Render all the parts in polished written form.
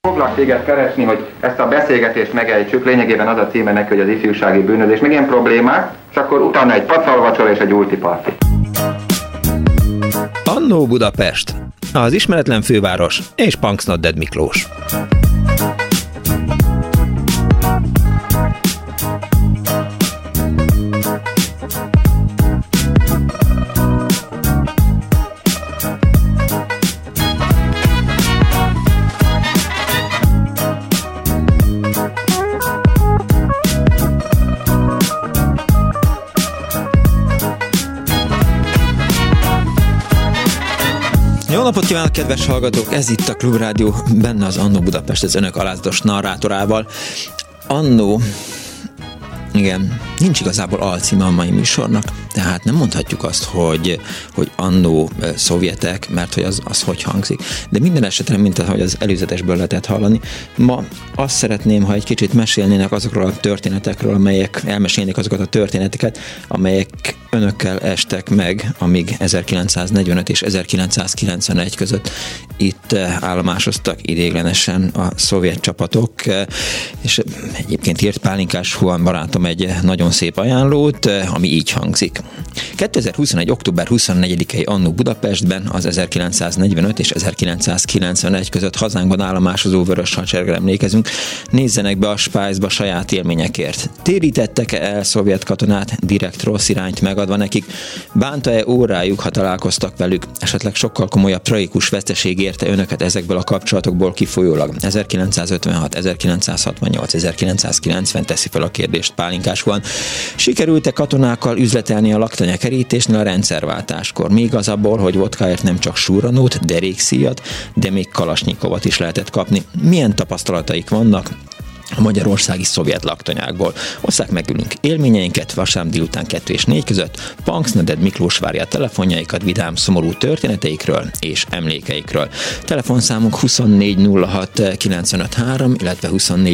Foglak téged keresni, hogy ezt a beszélgetést megejtsük, lényegében az a címe neki, hogy az ifjúsági bűnözés, meg ilyen problémák, és akkor utána egy pacalvacsora és egy ultiparti. Annó Budapest, az ismeretlen főváros és Punks Not Dead Miklós. Jó napot kívánok, kedves hallgatók! Ez itt a Klubrádió, benne az Annó Budapest, az önök alázatos narrátorával. Annó, igen, nincs igazából alcíme a mai műsornak, tehát nem mondhatjuk azt, hogy annó szovjetek, mert hogy az hogy hangzik. De minden esetre, mint ahogy az előzetesből lehetett hallani, ma azt szeretném, ha egy kicsit mesélnének azokról a történetekről, elmesélnék azokat a történeteket, amelyek önökkel estek meg, amíg 1945 és 1991 között itt állomásoztak ideiglenesen a szovjet csapatok, és egyébként írt Pálinkás Juan barátom egy nagyon szép ajánlót, ami így hangzik. 2021. október 24-i Annó Budapestben az 1945 és 1991 között hazánkban állomásozó vörös hadseregre emlékezünk. Nézzenek be a Spice-ba saját élményekért. Térítettek-e el szovjet katonát, direkt rossz irányt megadva nekik? Bánta-e órájuk, ha találkoztak velük? Esetleg sokkal komolyabb tragikus veszteség érte önöket ezekből a kapcsolatokból kifolyólag? 1956, 1968, 1990 teszi fel a kérdést Pálinkás Juan. Sikerült-e katonákkal üzletelni a laktanyagkerítésnél a rendszerváltáskor? Még az abból, hogy vodkáért nem csak surranót, derékszíjat, de még kalasnyikovat is lehetett kapni. Milyen tapasztalataik vannak a magyarországi szovjet laktanyákból? Osszák meg ülünk élményeinket vasárnap délután 2 és 4 között. Punks Not Dead Miklós várja a telefonjaikat vidám, szomorú történeteikről és emlékeikről. Telefonszámunk 2406953, illetve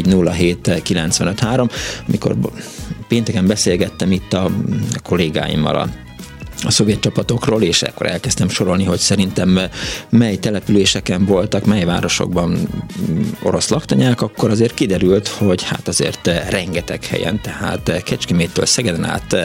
2407953. Amikor pénteken beszélgettem itt a kollégáimmal a szovjet csapatokról, és akkor elkezdtem sorolni, hogy szerintem mely településeken voltak, mely városokban orosz laktanyák, akkor azért kiderült, hogy hát azért rengeteg helyen, tehát Kecskeméttől Szegeden át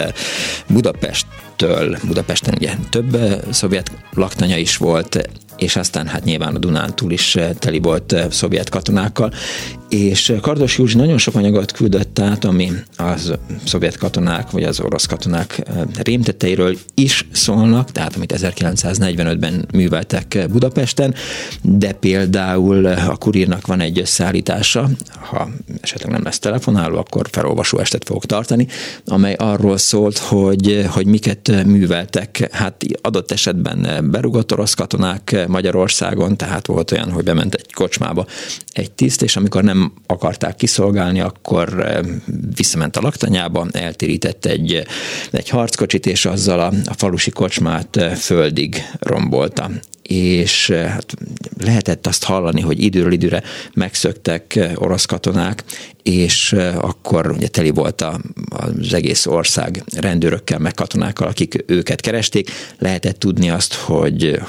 Budapesten ugye több szovjet laktanya is volt, és aztán hát nyilván a Dunántúl is teli volt szovjet katonákkal, és Kardos Józsi nagyon sok anyagot küldött át, ami az szovjet katonák, vagy az orosz katonák rémtetteiről is szólnak, tehát amit 1945-ben műveltek Budapesten, de például a Kurírnak van egy összeállítása, ha esetleg nem lesz telefonáló, akkor felolvasó estet fogok tartani, amely arról szólt, hogy miket műveltek, hát adott esetben berugott orosz katonák Magyarországon, tehát volt olyan, hogy bement egy kocsmába egy tiszt, és amikor nem akarták kiszolgálni, akkor visszament a laktanyába, eltérített egy harckocsit, és azzal a falusi kocsmát földig rombolta. És hát lehetett azt hallani, hogy időről időre megszöktek orosz katonák, és akkor ugye teli volt az egész ország rendőrökkel, meg katonákkal, akik őket keresték. Lehetett tudni azt, hogy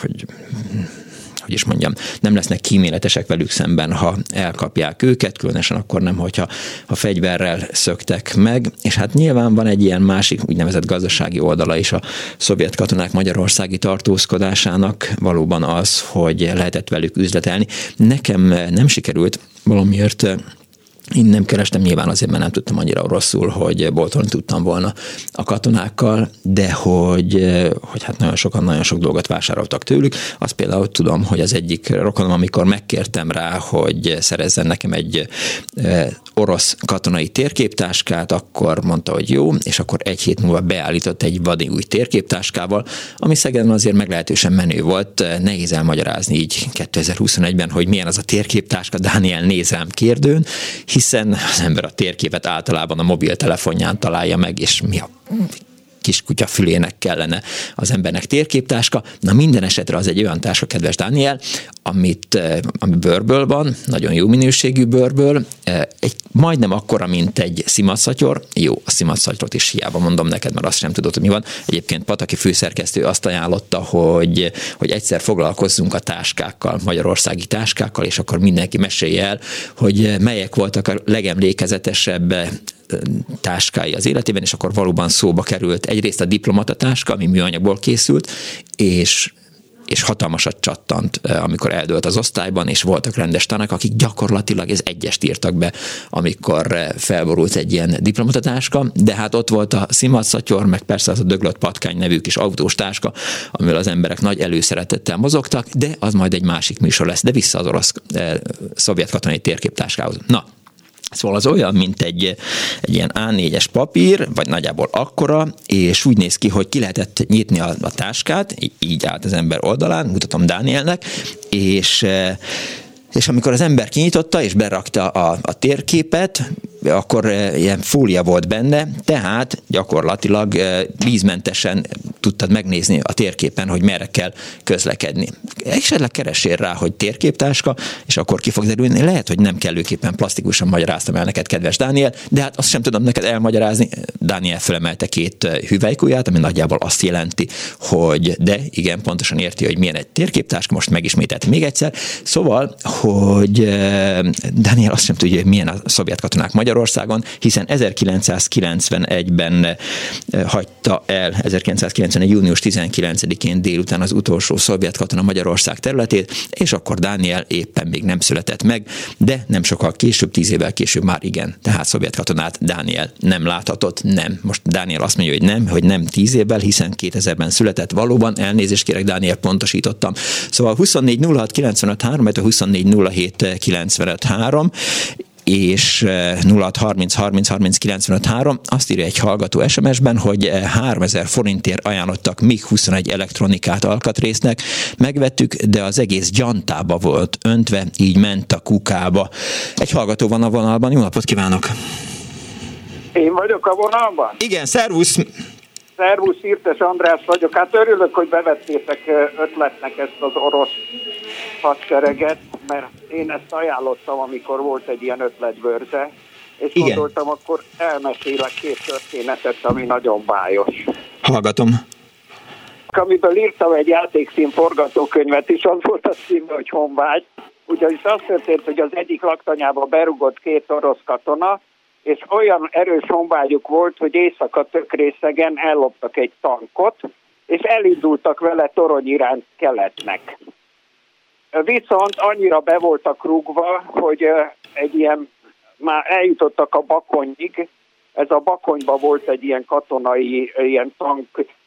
is mondjam, nem lesznek kíméletesek velük szemben, ha elkapják őket, különösen akkor nem, hogyha fegyverrel szöktek meg, és hát nyilván van egy ilyen másik úgynevezett gazdasági oldala is a szovjet katonák magyarországi tartózkodásának, valóban az, hogy lehetett velük üzletelni. Nekem nem sikerült valamiért. Én nem kerestem, nyilván azért, mert nem tudtam annyira rosszul, hogy boltolni tudtam volna a katonákkal, de hogy hát nagyon sokan nagyon sok dolgot vásároltak tőlük. Azt például tudom, hogy az egyik rokonom, amikor megkértem rá, hogy szerezzen nekem egy orosz katonai térképtáskát, akkor mondta, hogy jó, és akkor egy hét múlva beállított egy vadi új térképtáskával, ami Szegeden azért meglehetősen menő volt. Nehéz elmagyarázni így 2021-ben, hogy milyen az a térképtáska. Dániel néz rám kérdőn, hiszen az ember a térképet általában a mobiltelefonján találja meg, és mi a kiskutya fülének kellene az embernek térképtáska. Na minden esetre az egy olyan táska, kedves Dániel, ami bőrből van, nagyon jó minőségű bőrből, egy majdnem akkora, mint egy szimatszatyor. Jó, a szimatszatyort is hiába mondom neked, mert azt sem tudod, hogy mi van. Egyébként Pataki főszerkesztő azt ajánlotta, hogy egyszer foglalkozzunk a táskákkal, magyarországi táskákkal, és akkor mindenki mesélje el, hogy melyek voltak a legemlékezetesebb táskái az életében, és akkor valóban szóba került egyrészt a diplomatatáska, ami műanyagból készült, és hatalmasat csattant, amikor eldőlt az osztályban, és voltak rendes tanák, akik gyakorlatilag ez egyest írtak be, amikor felborult egy ilyen diplomatatáska, de hát ott volt a szimatszatyor, meg persze az a döglött patkány nevű kis autós táska, amivel az emberek nagy előszeretettel mozogtak, de az majd egy másik műsor lesz, de vissza az orosz szovjet katonai térképtáskához. Na, szóval az olyan, mint egy ilyen A4-es papír, vagy nagyjából akkora, és úgy néz ki, hogy ki lehetett nyitni a táskát, így állt az ember oldalán, mutatom Dánielnek, és amikor az ember kinyitotta és berakta a térképet, akkor ilyen fólia volt benne, tehát gyakorlatilag vízmentesen tudtad megnézni a térképen, hogy merre kell közlekedni. Esetleg keressél rá, hogy térképtáska, és akkor ki fog derülni. Lehet, hogy nem kellőképpen plastikusan magyaráztam el neked, kedves Dániel, de hát azt sem tudom neked elmagyarázni. Dániel fölemelte 2 hüvelykujját, ami nagyjából azt jelenti, hogy de igen, pontosan érti, hogy milyen egy térképtáska, most megismételt még egyszer. Szóval, hogy Dániel azt sem tudja, hogy milyen a szovjet katonák Magyarországon, hiszen 1991-ben hagyta el, 1991. június 19-én délután az utolsó szovjet katona Magyarország területét, és akkor Dániel éppen még nem született meg, de nem sokkal később, 10 évvel később már igen. Tehát szovjet katonát Dániel nem láthatott, nem. Most Dániel azt mondja, hogy nem 10 évvel, hiszen 2000-ben született valóban. Elnézést kérek, Dániel, pontosítottam. Szóval 24 06 95 3, 24 07 95 3, és 0630 30 30 95 3, azt írja egy hallgató SMS-ben, hogy 3000 forintért ajánlottak MiG-21 elektronikát alkatrésznek, megvettük, de az egész gyantába volt öntve, így ment a kukába. Egy hallgató van a vonalban, jó napot kívánok! Én vagyok a vonalban? Igen, szervusz! Szervusz, Irtes András vagyok. Hát örülök, hogy bevettétek ötletnek ezt az orosz hadsereget, mert én ezt ajánlottam, amikor volt egy ilyen ötletbörze, és igen, gondoltam, akkor elmesélek 2 történetet, ami nagyon bájos. Hallgatom. Amiből írtam egy játékszín forgatókönyvet, és az volt a címe, hogy Honvágy. Ugyanis az történt, hogy az egyik laktanyába berugott 2 orosz katona, és olyan erős honvágyuk volt, hogy éjszaka Tökrészegen elloptak egy tankot, és elindultak vele torony iránt keletnek. Viszont annyira be voltak rúgva, hogy egy ilyen, már eljutottak a Bakonyig, ez a Bakonyba volt egy ilyen katonai, ilyen tank,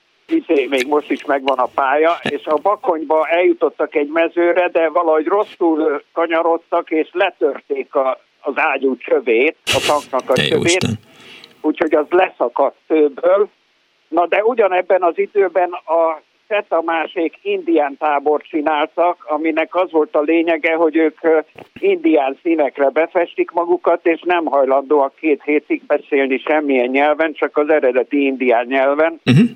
még most is megvan a pálya, és a Bakonyba eljutottak egy mezőre, de valahogy rosszul kanyarodtak, és letörték az ágyú csövét, a tanknak a csövét, úgyhogy az leszakadt tőből. Na de ugyanebben az időben a Szetamásék indián tábort csináltak, aminek az volt a lényege, hogy ők indián színekre befestik magukat, és nem hajlandóak 2 hétig beszélni semmilyen nyelven, csak az eredeti indián nyelven.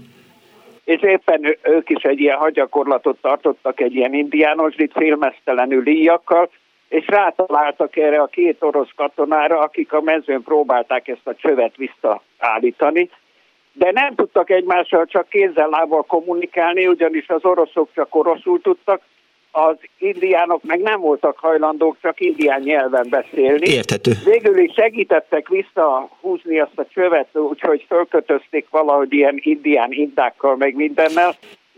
És éppen ők is egy ilyen hadgyakorlatot tartottak, egy ilyen indiánosdit félmeztelenül íjakkal, és rátaláltak erre a 2 orosz katonára, akik a mezőn próbálták ezt a csövet visszaállítani, de nem tudtak egymással csak kézzel-lábbal kommunikálni, ugyanis az oroszok csak oroszul tudtak, az indiánok meg nem voltak hajlandók csak indián nyelven beszélni. Érthető. Végül is segítettek visszahúzni azt a csövet, úgyhogy fölkötözték valahogy ilyen indián indákkal, meg mindennel.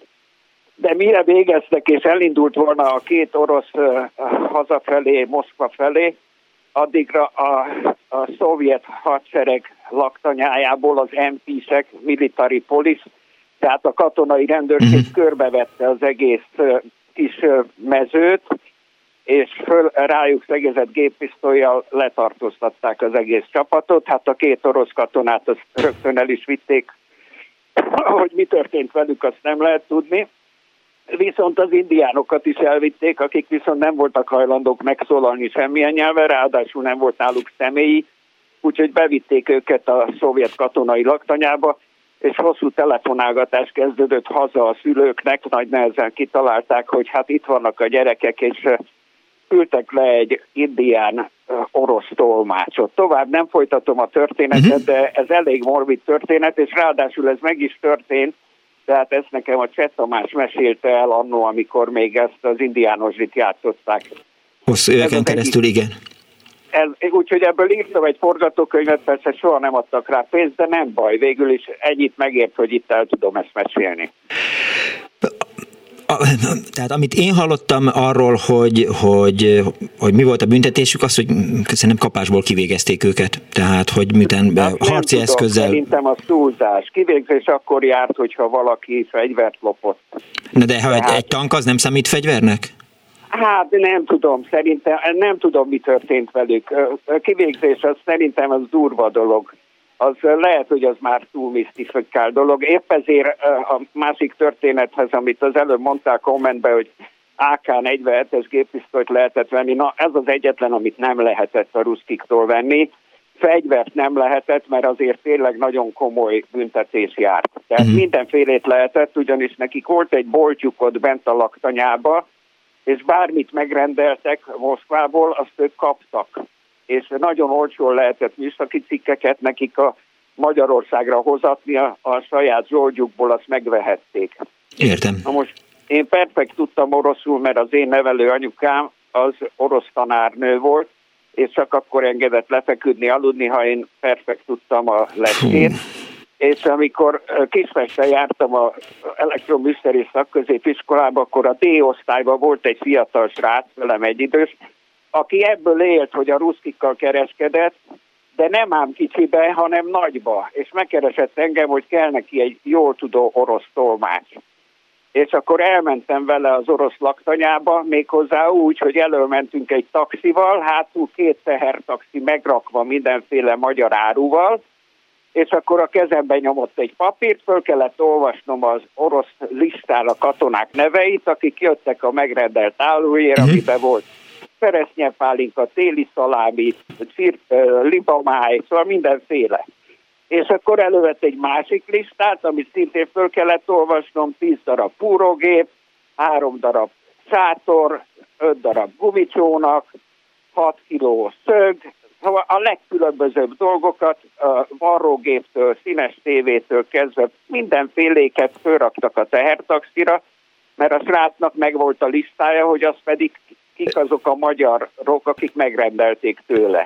De mire végeztek, és elindult volna a 2 orosz hazafelé, Moszkva felé, addigra a szovjet hadsereg laktanyájából az MP-sek, Military Police, tehát a katonai rendőrség körbevette az egész kis mezőt, és rájuk szegezett géppisztollyal letartóztatták az egész csapatot. Hát a 2 orosz katonát azt rögtön el is vitték, hogy mi történt velük, azt nem lehet tudni. Viszont az indiánokat is elvitték, akik viszont nem voltak hajlandók megszólalni semmilyen nyelven, ráadásul nem volt náluk személyi, úgyhogy bevitték őket a szovjet katonai laktanyába, és hosszú telefonálgatás kezdődött haza a szülőknek, nagy nehezen kitalálták, hogy hát itt vannak a gyerekek, és küldtek le egy indián orosz tolmácsot. Tovább nem folytatom a történetet, de ez elég morbid történet, és ráadásul ez meg is történt, tehát ezt nekem a Cseh Tamás mesélte el annó, amikor még ezt az indiánosit játszották. Hosszú éveken keresztül, igen. Úgyhogy ebből írtam egy forgatókönyvet, persze soha nem adtak rá pénzt, de nem baj, végül is ennyit megért, hogy itt el tudom ezt mesélni. Tehát amit én hallottam arról, hogy mi volt a büntetésük, az, hogy szerintem kapásból kivégezték őket. Tehát, hogy miután harci tudom, eszközzel... Szerintem a túlzás. Kivégzés akkor járt, hogyha valaki fegyvert lopott. Na de ha egy tank az nem számít fegyvernek? Hát nem tudom, szerintem nem tudom, mi történt velük. Kivégzés az szerintem az durva dolog. Az lehet, hogy az már túl misztifikál dolog. Épp ezért a másik történethez, amit az előbb mondták kommentben, hogy AK-47-es géppisztolyt lehetett venni, na ez az egyetlen, amit nem lehetett a ruszkiktól venni. Fegyvert nem lehetett, mert azért tényleg nagyon komoly büntetés járt. Tehát mindenfélét lehetett, ugyanis nekik volt egy boltjuk ott bent a laktanyába, és bármit megrendeltek Moszkvából, azt ők kaptak. És nagyon olcsón lehetett műszaki cikkeket nekik a Magyarországra hozatni, a saját zsoldjukból azt megvehették. Értem. Na most én perfekt tudtam oroszul, mert az én nevelő anyukám az orosz tanárnő volt, és csak akkor engedett lefeküdni, aludni, ha én perfekt tudtam a leszkét. És amikor Kispesten jártam az elektroműszeri szakközépiskolába, akkor a D-osztályban volt egy fiatal srác, velem egyidős, aki ebből élt, hogy a ruszkikkal kereskedett, de nem ám kicsibe, hanem nagyba. És megkeresett engem, hogy kell neki egy jól tudó orosz tolmács. És akkor elmentem vele az orosz laktanyába, méghozzá úgy, hogy előmentünk egy taxival, hátul 2 tehertaxi megrakva mindenféle magyar áruval, és akkor a kezemben nyomott egy papírt, föl kellett olvasnom az orosz listán a katonák neveit, akik jöttek a megrendelt állóért, amiben volt feresznyepálinka, téli szalámi, libamáj, szóval mindenféle. És akkor elővett egy másik listát, amit szintén föl kellett olvasnom, 10 darab púrógép, 3 darab sátor, 5 darab gumicsónak, 6 kiló szög, szóval a legkülönbözőbb dolgokat, varrógéptől, színes tévétől kezdve mindenféléket fölraktak a tehertaxira, mert a srácnak megvolt a listája, hogy az pedig kik azok a magyarok, akik megrendelték tőle.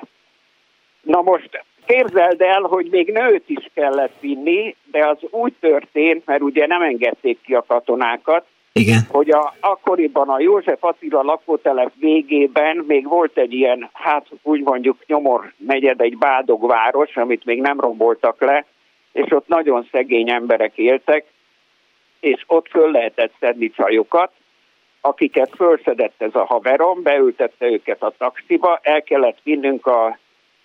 Na most képzeld el, hogy még nőt is kellett vinni, de az úgy történt, mert ugye nem engedték ki a katonákat, igen, hogy akkoriban a József Attila lakótelep végében még volt egy ilyen, hát úgy mondjuk Nyomor negyed, egy bádogváros, amit még nem romboltak le, és ott nagyon szegény emberek éltek, és ott föl lehetett szedni csajokat, akiket fölszedett ez a haverom, beültette őket a taxiba, el kellett vinnünk a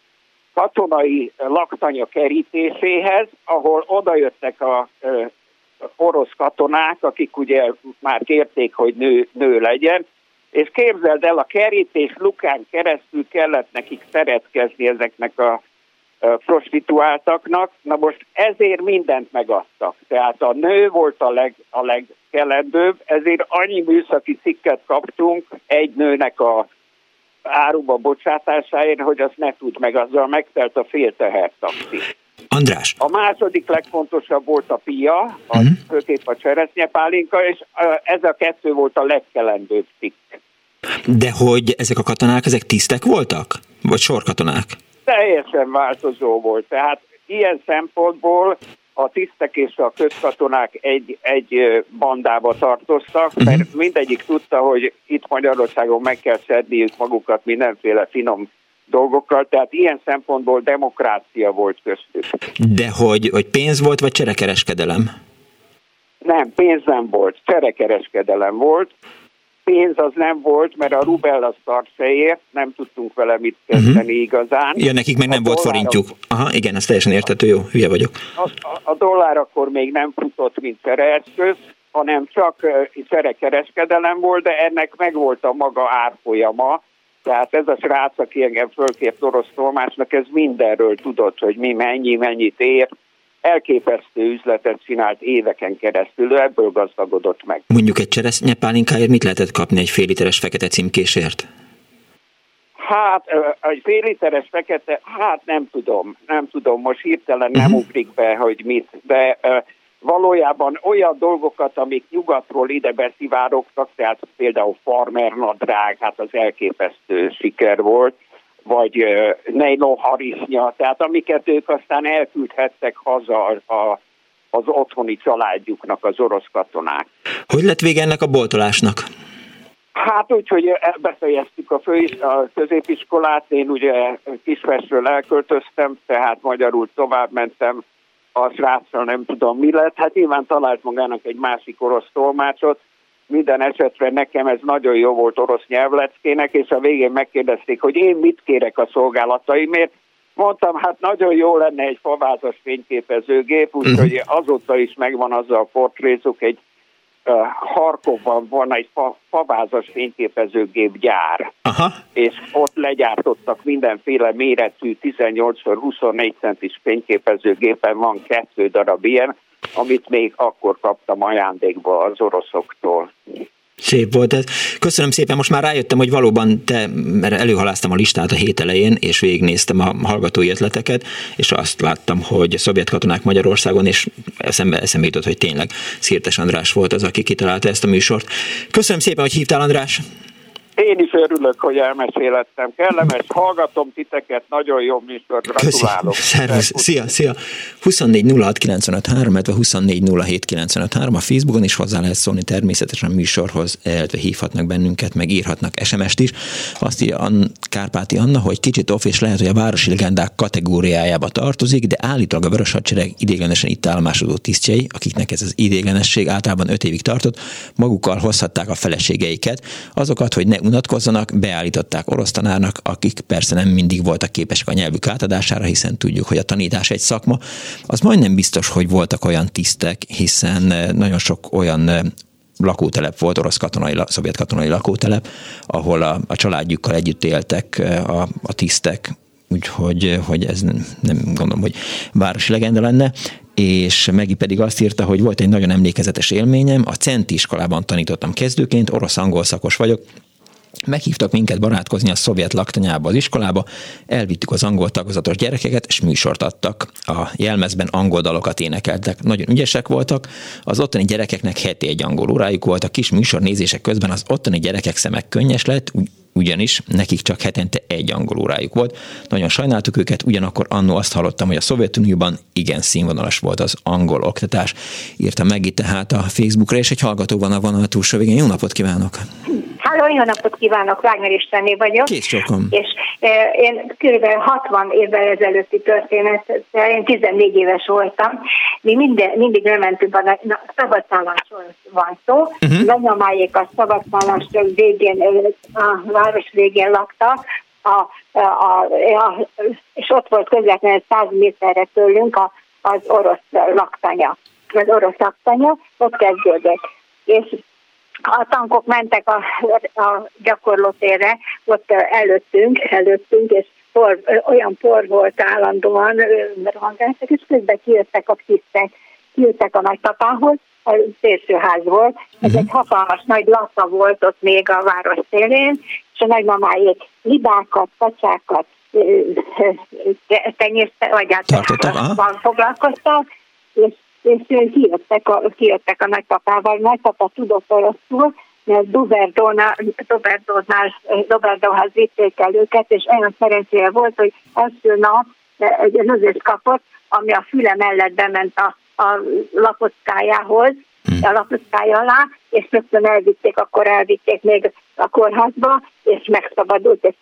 katonai laktanya kerítéséhez, ahol odajöttek a orosz katonák, akik ugye már kérték, hogy nő legyen, és képzeld el, a kerítés lukán keresztül kellett nekik szeretkezni ezeknek a prostituáltaknak. Na most ezért mindent megadtak. Tehát a nő volt a legkelendőbb, ezért annyi műszaki cikket kaptunk egy nőnek a áruba bocsátásáért, hogy azt ne tud meg, azzal megtelt a fél tehertaxi. András. A második legfontosabb volt a pia, főképp a cseresznyepálinka, és ez a 2 volt a legkelendőbb cikk. De hogy ezek a katonák, ezek tisztek voltak? Vagy sorkatonák? Teljesen változó volt. Tehát ilyen szempontból a tisztek és a közkatonák egy bandába tartoztak, mert mindegyik tudta, hogy itt Magyarországon meg kell szedniük magukat mindenféle finom dolgokkal, tehát ilyen szempontból demokrácia volt köztük. De hogy pénz volt, vagy cserekereskedelem? Nem, pénz nem volt, cserekereskedelem volt. Pénz az nem volt, mert a rubel az tart se ért, nem tudtunk vele mit kezdeni igazán. Ja, nekik meg nem volt forintjuk. Aha, igen, ez teljesen érthető, jó, hülye vagyok. A dollár akkor még nem futott, mint csereeszköz, hanem csak cserekereskedelem volt, de ennek megvolt a maga árfolyama. Tehát ez a srác, aki engem fölkért orosz tolmácsnak, ez mindenről tudott, hogy mi mennyit ér, elképesztő üzletet csinált éveken keresztül, ebből gazdagodott meg. Mondjuk egy cseresznyepálinkáért mit lehetett kapni egy fél literes fekete címkésért? Hát, egy fél literes fekete, hát nem tudom, most hirtelen nem ugrik be, hogy mit, de valójában olyan dolgokat, amik nyugatról ide beszivárogtak, tehát például farmernadrág, hát az elképesztő siker volt, vagy nejlonharisnya, tehát amiket ők aztán elküldhettek haza az otthoni családjuknak, az orosz katonák. Hogy lett vége ennek a boltolásnak? Hát úgy, hogy befejeztük a középiskolát, én ugye Kispestről elköltöztem, tehát magyarul tovább mentem, a sráccal nem tudom mi lett, hát nyilván talált magának egy másik orosz tolmácsot, minden esetre nekem ez nagyon jó volt orosz nyelvleckének, és a végén megkérdezték, hogy én mit kérek a szolgálataimért. Mondtam, hát nagyon jó lenne egy favázas fényképezőgép, úgyhogy azóta is megvan azzal a portrézuk, egy Harkovban van egy favázas fényképezőgép gyár, és ott legyártottak mindenféle méretű 18x24 centis fényképezőgépen, van 2 darab ilyen, amit még akkor kaptam ajándékba az oroszoktól. Szép volt ez. Köszönöm szépen, most már rájöttem, hogy valóban mert előhaláztam a listát a hét elején, és végignéztem a hallgatói ötleteket, és azt láttam, hogy szovjet katonák Magyarországon, és eszembe jutott, hogy tényleg Szirtes András volt az, aki kitalálta ezt a műsort. Köszönöm szépen, hogy hívtál, András! Én is örülök, hogy elmesélettem. Kellemes, hallgatom titeket, nagyon jó műsor, gratulálok. Szervusz, szia! 24 06 95 3, illetve 24 07 95 3, a Facebookon is hozzá lehet szólni természetesen a műsorhoz, illetve hívhatnak bennünket, meg írhatnak SMS-t is. Azt írja Kárpáti Anna, hogy kicsit off, és lehet, hogy a városi legendák kategóriájába tartozik, de állítólag a Vörös Hadsereg ideiglenesen itt állomásozó tisztjei, akiknek ez az ideiglenesség általában 5 évig tartott, magukkal hozhatták a feleségeiket, azokat, hogy ne unatkozzanak, beállították orosz tanárnak, akik persze nem mindig voltak képesek a nyelvük átadására, hiszen tudjuk, hogy a tanítás egy szakma. Az majdnem biztos, hogy voltak olyan tisztek, hiszen nagyon sok olyan lakótelep volt, szovjet katonai lakótelep, ahol a családjukkal együtt éltek a tisztek, úgyhogy ez nem gondolom, hogy városi legenda lenne. És Megi pedig azt írta, hogy volt egy nagyon emlékezetes élményem, a Centi iskolában tanítottam kezdőként, orosz-angol szakos vagyok, meghívtak minket barátkozni a szovjet laktanyába, az iskolába, elvittük az angol tagozatos gyerekeket, és műsort adtak. A jelmezben angol dalokat énekeltek. Nagyon ügyesek voltak, az ottani gyerekeknek heti egy angol órájuk volt, a kis műsornézések közben az ottani gyerekek szemek könnyes lett, ugyanis nekik csak hetente egy angol órájuk volt. Nagyon sajnáltuk őket, ugyanakkor annó azt hallottam, hogy a Szovjetunióban igen színvonalas volt az angol oktatás. Írta Megi tehát a Facebookra, és egy hallgató van a vonal túlsó végén. Jó napot kívánok! Halló, jó napot kívánok, Wagner Istenné vagyok. Kész sokom. És én kb. 60 évvel ezelőtti történet, én 14 éves voltam. Mi mindig lementünk, a szabadszállásról van szó. Nagymamáék a szabadszállás végén, a város végén laktak, és ott volt közvetlenül 100 méterre tőlünk az orosz laktanya. Az orosz laktanya, ott kezdődött. És a tankok mentek a gyakorlótérre, ott előttünk, és olyan por volt állandóan, és közben kijöttek a tisztek, kijöttek a nagypapához, a szélsőház volt, ez egy hatalmas nagy latta volt ott még a város szélén, és a nagymamáék libákat, kacsákat tenyésztek, vagy foglalkoztak, és kijöttek a nagypapával. Nagypapa tudott oroszul, mert Doberdónál vitték el őket, és olyan szerencsére volt, hogy első nap egy nözést kapott, ami a füle mellett bement a lapockájához, a lapockája alá, és rögtön elvitték még a kórházba, és megszabadult, és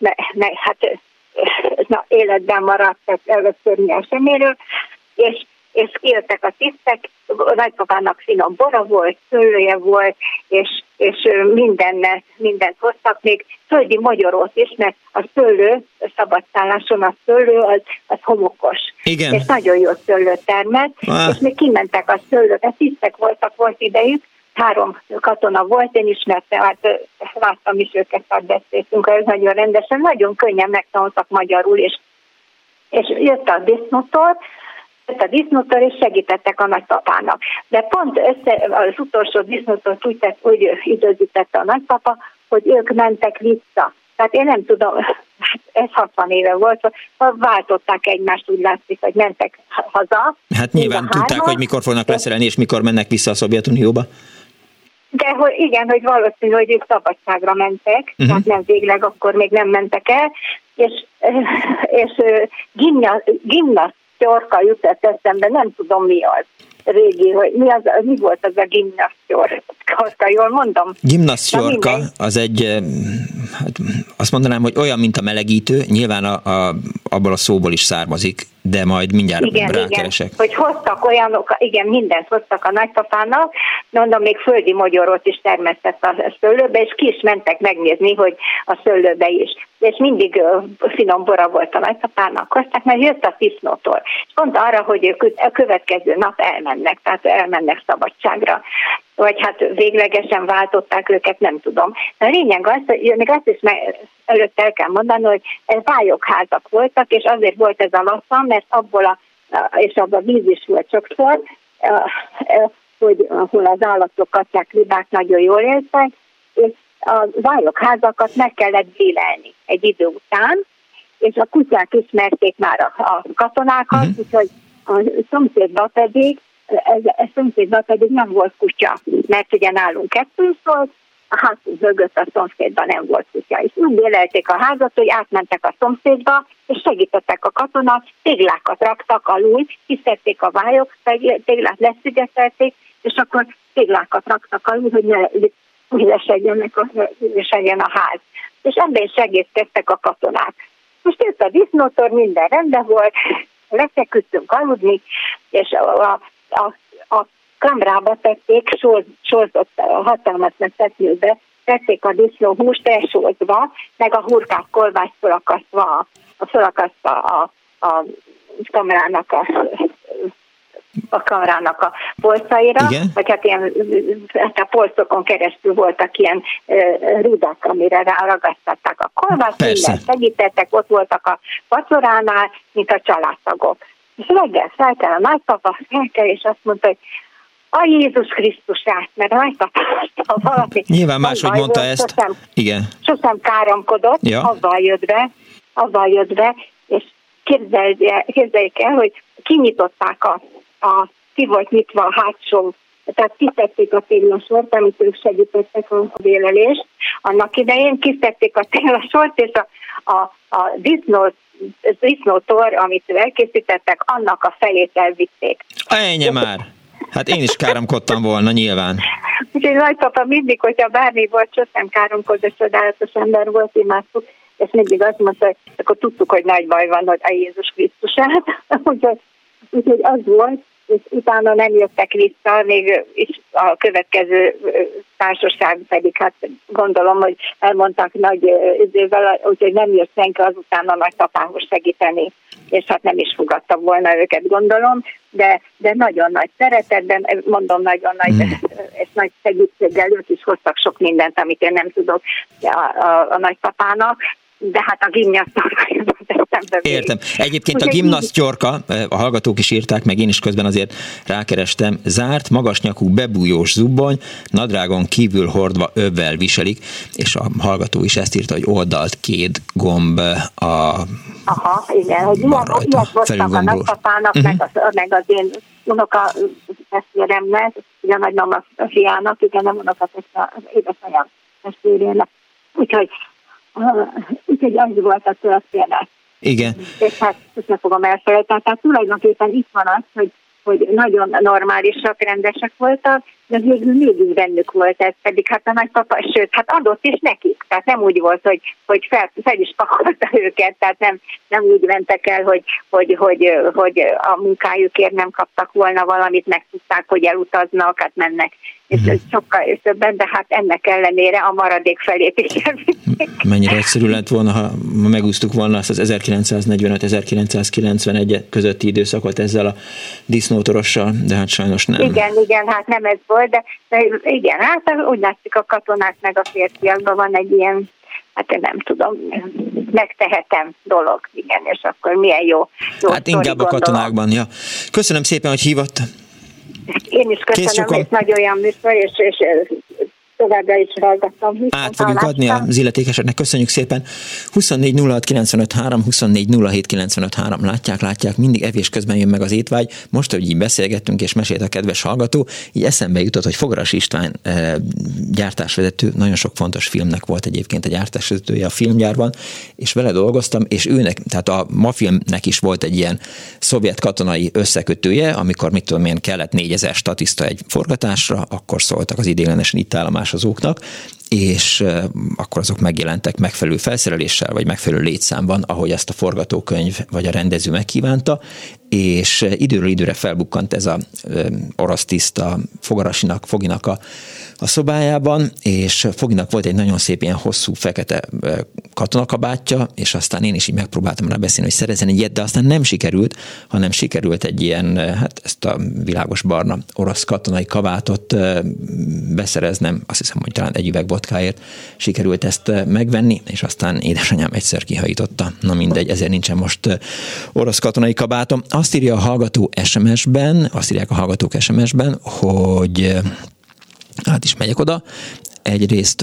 életben maradt, először milyen semmiről, és kijöttek a tisztek, a nagypapának finom bora volt, szőlője volt, és mindent hoztak, még földi mogyorót is, mert a szőlő, a szabadszálláson a szőlő, az homokos. Igen. És nagyon jó szőlő termett, és még kimentek a szőlők, tisztek volt idejük, 3 katona volt, én ismertem, hát láttam is őket, beszéltünk, ez nagyon rendesen, nagyon könnyen megtanultak magyarul, és jött a disznótól, a disznótor, és segítettek a nagypapának. De pont az utolsó disznótor úgy időzítette a nagypapa, hogy ők mentek vissza. Tehát én nem tudom, ez 60 éve volt, váltották egymást, úgy látszik, hogy mentek haza. Hát nyilván tudták, hogy mikor fognak leszerelni, és mikor mennek vissza a Szovjetunióba. De hogy valószínű, hogy ők szabadságra mentek, tehát nem végleg, akkor még nem mentek el, és gimnasztyorka jutott eszembe, nem tudom mi az régi, hogy mi volt az a gimnasztyorka, jól mondom? Gimnasztyorka az egy, hát azt mondanám, hogy olyan, mint a melegítő, nyilván abból a szóból is származik, de majd mindjárt rákeresek. Igen, hogy hoztak olyanok, mindent hoztak a nagypapának, mondom, még földi mogyorot is termesztett a szőlőbe, és ki is mentek megnézni, hogy a szőlőbe is. És mindig finom bora volt a nagypapának, hozták, mert jött a disznótor. És mondta arra, hogy ők a következő nap elmennek, tehát elmennek szabadságra. Vagy hát véglegesen váltották őket, nem tudom. A lényeg az, hogy még azt is előtt el kell mondani, hogy vályokházak voltak, és azért volt ez a lassan, mert és abban víz is volt sokszor, hogy ahol az állatok, katyák, libák nagyon jól éltek, és a vályokházakat meg kellett bélelni egy idő után, és a kutyák ismerték már a katonákat, úgyhogy a szomszédban pedig nem volt kutya, mert ugye nálunk kettőnk volt, a házunk mögött a szomszédban nem volt kutya. És úgy bélelték a házat, hogy átmentek a szomszédba, és segítettek a katonák, téglákat raktak alul, kiszedték a vályok, téglát leszigetelték, és akkor téglákat raktak alul, hogy ne ülesedjen a ház. És ebben is segítkeztek a katonák. Most jött a disznótor, minden rendben volt, lefeküdtünk aludni, és a kamrába tették, sorzott hatalmas tetőbe, tették a disznóhúst elsózva, meg a hurkák kolbást fölakasztva a kamrának a polcaira, vagy hát ilyen a polcokon keresztül voltak ilyen rudák, amire ráragasztatták a kolbászt, minden segítettek, ott voltak a vacsoránál, mint a családtagok. És reggel felkel a nagypapa, és azt mondta, hogy a Jézus Krisztusát, mert a nagypapa valami... Nyilván máshogy mondta ezt. Sosem káromkodott, azzal jött be, és képzeljék el, hogy kinyitották ki volt nyitva a hátsó, tehát kiszedték a téglasort, amit ők segítettek a bélelést. Annak idején kiszedték a téglasort, és a disznótor, amit elkészítettek, annak a felét elvitték. Ennyi már! Hát én is káromkodtam volna, nyilván. Úgyhogy nagypapa mindig, hogyha bármi volt, sosem káromkodó, csodálatos ember volt, imádtuk, és mindig azt mondta, hogy akkor tudtuk, hogy nagy baj van, hogy a Jézus Krisztusát. Úgyhogy az volt, és utána nem jöttek vissza, még is a következő társaság pedig, hát gondolom, hogy elmondták nagy idővel, úgyhogy nem jött senki azután a nagypapához segíteni, és hát nem is fogadta volna őket, gondolom, de nagyon nagy szeretetben, mondom, nagyon nagy, és nagy segítséggel ők is hoztak sok mindent, amit én nem tudok a nagypapának, de hát a gimnasztyorka jutott eszembe. Értem. Egyébként a gimnasztyorka, a hallgatók is írták, meg én is közben azért rákerestem, zárt, magasnyakú, bebújós zubbony, nadrágon kívül hordva övvel viselik, és a hallgató is ezt írta, hogy oldalt 2 gomb Aha, igen, hogy ilyet voltak a nagypapának, meg az én unoka testvéremnek, ugye a nagymama fiának, igen, nem unoka az édesanyám testvérének. Úgyhogy az volt a történet. Igen. És hát ezt nem fogom elfelejteni. Tehát tulajdonképpen itt van az, hogy nagyon normálisak, rendesek voltak, de végül mégis bennük volt ez, pedig hát a nagypapa, sőt, hát adott is nekik. Tehát nem úgy volt, hogy fel is pakolta őket, tehát nem úgy mentek el, hogy a munkájukért nem kaptak volna valamit, megtudták, hogy elutaznak, hát mennek. És sokkal többen, de hát ennek ellenére a maradék felét is elvitték. Mennyire egyszerű lett volna, ha megúsztuk volna azt az 1945-1991 közötti időszakot ezzel a disznótorossal, de hát sajnos nem. Igen, hát nem ez volt, de igen, hát úgy látszik a katonák meg a férfiakban van egy ilyen, hát én nem tudom, megtehetem dolog, igen, és akkor milyen jó hát inkább a katonákban, ja. Köszönöm szépen, hogy hívott. Én is köszönöm, és nagyon olyan műsor, és továbbra is hallgattam. Át fogjuk adni az illetékeseknek, köszönjük szépen. 24 06 95 3, 24 07 95 3. Látják, mindig evés közben jön meg az étvágy. Most, hogy így beszélgettünk és mesélt a kedves hallgató, így eszembe jutott, hogy Fogaras István gyártásvezető, nagyon sok fontos filmnek volt egyébként a gyártásvezetője a filmgyárban, és vele dolgoztam, és őnek, tehát a Mafilmnek is volt egy ilyen szovjet katonai összekötője, amikor mit tudom én, kellett 4000 statiszta egy forgatásra, akkor szóltak az idéglenesen itt állomásozóknak, és akkor azok megjelentek megfelelő felszereléssel, vagy megfelelő létszámban, ahogy ezt a forgatókönyv vagy a rendező megkívánta, és időről időre felbukkant ez a orosz tiszt a Foginak a szobájában, és Foginak volt egy nagyon szép ilyen hosszú fekete katonakabátja, és aztán én is így megpróbáltam rá beszélni, hogy szerezzen egy ilyet, de aztán nem sikerült, hanem sikerült egy ilyen, hát ezt a világos barna orosz katonai kabátot beszereznem, azt hiszem, hogy talán egy üveg vodkáért sikerült ezt megvenni, és aztán édesanyám egyszer kihajította. Na mindegy, ezért nincsen most orosz katonai kabátom. Azt írják a hallgatók SMS-ben, hogy át is megyek oda. Egyrészt,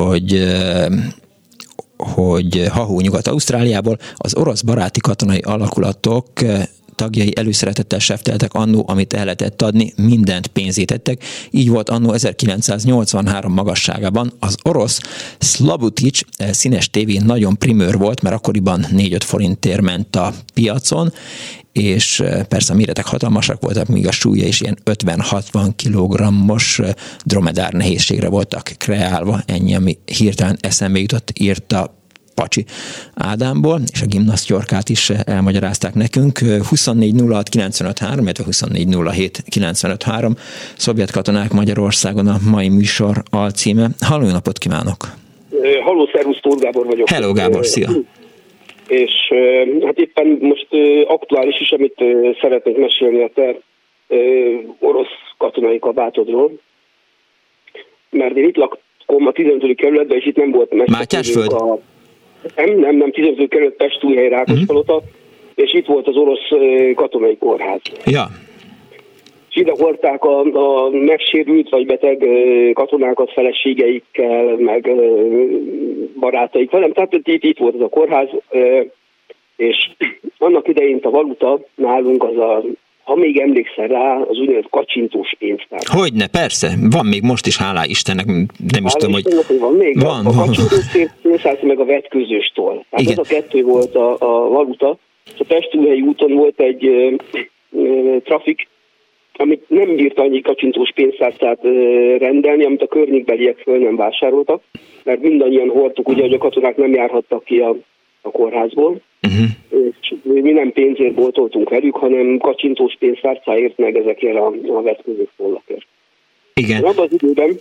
hogy Hahó Nyugat-Ausztráliából az orosz baráti katonai alakulatok tagjai előszeretettel sefteltek annó, amit el lehetett adni, mindent pénzétettek. Így volt annó 1983 magasságában. Az orosz Slabutics színes tévén nagyon primőr volt, mert akkoriban 4-5 forintért ment a piacon, és persze a méretek hatalmasak voltak, míg a súlya is ilyen 50-60 kilogrammos dromedár nehézségre voltak kreálva. Ennyi, ami hirtelen eszembe jutott, írta Pacsi Ádámból, és a gimnasztyorkát is elmagyarázták nekünk. 24 06 95 3, illetve 24 07 95 3. Szovjet katonák Magyarországon a mai műsor alcíme. Halló, jó napot kívánok! Halló, szervusz, Tóth Gábor vagyok. Hello, Gábor, szia! És hát éppen most aktuális is, amit szeretnék mesélni a te orosz katonai kabátodról, mert én itt lakom a 15. kerületben, és itt nem volt mesélni. Mátyásföld? Nem, 15. kerület, Pestújhely, Rákospalota, és itt volt az orosz katonai kórház. Ja. És ide hordták a megsérült vagy beteg katonákat feleségeikkel, meg barátaikkal, nem, tehát itt volt ez a kórház, és annak idején a valuta nálunk az ha még emlékszel rá, az úgynevezett kacsintós pénztár. Hogyne, persze, van még most is, hálá Istennek, nem is tudom, hogy... Van még? Van. A kacsintós pénztár meg a vetkőzős toll. Tehát ez a kettő volt a valuta, és a Pestújhelyi úton volt egy trafik, amit nem bírt annyi kacsintós pénztárcát rendelni, amit a környékbeliek föl nem vásároltak, mert mindannyian hordtuk, ugye, hogy a katonák nem járhattak ki a kórházból, és mi nem pénzért boltoltunk velük, hanem kacsintós pénztárcáért meg ezekért a vetközős tollakért. Igen. Abban az időben,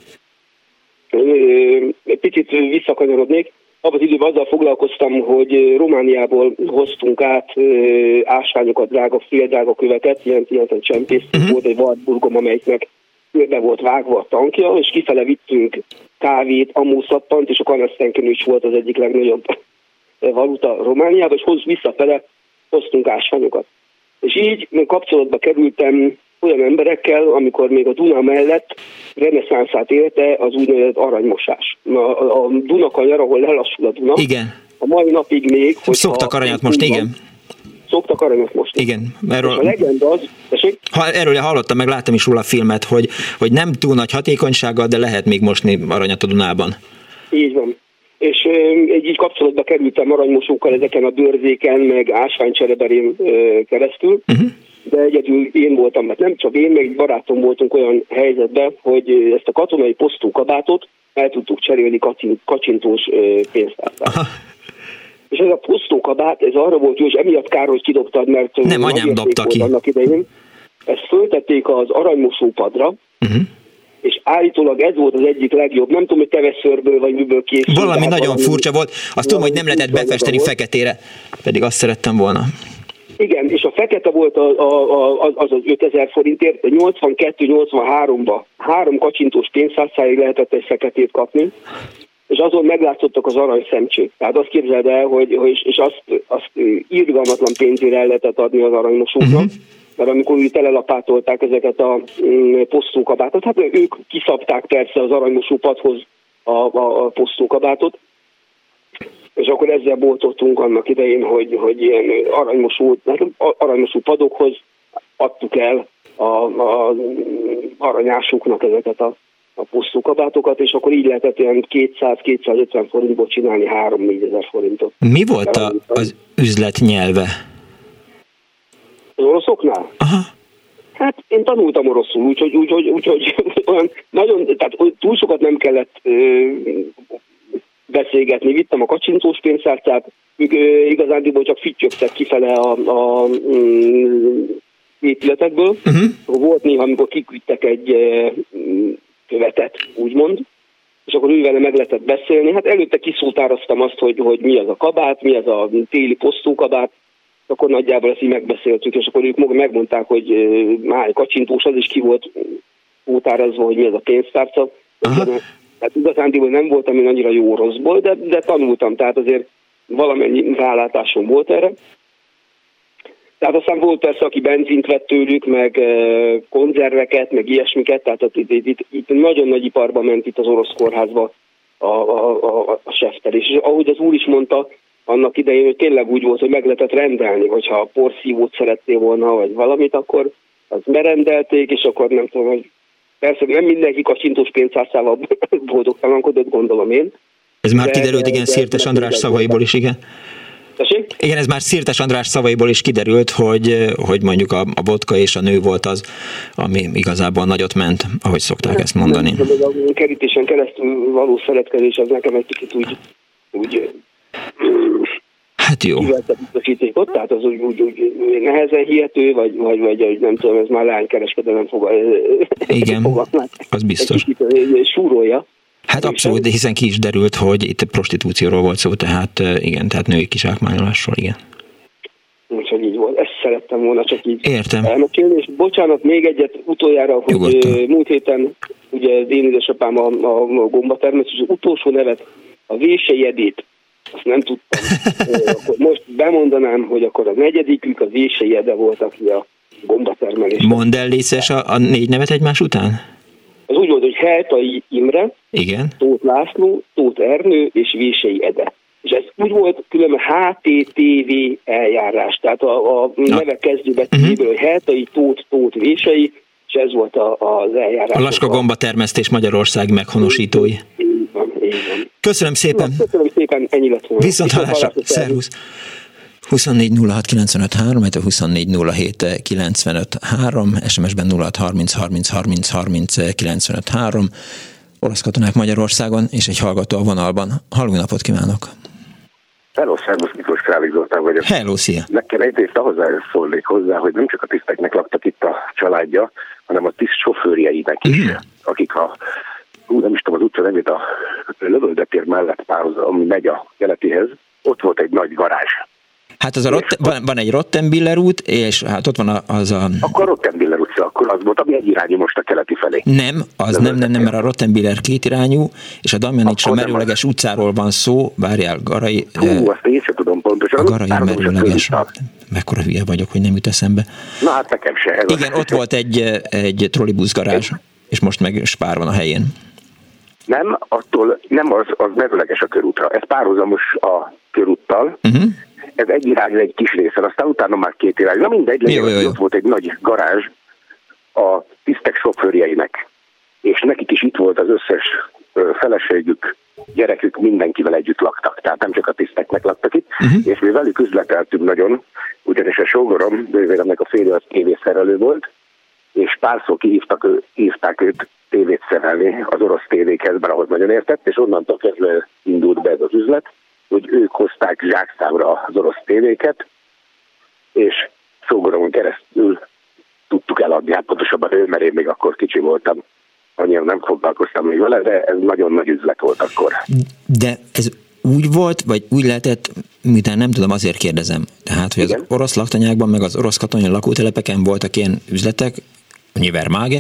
egy picit visszakanyarodnék, abban az időben azzal foglalkoztam, hogy Romániából hoztunk át ásványokat, féldrága köveket, ilyen csempésztünk, volt egy Wartburgom, amelyiknek körbe volt vágva a tankja, és kifele vittünk kávét, amószappant, és a kanesztenkenő is volt az egyik legnagyobb valuta Romániába, és visszafele hoztunk ásványokat. És így kapcsolatba kerültem olyan emberekkel, amikor még a Duna mellett reneszánszát élte az úgynevezett aranymosás. A Dunakanyar, ahol lelassul a Duna. Igen. A mai napig még... Szoktak aranyat most, igen. Szoktak aranyat most. Igen. Erről... A legenda az... Erről hallottam, meg láttam is róla a filmet, hogy nem túl nagy hatékonysággal, de lehet még mosni aranyat a Dunában. Így van. És így kapcsolatba kerültem aranymosókkal ezeken a dörzéken, meg ásványcsereberén keresztül, de egyedül én voltam, mert nem csak én, meg egy barátom voltunk olyan helyzetben, hogy ezt a katonai posztókabátot el tudtuk cserélni kacsintós pénztárcára. És ez a posztókabát, ez arra volt jó, és emiatt kár, hogy kidobtad, mert nem, anyám dobta ki. Annak idején. Ezt föltették az aranymosópadra, és állítólag ez volt az egyik legjobb. Nem tudom, hogy teveszőrből vagy miből készült. Valami nagyon furcsa volt. Azt tudom, hogy nem lehetett befesteni feketére, pedig azt szerettem volna. Igen, és a fekete volt az 5000 forintért, 82-83-ban 3 kacsintós pénztárcáig lehetett egy feketét kapni. és azon meglátszottak az aranyszemcsék. Tehát azt képzeld el, és azt irgalmatlan pénzére el lehetett adni az aranymosóknak, mert amikor úgy telelapátolták ezeket a posztókabátot, hát ők kiszabták persze az aranymosó padhoz a posztókabátot, és akkor ezzel boltottunk annak idején, hogy ilyen aranymosó padokhoz adtuk el a aranyásuknak ezeket a posztókabátokat, és akkor így lehetett ilyen 200-250 forintból csinálni 3-4 ezer forintot. Mi volt az üzlet nyelve? Az oroszoknál? Aha. Hát én tanultam oroszul, úgyhogy olyan nagyon, tehát túl sokat nem kellett beszélgetni. Vittem a kacsintós pénztárcát, ők igazándiból csak fittyögtek kifele a épületekből. Volt néha, amikor kiküldtek egy követet, úgymond, és akkor ővele meg lehetett beszélni. Hát előtte kiszótároztam azt, hogy mi az a kabát, mi az a téli posztókabát, akkor nagyjából ezt így megbeszéltük, és akkor ők megmondták, hogy már kacsintós, az is ki volt szótárazva, hogy mi az a pénztárca. Tehát igazándiból nem voltam én annyira jó oroszból, de tanultam, tehát azért valamennyi rálátásom volt erre. Tehát aztán volt persze, aki benzint vett tőlük, meg konzerveket, meg ilyesmiket, tehát itt nagyon nagy iparba ment itt az orosz kórházba a seftelés. És ahogy az úr is mondta, annak idején, hogy tényleg úgy volt, hogy meg lehetett rendelni, hogyha porszívót szerettél volna, vagy valamit, akkor azt berendelték, és akkor nem tudom, hogy persze nem mindenki kacsintós pénztárcával boldogtalankodott, gondolom én. Ez már kiderült, igen, Szirtes András szavaiból is, igen. Tessék? Igen, ez már Szirtes András szavaiból is kiderült, hogy mondjuk a vodka és a nő volt az, ami igazából nagyot ment, ahogy szokták ezt mondani. A kerítésen keresztül való szeretkezés az nekem egy kicsit úgy hát jó. Biztosítékot, tehát az úgy nehezen hihető, vagy nem tudom, ez már leánykereskedelem igen, az biztos. Egy kicsit súrolja. Hát abszolút, de hiszen ki is derült, hogy itt prostitúcióról volt szó, tehát igen, tehát női kizsákmányolásról, igen. Úgyhogy így volt. Ezt szerettem volna csak így elmesélni, és bocsánat, még egyet utoljára, hogy nyugodtan. Múlt héten ugye én édesapám a gombatermesztő, és az utolsó nevet, a Vései Edét, azt nem tudtam. Akkor most bemondanám, hogy akkor a negyedikük a Vései Ede volt, aki a gombatermelés. Mondd el létszes a 4 nevet egymás után? Az úgy volt, hogy Heltai Imre, igen. Tóth László, Tóth Ernő és Vései Ede. És ez úgy volt különben HTTV eljárás, tehát a nevek kezdőbetűjéből, hogy Heltai, Tóth, Vései, és ez volt az eljárás. A Laska gombatermesztés Magyarország meghonosítói. Így van. Köszönöm szépen. Köszönöm szépen, ennyi lett volna. Viszonthallásra. Szervusz. 24 06 95 3, 24 07 95 3, SMS-ben 06 30 30 30 30 95 3. Orosz katonák Magyarországon, és egy hallgató a vonalban. Halló, napot kívánok! Hello, szervusz, Miklós Krávik Zoltán vagyok. Hello, szia! Nekem egyrészt ahhoz szólnék hozzá, hogy nem csak a tiszteknek laktak itt a családja, hanem a tiszt sofőrjeinek is, akik nem is tudom az utca nevét, a Lövöldetér mellett párhuzam, ami megy a keletihez, ott volt egy nagy garázs. Hát az van egy Rottenbiller út, és hát ott van az a... Akkor a Rottenbiller utca, akkor az volt, ami egy irányú most a keleti felé. Nem, mert a Rottenbiller kétirányú, és a Damjanicsra merőleges utcáról van szó, várjál, Garai... azt én sem tudom pontosan. A Garai merőleges. Mekkora hülye vagyok, hogy nem jut eszembe. Na hát nekem se. Igen, ott volt egy trollibuszgarázs, és most meg Spár van a helyén. Nem, attól nem az merőleges a körútra. Ez párhuzamos a körúttal. Ez egy irányú, egy kis részen, aztán utána már 2 irányú. Na mindegy, ott volt egy nagy garázs a tisztek sofőrjeinek, és nekik is itt volt az összes feleségük, gyerekük, mindenkivel együtt laktak, tehát nem csak a tiszteknek laktak itt, és mi velük üzleteltünk nagyon, ugyanis a sógorom, nővéremnek a férje az tévészerelő volt, és párszor hívták őt tévét szerelni az orosz tévékhez, bár ahhoz nagyon értett, és onnantól kezdve indult be ez az üzlet, hogy ők hozták zsákszámra az orosz tévéket, és sógoromon keresztül tudtuk eladni, hát pontosabban ő, mert én még akkor kicsi voltam, annyira nem foglalkoztam még vele, de ez nagyon nagy üzlet volt akkor. De ez úgy volt, vagy úgy lehetett, miután nem tudom, azért kérdezem, tehát, hogy igen, az orosz laktanyákban, meg az orosz katonai lakótelepeken voltak ilyen üzletek, Univermage,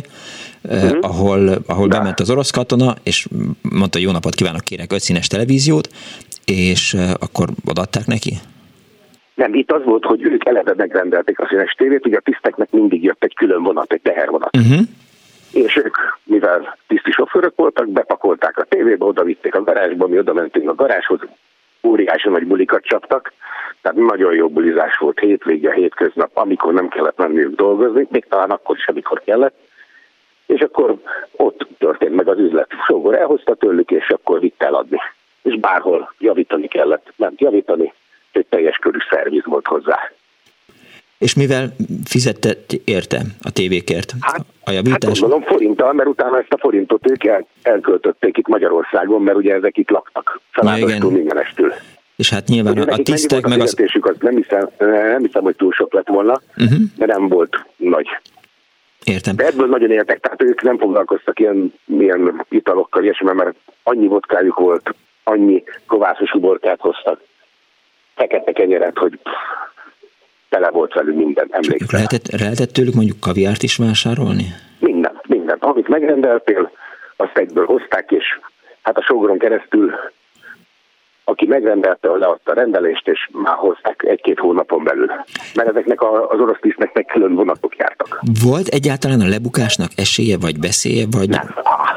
ahol bement az orosz katona, és mondta, hogy jó napot kívánok, kérek 5 színes televíziót, és akkor odaadták neki? Nem, itt az volt, hogy ők eleve megrendelték a színes tévét, ugye a tiszteknek mindig jött egy külön vonat, egy tehervonat. És ők, mivel tiszti sofőrök voltak, bepakolták a tévébe, oda vitték a garázsba, mi oda mentünk a garázshoz, óriási nagy bulikat csaptak, tehát nagyon jó bulizás volt hétvége, hétköznap, amikor nem kellett menniük dolgozni, még talán akkor is, amikor kellett, és akkor ott történt meg az üzlet. Sógor elhozta tőlük, és akkor vitt eladni. És bárhol javítani kellett, ment javítani, egy teljes körű szerviz volt hozzá. És mivel fizetett érte a tévékért a javítás? Hát gondolom forinttal, mert utána ezt a forintot ők elköltötték itt Magyarországon, mert ugye ezek itt laktak, feláldoztul mindenestül. És hát nyilván a tisztek meg az nem hiszem, hogy túl sok lett volna, de nem volt nagy. Értem. De ebből nagyon éltek, tehát ők nem foglalkoztak ilyen italokkal, ilyesmi, mert annyi vodkájuk volt, annyi kovászos uborkát hoztak, fekete kenyeret, hogy tele volt velük minden, emlékszem. Lehetett tőlük mondjuk kaviárt is vásárolni? Minden. Amit megrendeltél, azt egyből hozták, és hát a sógoron keresztül, aki megrendelte, leadta a rendelést, és már hozták 1-2 hónapon belül. Mert ezeknek az orosz tisztnek külön vonatok jártak. Volt egyáltalán a lebukásnak esélye, vagy beszélye, vagy... Nem.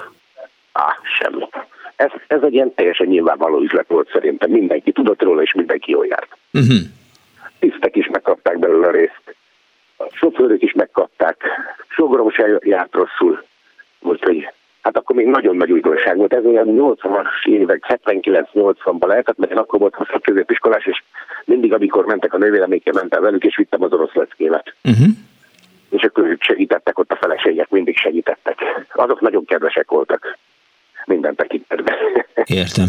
Semmi. Ez egy ilyen teljesen nyilvánvaló üzlet volt szerintem. Mindenki tudott róla, és mindenki jól járt. Tisztek is megkapták belőle a részt. A sofőrök is megkapták. Sógorom se járt rosszul. Úgyhogy hát akkor még nagyon nagy újdonság volt. Ez olyan 80-as évek, 79-80-ban lehetett, mert én akkor voltam a középiskolás, és mindig, amikor mentek a nővéremékkel, mentem velük, és vittem az orosz leckémet. És akkor ők segítettek, ott a feleségek mindig segítettek. Azok nagyon kedvesek voltak. Minden tekintetben. Értem.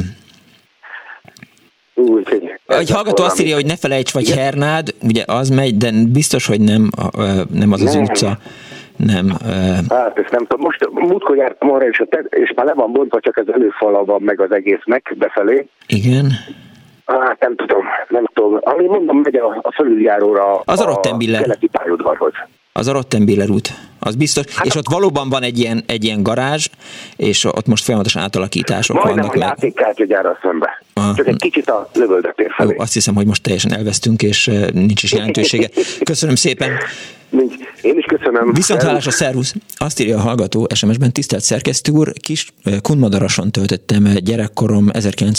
Egy hallgató azt írja, hogy ne felejts, vagy Hernád, ugye az megy, de biztos, hogy nem az utca. Nem. Hát ezt nem tudom. Most múltkor jártam arra, és már le van bontva, csak az előfala van meg az egésznek befelé. Igen. Hát nem tudom. Ami mondom, megy a felüljáróra az a Rottenbiller. Keleti pályaudvarhoz. Az a Rottenbiller út. Az biztos. Hát és ott valóban van egy ilyen garázs, és ott most folyamatos átalakítások vannak. Majdnem a játékkártyagyárral szembe. Csak egy kicsit a Lövöldötér felé. Jó, azt hiszem, hogy most teljesen elvesztünk, és nincs is jelentősége. Köszönöm szépen. Én is köszönöm. Viszonthallásra, szervusz! Azt írja a hallgató SMS-ben, tisztelt szerkesztő úr, Kunmadarason töltöttem gyerekkorom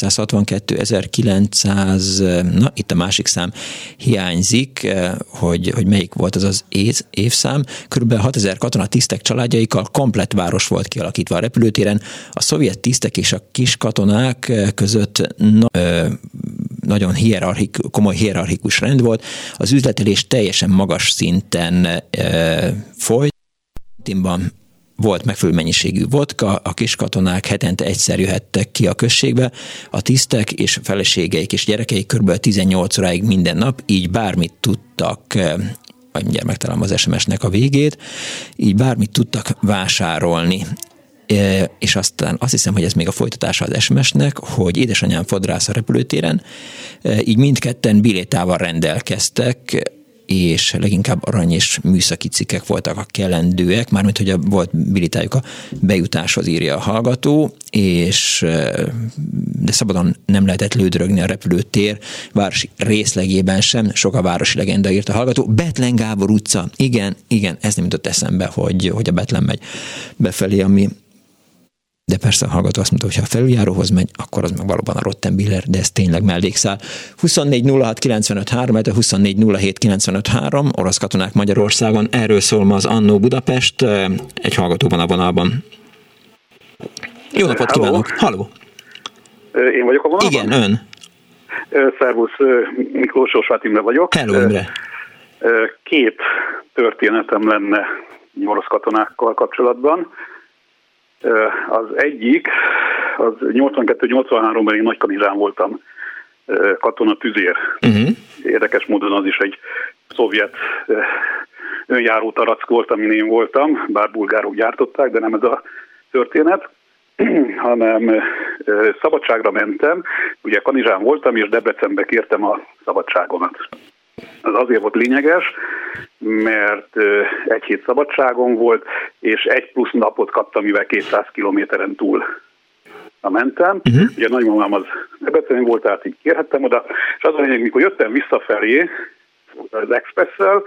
1962-1900, na itt a másik szám hiányzik, hogy melyik volt az évszám. Körülbelül 6000 katona tisztek családjaikkal komplett város volt kialakítva a repülőtéren. A szovjet tisztek és a kis katonák között nagyon komoly hierarchikus rend volt. Az üzletelés teljesen magas szinten folyt. Volt megfelelő mennyiségű vodka, a kis katonák hetente egyszer jöhettek ki a községbe, a tisztek és feleségeik és gyerekeik kb. 18 óráig minden nap, így bármit tudtak, mindjárt megtalálom az SMS-nek a végét, így bármit tudtak vásárolni. És aztán azt hiszem, hogy ez még a folytatása az SMS-nek, hogy édesanyám fodrász a repülőtéren, így mindketten bilétával rendelkeztek, és leginkább arany és műszaki cikkek voltak a kellendőek, mármint hogy volt bilitájuk a bejutáshoz, írja a hallgató, de szabadon nem lehetett lődrögni a repülőtér városi részlegében sem, sok a városi legenda, írt a hallgató. Bethlen Gábor utca, igen, ez nem jutott eszembe, hogy a Bethlen megy befelé, ami... De persze a hallgató azt mondta, hogy ha a felüljáróhoz megy, akkor az meg valóban a Rottenbiller, de ez tényleg mellékszál. 24 06 95 3, 24 07 95 3, orosz katonák Magyarországon. Erről szól ma az Annó Budapest. Egy hallgató van a vonalban. Jó napot kívánok! Halló! Én vagyok a vonalban? Igen, ön. Szervusz, Miklós Sósvát Imre vagyok. Hello, Imre. 2 történetem lenne orosz katonákkal kapcsolatban. Az egyik, az 82-83-ban én Nagykanizsán voltam katonatüzér. Érdekes módon az is egy szovjet önjáró tarack volt, amin én voltam, bár bulgárok gyártották, de nem ez a történet, hanem szabadságra mentem. Ugye Kanizsán voltam, és Debrecenbe kértem a szabadságomat. Az azért volt lényeges, mert egy hét szabadságon volt, és 1 plusz napot kaptam, mivel 200 kilométeren túl mentem. Ugye nagymamám az Debrecen volt, tehát így kérhettem oda, és az a lényeg, mikor jöttem visszafelé az Expresszel,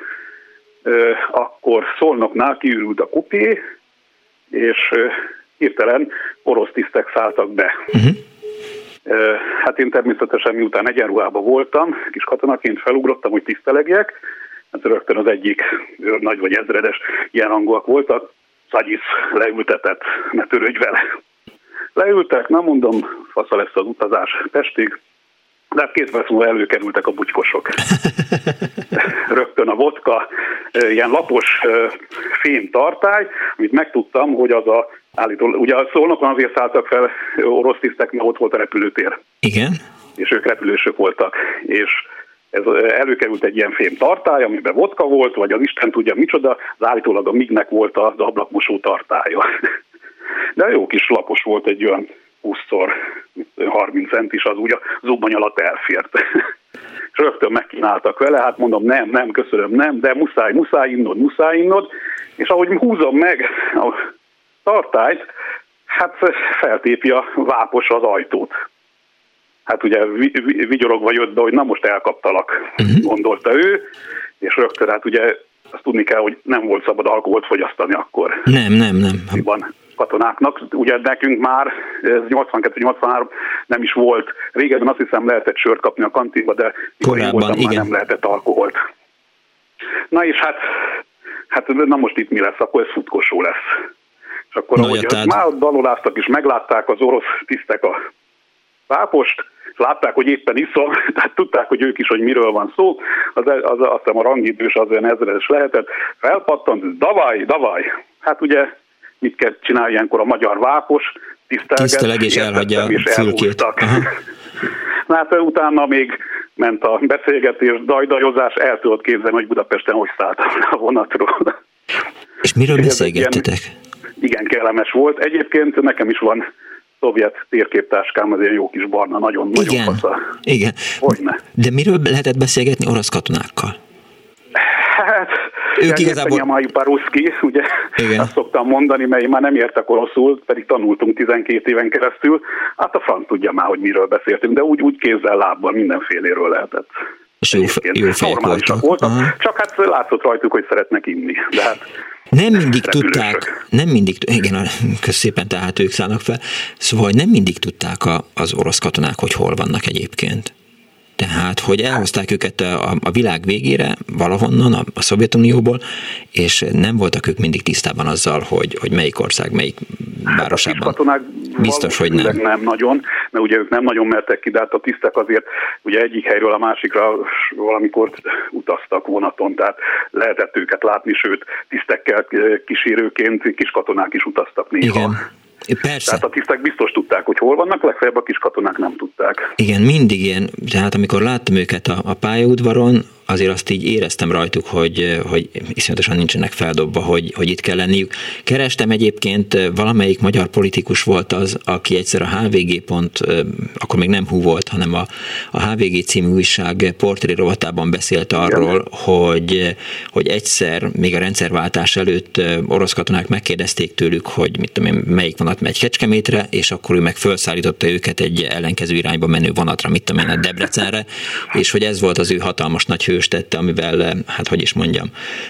akkor Szolnoknál kiürült a kupé, és hirtelen orosz tisztek szálltak be. Hát én természetesen miután egyenruhában voltam, kis katonaként felugrottam, hogy tisztelegjek, hát rögtön az egyik nagy vagy ezredes ilyen hangúak voltak, Szagyisz leültetett, ne törődj vele. Leültek, nem mondom, fasza lesz az utazás Pestig, de hát 2 perc múlva előkerültek a bugykosok. Rögtön a vodka, ilyen lapos fém tartály, amit megtudtam, hogy az a állítólag, ugye a Szolnokon azért szálltak fel orosz tisztek, mert ott volt a repülőtér. Igen. És ők repülősök voltak, és ez előkerült egy ilyen fém tartály, amiben vodka volt, vagy az Isten tudja micsoda, az állítólag a MIG-nek volt az ablakmosó tartálya. De jó kis lapos volt, egy olyan 20x30 centis, az úgy a zubbony alatt elfért. És rögtön megkínáltak vele, hát mondom, nem, köszönöm, nem, de muszáj innod. És ahogy húzom meg a tartályt, hát feltépi a vápos az ajtót. Hát ugye vigyorogva jött be, hogy na most elkaptalak, gondolta ő, és rögtön hát ugye azt tudni kell, hogy nem volt szabad alkoholt fogyasztani akkor. Nem. Katonáknak. Ugye nekünk már 82-83 nem is volt. Régebben azt hiszem lehetett sört kapni a kantinba, de korábban már nem lehetett alkoholt. Na és hát na most itt mi lesz, akkor ez futkosó lesz. És akkor ahogy már daloláztak és meglátták az orosz tisztek a vápost, és látták, hogy éppen iszom, tehát tudták, hogy ők is, hogy miről van szó, azt hiszem a rangidős az olyan ezredes lehetett, felpattant, davaj. Hát ugye mit kell csinálni ilyenkor a magyar vápos, tiszteleg és elhagyja a fülkét. Na hát utána még ment a beszélgetés, dajdajozás, el tudod képzelni, hogy Budapesten hogy szálltam a vonatról. És miről beszélgettetek? Igen, kellemes volt. Egyébként nekem is van szovjet térképtáskám, az ilyen jó kis barna, nagyon fasza. Igen. Hogyne. De miről lehetett beszélgetni orosz katonákkal? Hát, ők igazából... Paruszki, ugye, igen. Azt szoktam mondani, mert már nem értek oroszul, pedig tanultunk 12 éven keresztül. Hát a franc tudja már, hogy miről beszéltünk, de úgy kézzel, lábbal mindenféléről lehetett. És jó fejek voltak. Csak hát látszott rajtuk, hogy szeretnek inni. De hát nem mindig tudták, igen, szépen tehát ők szállnak fel, szóval nem mindig tudták az orosz katonák, hogy hol vannak egyébként. Tehát, hogy elhozták őket a világ végére, valahonnan, a Szovjetunióból, és nem voltak ők mindig tisztában azzal, hogy melyik ország, melyik városában. Biztos, hogy nem. Nem nagyon, mert ugye ők nem nagyon mertek ki, de hát a tisztek azért ugye egyik helyről a másikra valamikor utaztak vonaton, tehát lehetett őket látni, sőt, tisztekkel kísérőként kiskatonák is utaztak néha. Igen. Persze. Tehát a tisztek biztos tudták, hogy hol vannak, legfeljebb a kiskatonák nem tudták. Igen, mindig ilyen, tehát amikor láttam őket a pályaudvaron, azért azt így éreztem rajtuk, hogy iszonyatosan nincsenek feldobva, hogy itt kell lenniük. Kerestem egyébként, valamelyik magyar politikus volt az, aki egyszer a HVG akkor még nem HU volt, hanem a HVG című újság portré rovatában beszélt arról, hogy egyszer, még a rendszerváltás előtt orosz katonák megkérdezték tőlük, hogy mit tudom én, melyik vonat megy Kecskemétre, és akkor ő meg felszállította őket egy ellenkező irányba menő vonatra, mit tudom én, a Debrecenre, és hogy ez volt az ő hatalmas nagy hőstette, amivel, hát hogy is mondjam,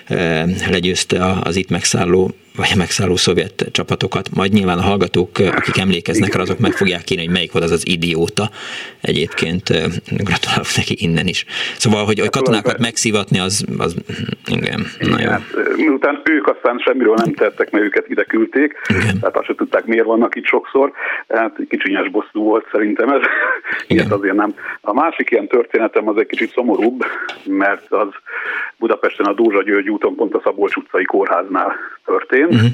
legyőzte az itt megszálló szovjet csapatokat. Majd nyilván a hallgatók, akik emlékeznek rá, azok meg fogják írni, hogy melyik volt az idióta. Egyébként gratulálok neki innen is. Szóval, hogy katonákat megszivatni, az igen. Hát, miután ők aztán semmiről nem tettek, mert őket ide küldték, tehát azt se tudták, miért vannak itt sokszor. Hát kicsinyes bosszú volt szerintem ez. Ilyet azért nem. A másik ilyen történetem az egy kicsit szomorúbb, mert az Budapesten a Dózsa György úton, pont a Szabolcs utcai kórháznál történt.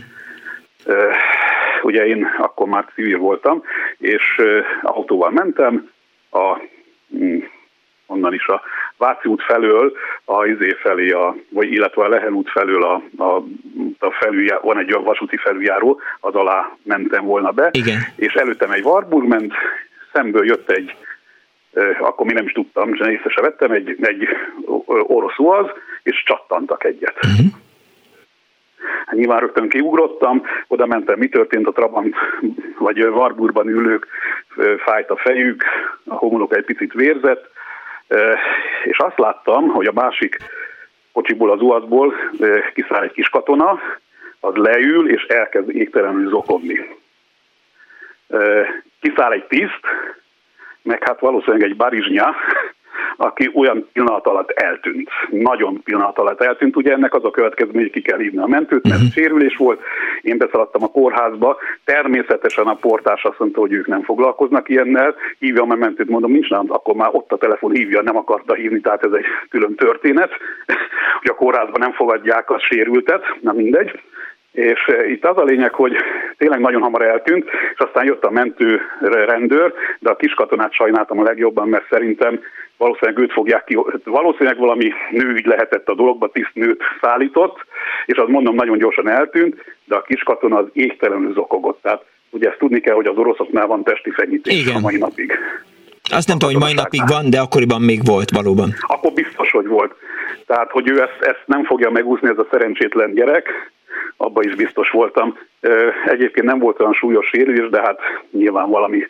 Ugye én akkor már civil voltam, és autóval mentem, onnan is a Váci út felől felé, illetve a Lehel út felől a felüljáró, van egy vasúti felüljáró, az alá mentem volna be, igen. És előttem egy Warburg ment, szemből jött egy akkor mi nem is tudtam, észre se vettem, egy orosz UAZ, és csattantak egyet. Hát nyilván rögtön kiugrottam, oda mentem, mi történt, a Trabant vagy Warburgban ülők, fájt a fejük, a homlok egy picit vérzett, és azt láttam, hogy a másik kocsiból, az UAZ-ból kiszáll egy kis katona, az leül, és elkezd égtelenül zokogni. Kiszáll egy tiszt, meg hát valószínűleg egy barizsnya, aki olyan pillanat alatt eltűnt. Nagyon pillanat alatt eltűnt. Ugye ennek az a következmény, hogy ki kell hívni a mentőt, mert sérülés volt. Én beszaladtam a kórházba. Természetesen a portás azt mondta, hogy ők nem foglalkoznak ilyennel. Hívjam a mentőt, mondom, nincs nálam, akkor már ott a telefon, hívja, nem akarta hívni, tehát ez egy külön történet. Hogy a kórházban nem fogadják a sérültet, na mindegy. És itt az a lényeg, hogy tényleg nagyon hamar eltűnt, és aztán jött a mentő rendőr, de a kiskatonát sajnáltam a legjobban, mert szerintem valószínűleg őt fogják ki, valószínűleg valami nőügy lehetett a dologba, tisztnőt szállított, és azt mondom, nagyon gyorsan eltűnt, de a kiskatona az égtelenül zokogott. Tehát ugye ezt tudni kell, hogy az oroszoknál van testi fenyítés a mai napig. Azt nem tudom, hogy mai napig van, de akkoriban még volt valóban. Akkor biztos, hogy volt. Tehát, hogy ő ezt nem fogja megúszni, ez a szerencsétlen gyerek, abban is biztos voltam. Egyébként nem volt olyan súlyos sérülés, de hát nyilván valami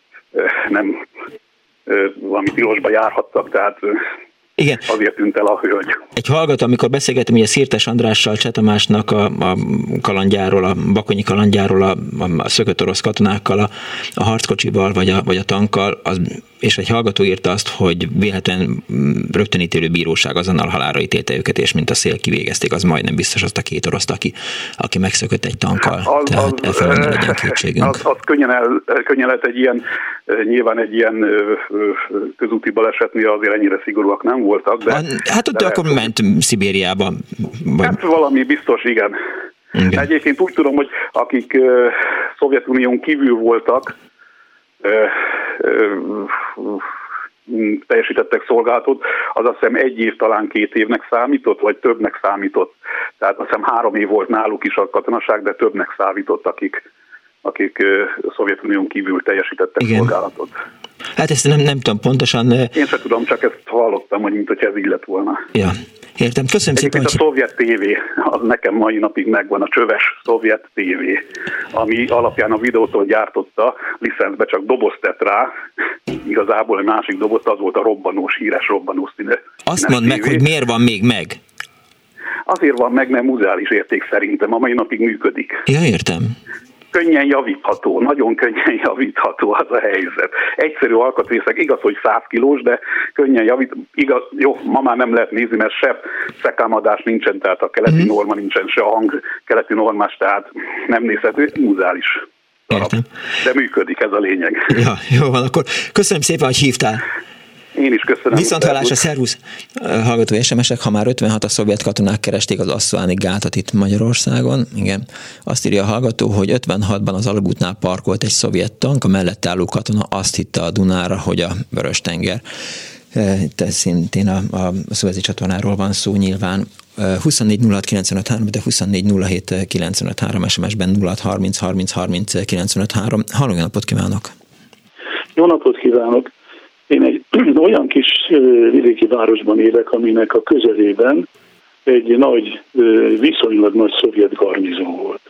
tilosba járhattak, tehát igen. Azért tűnt el a hölgy. Egy hallgató, amikor beszélgettem ugye Szirtes Andrással, Cseh Tamásnak a kalandjáról, a bakonyi kalandjáról, a szökött orosz katonákkal, a harckocsival vagy a tankkal, és egy hallgató írta azt, hogy véletlenül rögtönítélő bíróság azonnal halálra ítélte őket, és mint a szél kivégezték, az majdnem biztos azt a két oroszt, aki megszökött egy tankkal. Tehát elfelől ne legyen kétségünk. Az könnyen lehet egy ilyen, nyilván egy ilyen közúti balesetnél azért ennyire szigorúak nem voltak. De, hát ott akkor ment Szibériába. Vagy... Hát valami biztos, igen. Egyébként úgy tudom, hogy akik Szovjetunión kívül voltak, teljesítettek szolgálatot, az azt hiszem 1 év, talán 2 évnek számított, vagy többnek számított. Tehát azt hiszem 3 év volt náluk is a katonaság, de többnek számított, akik Szovjetunión kívül teljesítettek szolgálatot. Hát ezt nem tudom pontosan. Én sem tudom, csak ezt hallottam, hogy mint ez így lett volna. Ja, értem. Köszönöm szépen. A szovjet tévé, az nekem mai napig megvan, a csöves szovjet tévé, ami alapján a videótól gyártotta, licencbe csak dobozt tett rá, igazából egy másik dobozt, az volt a robbanós, híres robbanós színe. Azt mondd meg, hogy miért van még meg? Azért van meg, mert muzeális érték szerintem, a mai napig működik. Ja, értem. Könnyen javítható, nagyon könnyen javítható az a helyzet. Egyszerű alkatrészek, igaz, hogy 100 kilós, de könnyen igaz, jó, ma már nem lehet nézni, mert se szekámadás nincsen, tehát a keleti norma nincsen, se a hang keleti normás, tehát nem nézhető, muzeális darab. De működik, ez a lényeg. Ja, jó van, akkor köszönöm szépen, hogy hívtál. Én is köszönöm. Viszonthallásra, szervusz! Hallgató SMS-ek, ha már 56 a szovjet katonák keresték az Aszváni gátat itt Magyarországon, igen. Azt írja a hallgató, hogy 56-ban az alagútnál parkolt egy szovjet tank, a mellette álló katona azt hitte a Dunára, hogy a Vörös-tenger. Itt szintén a Szuezi csatornáról van szó nyilván. 24 06 953, de 24 07 953, SMS-ben 06 30 30 30 953. Halló, jó napot kívánok! Jó napot kívánok! Én egy olyan kis vidéki városban élek, aminek a közelében egy viszonylag nagy szovjet garnizon volt.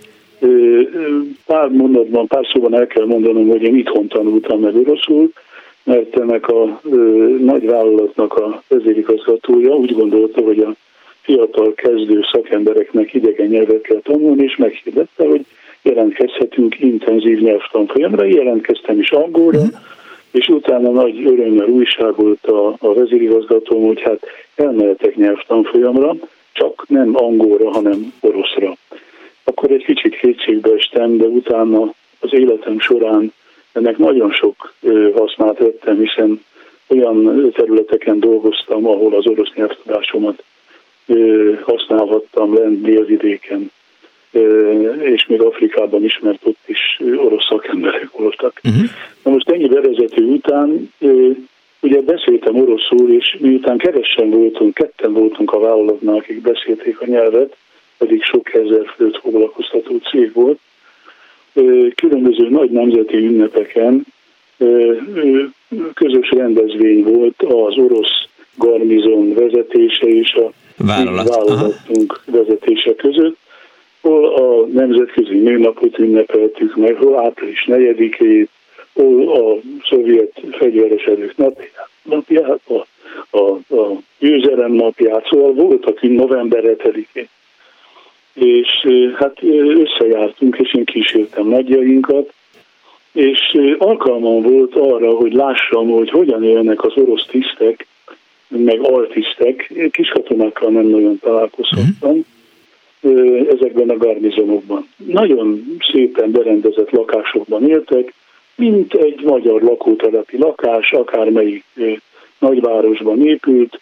Pár mondatban, pár szóban el kell mondanom, hogy én itthon tanultam meg oroszul, mert ennek a nagy vállalatnak a vezérigazgatója úgy gondolta, hogy a fiatal kezdő szakembereknek idegen nyelvet kell tanulni, és meghirdette, hogy jelentkezhetünk intenzív nyelvtanfolyamra. Jelentkeztem is angolra, és utána nagy örömmel újságolta a vezérigazgatóm, hogy hát elmehetek nyelvtanfolyamra, csak nem angolra, hanem oroszra. Akkor egy kicsit kétségbe estem, de utána az életem során ennek nagyon sok hasznát vettem, hiszen olyan területeken dolgoztam, ahol az orosz nyelvtudásomat használhattam lent délvidéken, és még Afrikában is, mert ott is orosz szakemberek voltak. Na most ennyi bevezető után ugye beszéltem oroszul, és miután ketten voltunk a vállalatnál, akik beszélték a nyelvet, pedig sok ezer főt foglalkoztató cég volt, különböző nagy nemzeti ünnepeken közös rendezvény volt az orosz garnizon vezetése és a vállalatunk vezetése között, hol a Nemzetközi Nőnapot ünnepeltük meg, hol április 4-ét, hol a szovjet fegyveres erők napját, a győzelem napját, szóval voltak november 7-én. És hát összejártunk, és én kísértem nagyjainkat, és alkalmam volt arra, hogy lássam, hogy hogyan élnek az orosz tisztek, meg altisztek, kiskatonákkal nem nagyon találkozhattam ezekben a garnizonokban. Nagyon szépen berendezett lakásokban éltek, mint egy magyar lakótelepi lakás, akármelyik nagyvárosban épült,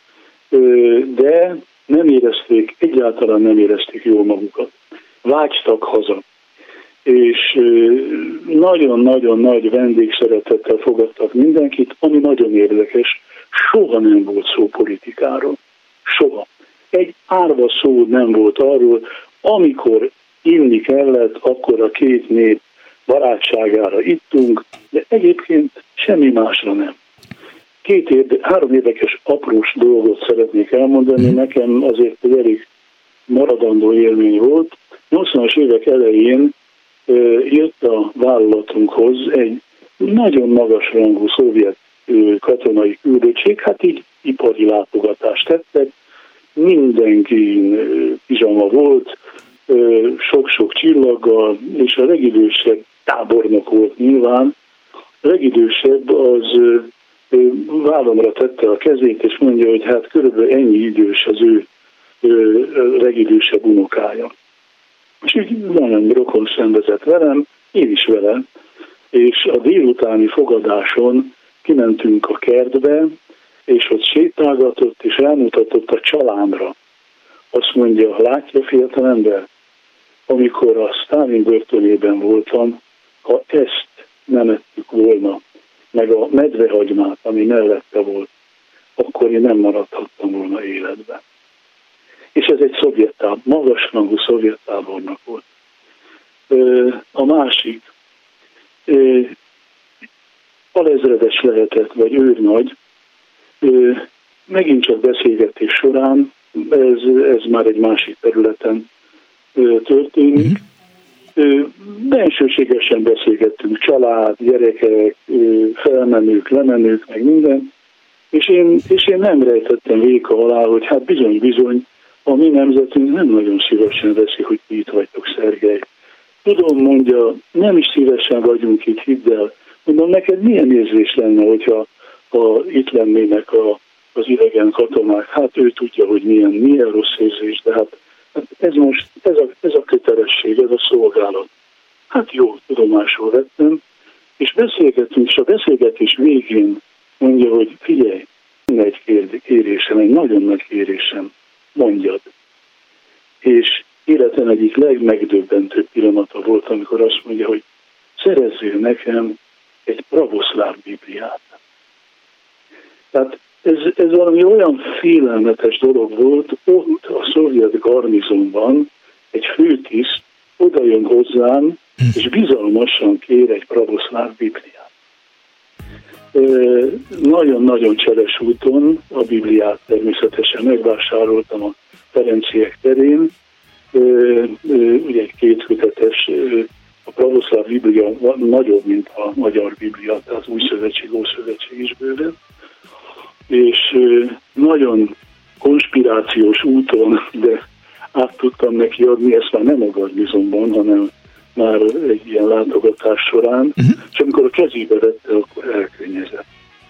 de egyáltalán nem érezték jól magukat. Vágytak haza. És nagyon-nagyon nagy vendégszeretettel fogadtak mindenkit, ami nagyon érdekes, soha nem volt szó politikáról. Soha. Egy árva szó nem volt arról, amikor inni kellett, akkor a két nép barátságára ittunk, de egyébként semmi másra nem. Három érdekes aprós dolgot szeretnék elmondani, nekem azért egy elég maradandó élmény volt. 80-as évek elején jött a vállalatunkhoz egy nagyon magas rangú szovjet katonai küldöttség, hát így ipari látogatást tettek, mindenki pizsama volt, sok-sok csillaggal, és a legidősebb tábornok volt nyilván. A legidősebb az vállamra tette a kezét, és mondja, hogy hát körülbelül ennyi idős az ő legidősebb unokája. És így nagyon rokon szenvezett velem, én is vele, és a délutáni fogadáson kimentünk a kertbe, és ott sétálgatott, és elmutatott a családra. Azt mondja, látja fiatalember, amikor a Sztálin börtönében voltam, ha ezt nem ettük volna, meg a medvehagymát, ami mellette volt, akkor én nem maradhattam volna életben. És ez egy magasrangú szovjet tábornok volt. A másik, alezredes lehetett, vagy őrnagy, megint csak beszélgetés során, ez már egy másik területen történik. Bensőségesen beszélgettünk, család, gyerekek, felmenők, lemenők, meg minden, és én nem rejtettem véka alá, hogy hát bizony, a mi nemzetünk nem nagyon szívesen veszi, hogy ti itt vagytok, Szergej. Tudom, mondja, nem is szívesen vagyunk itt, hidd el. Mondom, neked milyen érzés lenne, hogyha itt lennének az idegen katonák? Hát ő tudja, hogy milyen rossz érzés, de hát ez a kötelesség, ez a szolgálat. Hát jó, tudomásul vettem, és beszélgetünk, és a beszélgetés végén mondja, hogy figyelj, egy kérésem, egy nagyon nagy kérésem, mondjad. És életem egyik legmegdöbbentőbb pillanata volt, amikor azt mondja, hogy szerezzél nekem egy pravoszláv Bibliát. Tehát ez valami olyan félelmetes dolog volt, ott a szovjet garnizonban egy főtiszt oda jön hozzám, és bizalmasan kér egy pravoszláv Bibliát. Nagyon-nagyon cseles úton a Bibliát természetesen megvásároltam a Ferenciek terén, ugye egy kétkötetes, a pravoszláv Biblia nagyobb, mint a magyar Biblia, tehát új szövetség, ószövetség is bőven, és nagyon konspirációs úton, de át tudtam neki adni, ezt már nem a garnizonban, hanem már egy ilyen látogatás során, és amikor a kezébe vette, akkor elkönnyezett.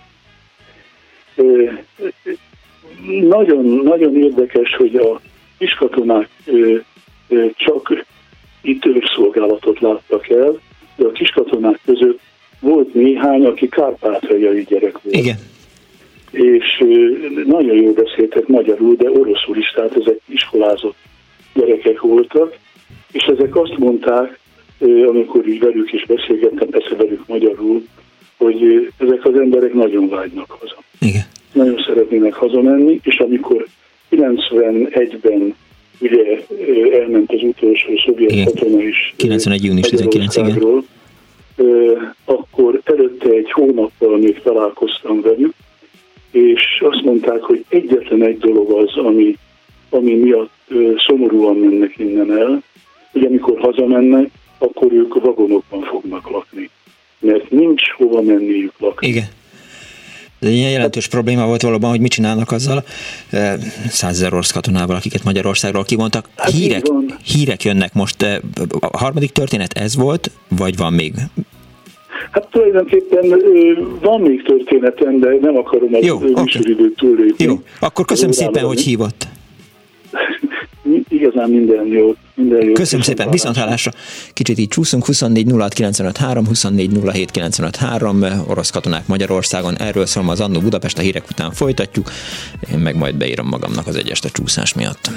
Nagyon, nagyon érdekes, hogy a kiskatonák csak itt őrszolgálatot láttak el, de a kiskatonák között volt néhány, aki kárpátaljai gyerek volt. Igen. És nagyon jól beszéltek magyarul, de oroszul is, tehát ezek iskolázott gyerekek voltak, és ezek azt mondták, amikor így velük is beszélgettem, persze velük magyarul, hogy ezek az emberek nagyon vágynak haza. Igen. Nagyon szeretnének hazamenni, és amikor 91-ben ugye elment az utolsó szovjet katona is 91. június 19, igen. akkor előtte egy hónappal még találkoztam velük, és azt mondták, hogy egyetlen egy dolog az, ami miatt szomorúan mennek innen el, hogy amikor hazamennek, akkor ők a vagonokban fognak lakni, mert nincs hova menniük lakni. Igen. Ez egy ilyen jelentős probléma volt valóban, hogy mit csinálnak azzal 100 000 orosz katonával, akiket Magyarországról kivontak. Hírek jönnek most. A harmadik történet ez volt, vagy van még? Hát tulajdonképpen van még történetem, de nem akarom a műsoridőt túllépni. Jó, akkor köszönöm szépen, hogy hívott. Igazán minden jót. Köszönöm szépen, viszonthallásra. Kicsit így csúszunk, 24 06 953, 24 07 953, orosz katonák Magyarországon. Erről szól az Annó Budapest, a hírek után folytatjuk. Én meg majd beírom magamnak az egyest a csúszás miatt.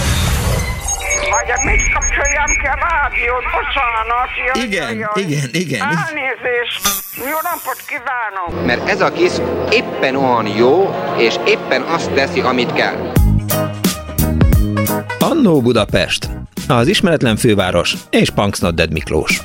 Vagy mit kapcsoljam ki a rádiót? Bocsánat. Igen. Elnézést. Jó napot kívánok. Mert ez a kis éppen olyan jó, és éppen azt teszi, amit kell. Annó Budapest, az ismeretlen főváros és Punksnodded Miklós.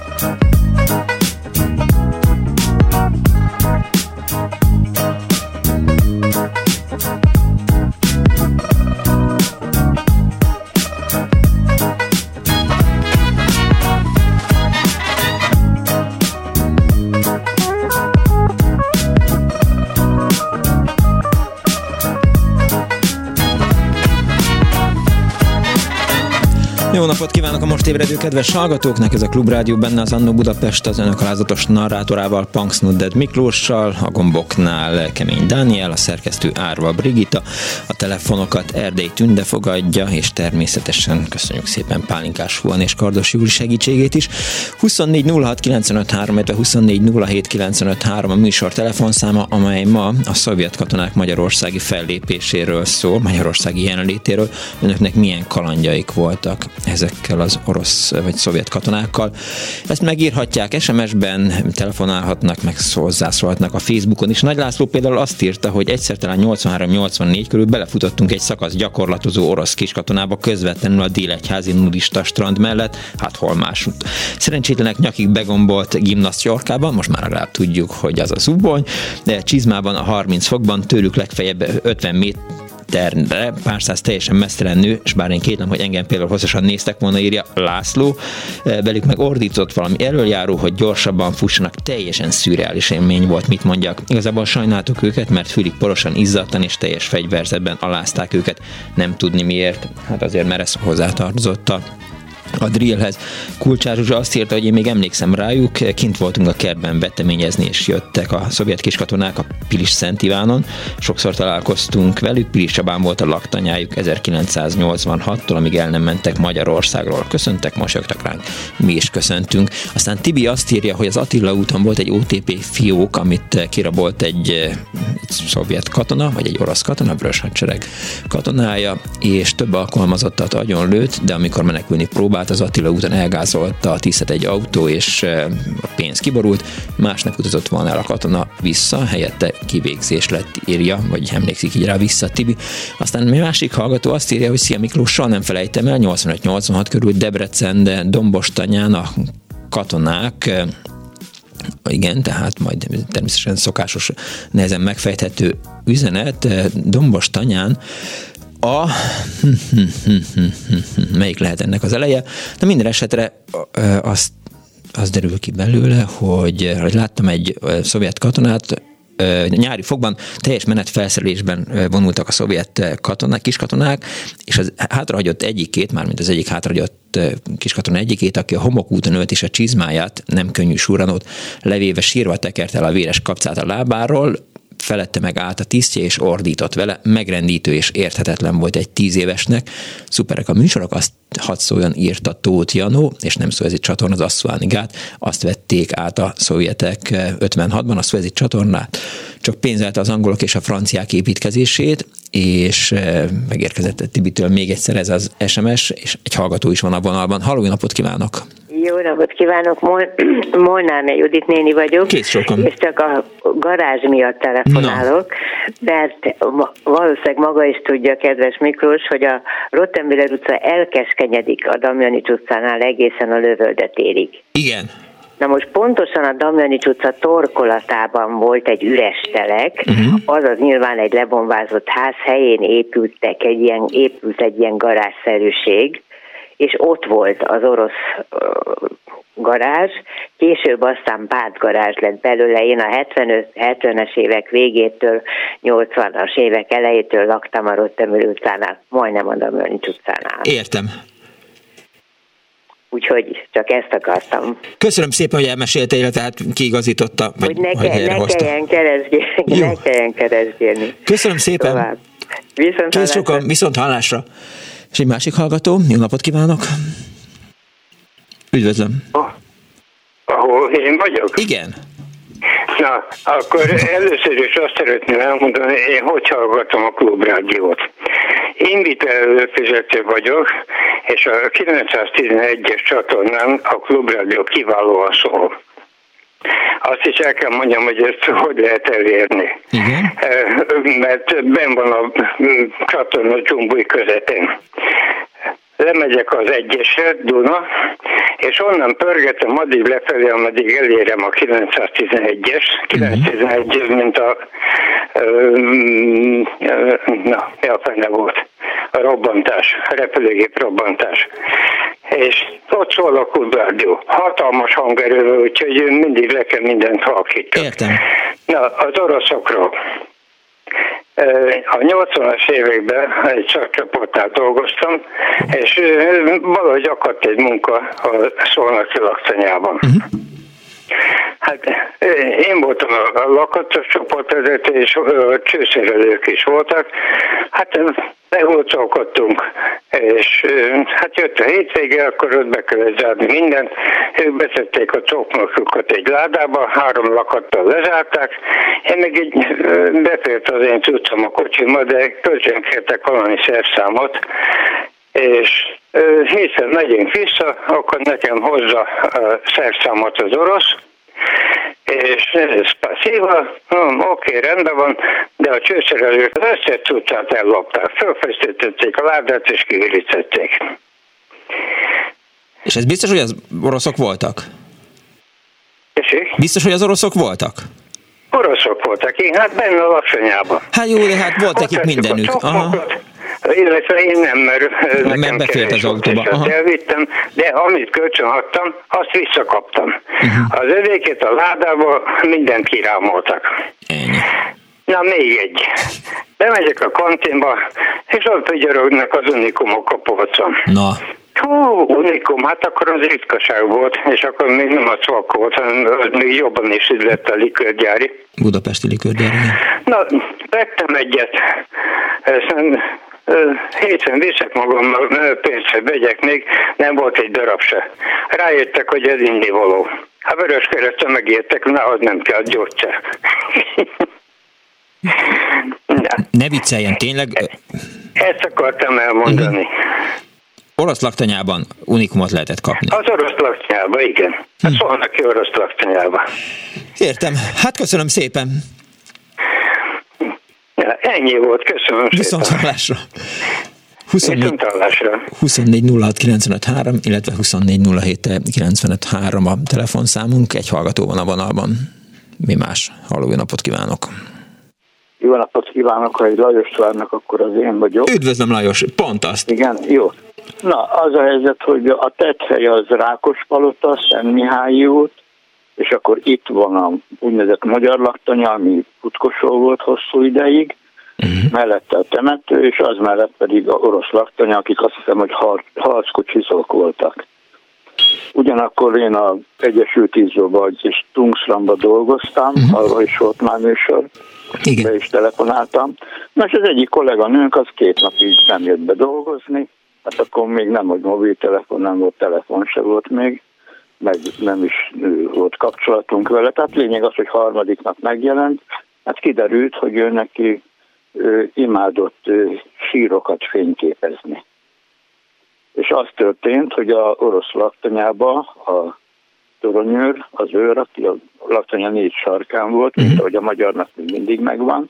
Jó napot kívánok a most ébredő kedves hallgatóknak, ez a Klubrádió, benne az Annó Budapest, az önök alázatos narrátorával, Punksnodded Miklóssal, a gomboknál Kemény Dániel, a szerkesztő Árva Brigitta, a telefonokat Erdély Tünde fogadja, és természetesen köszönjük szépen Pálinkás Huan és Kardos Júli segítségét is. 24 06 953, illetve 24 07 953 a műsor telefonszáma, amely ma a szovjet katonák magyarországi fellépéséről szól, magyarországi jelenlétéről. Önöknek milyen kalandjaik voltak ezekkel az orosz vagy szovjet katonákkal. Ezt megírhatják SMS-ben, telefonálhatnak, meg hozzászólhatnak a Facebookon is. Nagy László például azt írta, hogy egyszer talán 83-84 körül belefutottunk egy szakasz gyakorlatozó orosz kiskatonába közvetlenül a Délegyházi nudista strand mellett, hát hol másút. Szerencsétlenek nyakig begombolt gimnasztjorkában, most már legalább tudjuk, hogy az a zubbony, de csizmában a 30 fokban, tőlük legfeljebb 50 méterre, pár száz teljesen mesztelen nő, és bár én kétlem, hogy engem például hosszasan néztek volna, írja László, velük meg ordított valami elöljáró, hogy gyorsabban fussanak, teljesen szürreális élmény volt, mit mondjak. Igazából sajnáltuk őket, mert fülig porosan izzadtan és teljes fegyverzetben alázták őket, nem tudni miért, hát azért, mert ez hozzátartozott a drillhez. Kulcsár Zsuzsa azt írta, hogy én még emlékszem rájuk, kint voltunk a kertben veteményezni, és jöttek a szovjet kiskatonák a Pilis Szent Ivánon. Sokszor találkoztunk velük, Pilis Csabán volt a laktanyájuk 1986-tól, amíg el nem mentek Magyarországról. Köszöntek, mosolyogtak ránk, mi is köszöntünk. Aztán Tibi azt írja, hogy az Attila úton volt egy OTP fiók, amit kirabolt egy szovjet katona, vagy egy orosz katona, Vörös Hadsereg katonája, és több alkalmazottat agyon lőtt, de amikor menekülni próbált, az Attila úton elgázolta a tisztet egy autó, és a pénz kiborult, másnap utazott volna el a katona vissza, helyette kivégzés lett, írja, vagy emlékszik így rá vissza Tibi. Aztán egy másik hallgató azt írja, hogy szia Miklós, soha nem felejtem el, 85-86 körül Debrecen, de Dombostanyán a katonák, igen, tehát majd természetesen szokásos, nehezen megfejthető üzenet, Dombostanyán melyik lehet ennek az eleje? De minden esetre az derül ki belőle, hogy láttam egy szovjet katonát, nyári fokban teljes menetfelszerelésben vonultak a szovjet katonák, kiskatonák, és az hátrahagyott egyikét, mármint az egyik hátrahagyott kiskatona egyikét, aki a homokúton ült és a csizmáját, nem könnyű surranót levéve sírva tekert el a véres kapcát a lábáról, felette meg állt a tisztje, és ordított vele. Megrendítő és érthetetlen volt egy 10 évesnek. Szuperek a műsorok, azt hadd szóljon, írta Tóth Janó, és nem Szuezi csatorna, az Aszsuáni gát. Azt vették át a szovjetek 56-ban, a Szuezi csatornát. Csak pénzelte az angolok és a franciák építkezését, és megérkezett Tibitől még egyszer ez az SMS, és egy hallgató is van a vonalban. Halló, napot kívánok! Jó napot kívánok, Molnár Judit néni vagyok, és csak a garázs miatt telefonálok, mert valószínűleg maga is tudja, kedves Miklós, hogy a Rottenmüller utca elkeskenyedik a Damjanics utcánál egészen a Lövölde térig. Igen. Na most pontosan a Damjanics utca torkolatában volt egy üres telek, azaz nyilván egy lebombázott ház helyén épült egy ilyen garázsszerűség, és ott volt az orosz garázs, később aztán pártgarázs lett belőle. Én a 70-es évek végétől, 80-as évek elejétől laktam a Rottemül utcánál, majdnem a Damjanics utcánál. Értem. Úgyhogy csak ezt akartam. Köszönöm szépen, hogy elmesélte, illetve hát kiigazította, hogy ne kelljen keresgélni. Köszönöm szépen. Kész sokan, viszont hallásra. És egy másik hallgató, jó napot kívánok. Üdvözlöm. Ahol én vagyok? Igen. Na, akkor először is azt szeretném elmondani, én hogy hallgatom a Klubrádiót. Én vitelőfizető vagyok, és a 911-es csatornán a Klubrádió kiválóan szól. Azt is el kell mondjam, hogy ezt hogy lehet elérni. Mert benn van a csatorna dzsumbúj közepén. Lemegyek az egyesre, Duna, és onnan pörgetem addig lefelé, ameddig elérem a 911-es. 911, mint a fenne volt. A robbantás, a repülőgép robbantás. És ott szól a Klubrádió. Hatalmas hangerővel, úgyhogy mindig le kell mindent halkítani. Értem. Na, az oroszokról. A 80-as években egy szakcsoportnál dolgoztam, és valahogy akadt egy munka a Szolnoki laktanyában. Hát én voltam a lakatos csoportvezető, és csőszerelők is voltak. Hát behurcolkodtunk, és hát jött a hétvége, akkor ott be kellett zárni mindent. Ők betették a cokmakukat egy ládába, 3 lakattal lezárták. Én meg így befért az én cuccom a kocsimba, de kölcsönkértek valami szerszámot, és hiszen megyünk vissza, akkor nekem hozza a szerszámot az orosz, és spasiba, oké, rendben van, de a csőszerelők az összes cuccát ellopták, felfeszítették a ládát és kivirítették. És ez biztos, hogy az oroszok voltak? Tessék? Biztos, hogy az oroszok voltak? Oroszok voltak, én hát benne a laksanyában. Hát jó, de hát volt nekik mindenük. Illetve én nem, mert nekem befért az autóba. Elvittem, de amit kölcsönadtam, azt visszakaptam. Az övéket a ládába mindent kirámoltak. Ennyi. Na, még egy. Bemegyek a kantinba, és ott vigyorognak az unikumok a polcon. Na. Unikum, hát akkor az ritkaság volt, és akkor még nem a Czolk volt, hanem még jobban is lett a likőrgyári. Budapesti likőrgyári. Na, vettem egyet, aztán hétfőn viszek magammal pénzt, hogy vegyek még, nem volt egy darab se. Rájöttek, hogy ez innivaló. A Vöröskereszten megértek, na, az nem kell, gyógyszer. Ne vicceljen, tényleg? Ezt akartam elmondani. Orosz laktanyában unikumot lehetett kapni. Az orosz laktanyában, igen. Szólnak ki orosz laktanyában. Értem. Hát köszönöm szépen. Ja, ennyi volt, köszönöm Viszont szépen. hallásra. 24 06 95 3, illetve 24 07 95 3 a telefonszámunk. Egy hallgató van a vonalban. Mi más? Halló, jó napot kívánok! Jó napot kívánok, ha egy Lajos várnak, akkor az én vagyok. Üdvözlöm, Lajos, pont azt. Igen, jó. Na, az a helyzet, hogy a tetthely az Rákospalota, Szent Mihályi út, és akkor itt van a úgynevezett magyar laktanya, ami futkosó volt hosszú ideig, mellette a temető, és az mellett pedig a orosz laktanya, akik azt hiszem, hogy harckocsizók voltak. Ugyanakkor én az Egyesült Izzóba és Tungsramba dolgoztam, arról is volt már műsor, be is telefonáltam. Na, és az egyik kolléganőnk az 2 napig nem jött be dolgozni, hát akkor még nem, hogy mobiltelefon, nem volt, telefon se volt még, meg nem is volt kapcsolatunk vele. Tehát lényeg az, hogy 3. nap megjelent, hát kiderült, hogy ő neki imádott sírokat fényképezni. És az történt, hogy a orosz laktanyában a toronyőr, az őr, aki a laktanya 4 sarkán volt, mint ahogy a magyarnak még mindig megvan,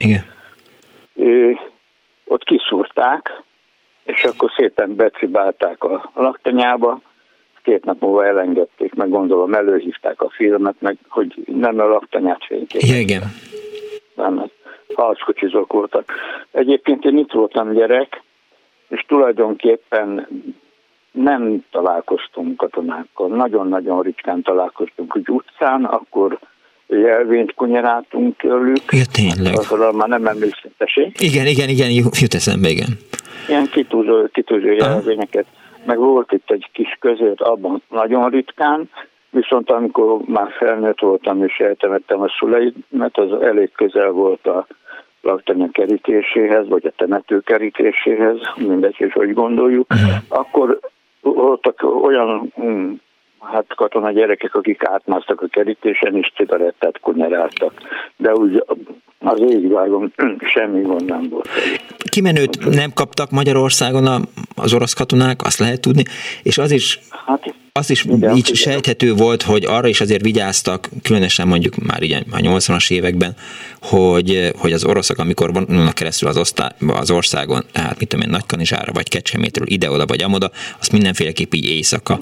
ott kiszúrták, és akkor szépen becibálták a laktanyába, 2 nap múlva elengedték, meg gondolom előhívták a filmet, meg hogy nem a laktanyát fényképezték. Igen. Nem, harckocsizók voltak. Egyébként én itt voltam gyerek, és tulajdonképpen nem találkoztunk katonákkal. Nagyon-nagyon ritkán találkoztunk, hogy utcán, akkor jelvényt kunyeráltunk tőlük. Ja, tényleg. Azonban már nem emlékszem, tessék. Igen, jut eszembe, igen. Ilyen kitúzó jelvényeket. Meg volt itt egy kis közért, abban nagyon ritkán, viszont amikor már felnőtt voltam és eltemettem a szüleimet, az elég közel volt a laktanya kerítéséhez, vagy a temető kerítéséhez, mindegy, és hogy gondoljuk, akkor voltak olyan katona gyerekek, akik átmásztak a kerítésen, és cigarettát kunyeráltak. De úgy az égvágon semmi gond nem volt. Kimenőt nem kaptak Magyarországon az orosz katonák, azt lehet tudni, és az is így sejthető volt, hogy arra is azért vigyáztak, különösen mondjuk már így a 80-as években, hogy az oroszok, amikor vonulnak keresztül az országon, hát mit tudom én, Nagykanizsára, vagy Kecskemétről ide-oda, vagy amoda, azt mindenféleképp így éjszaka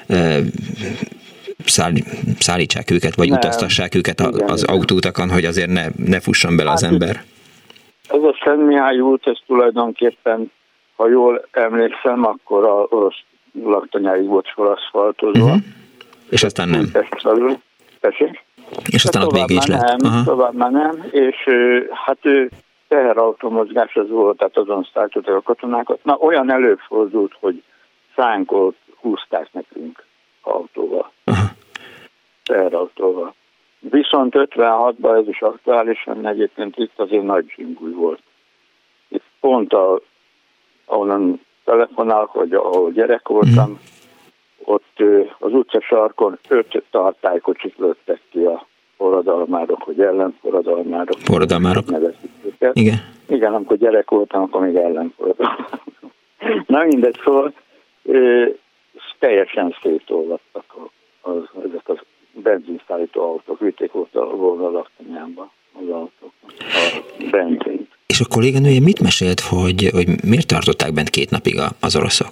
szállítsák őket, vagy utaztassák őket az autótakon, hogy azért ne fusson bele az ember. Ez a Szent Mihály út, ez tulajdonképpen, ha jól emlékszem, akkor az orosz laktanyáig volt felaszfaltozva. És aztán nem. És aztán ott vége is lett. Tovább már nem, és hát teherautomozgás az volt, tehát azon szállították a katonákat. Na, olyan előfordult, hogy szánkot húzták nekünk autóval. Teherautóval. Viszont 56-ban ez is aktuálisan, egyébként itt azért nagy zsingúj volt. Itt pont ahonnan telefonálok, vagy ahol gyerek voltam, ott az utcasarkon 5 tartálykocsit lőttek ki a forradalmárok, vagy ellenforradalmárok. Forradalmárok. Igen. Igen, amikor gyerek voltam, akkor még ellenforradalmárok. Na mindegy, szóval teljesen szétolvadtak ezek az benzinszállító autók, vitték volna a laktanyába az autók, a benzint. És a kolléganője mit mesélt, hogy miért tartották bent 2 napig az oroszok?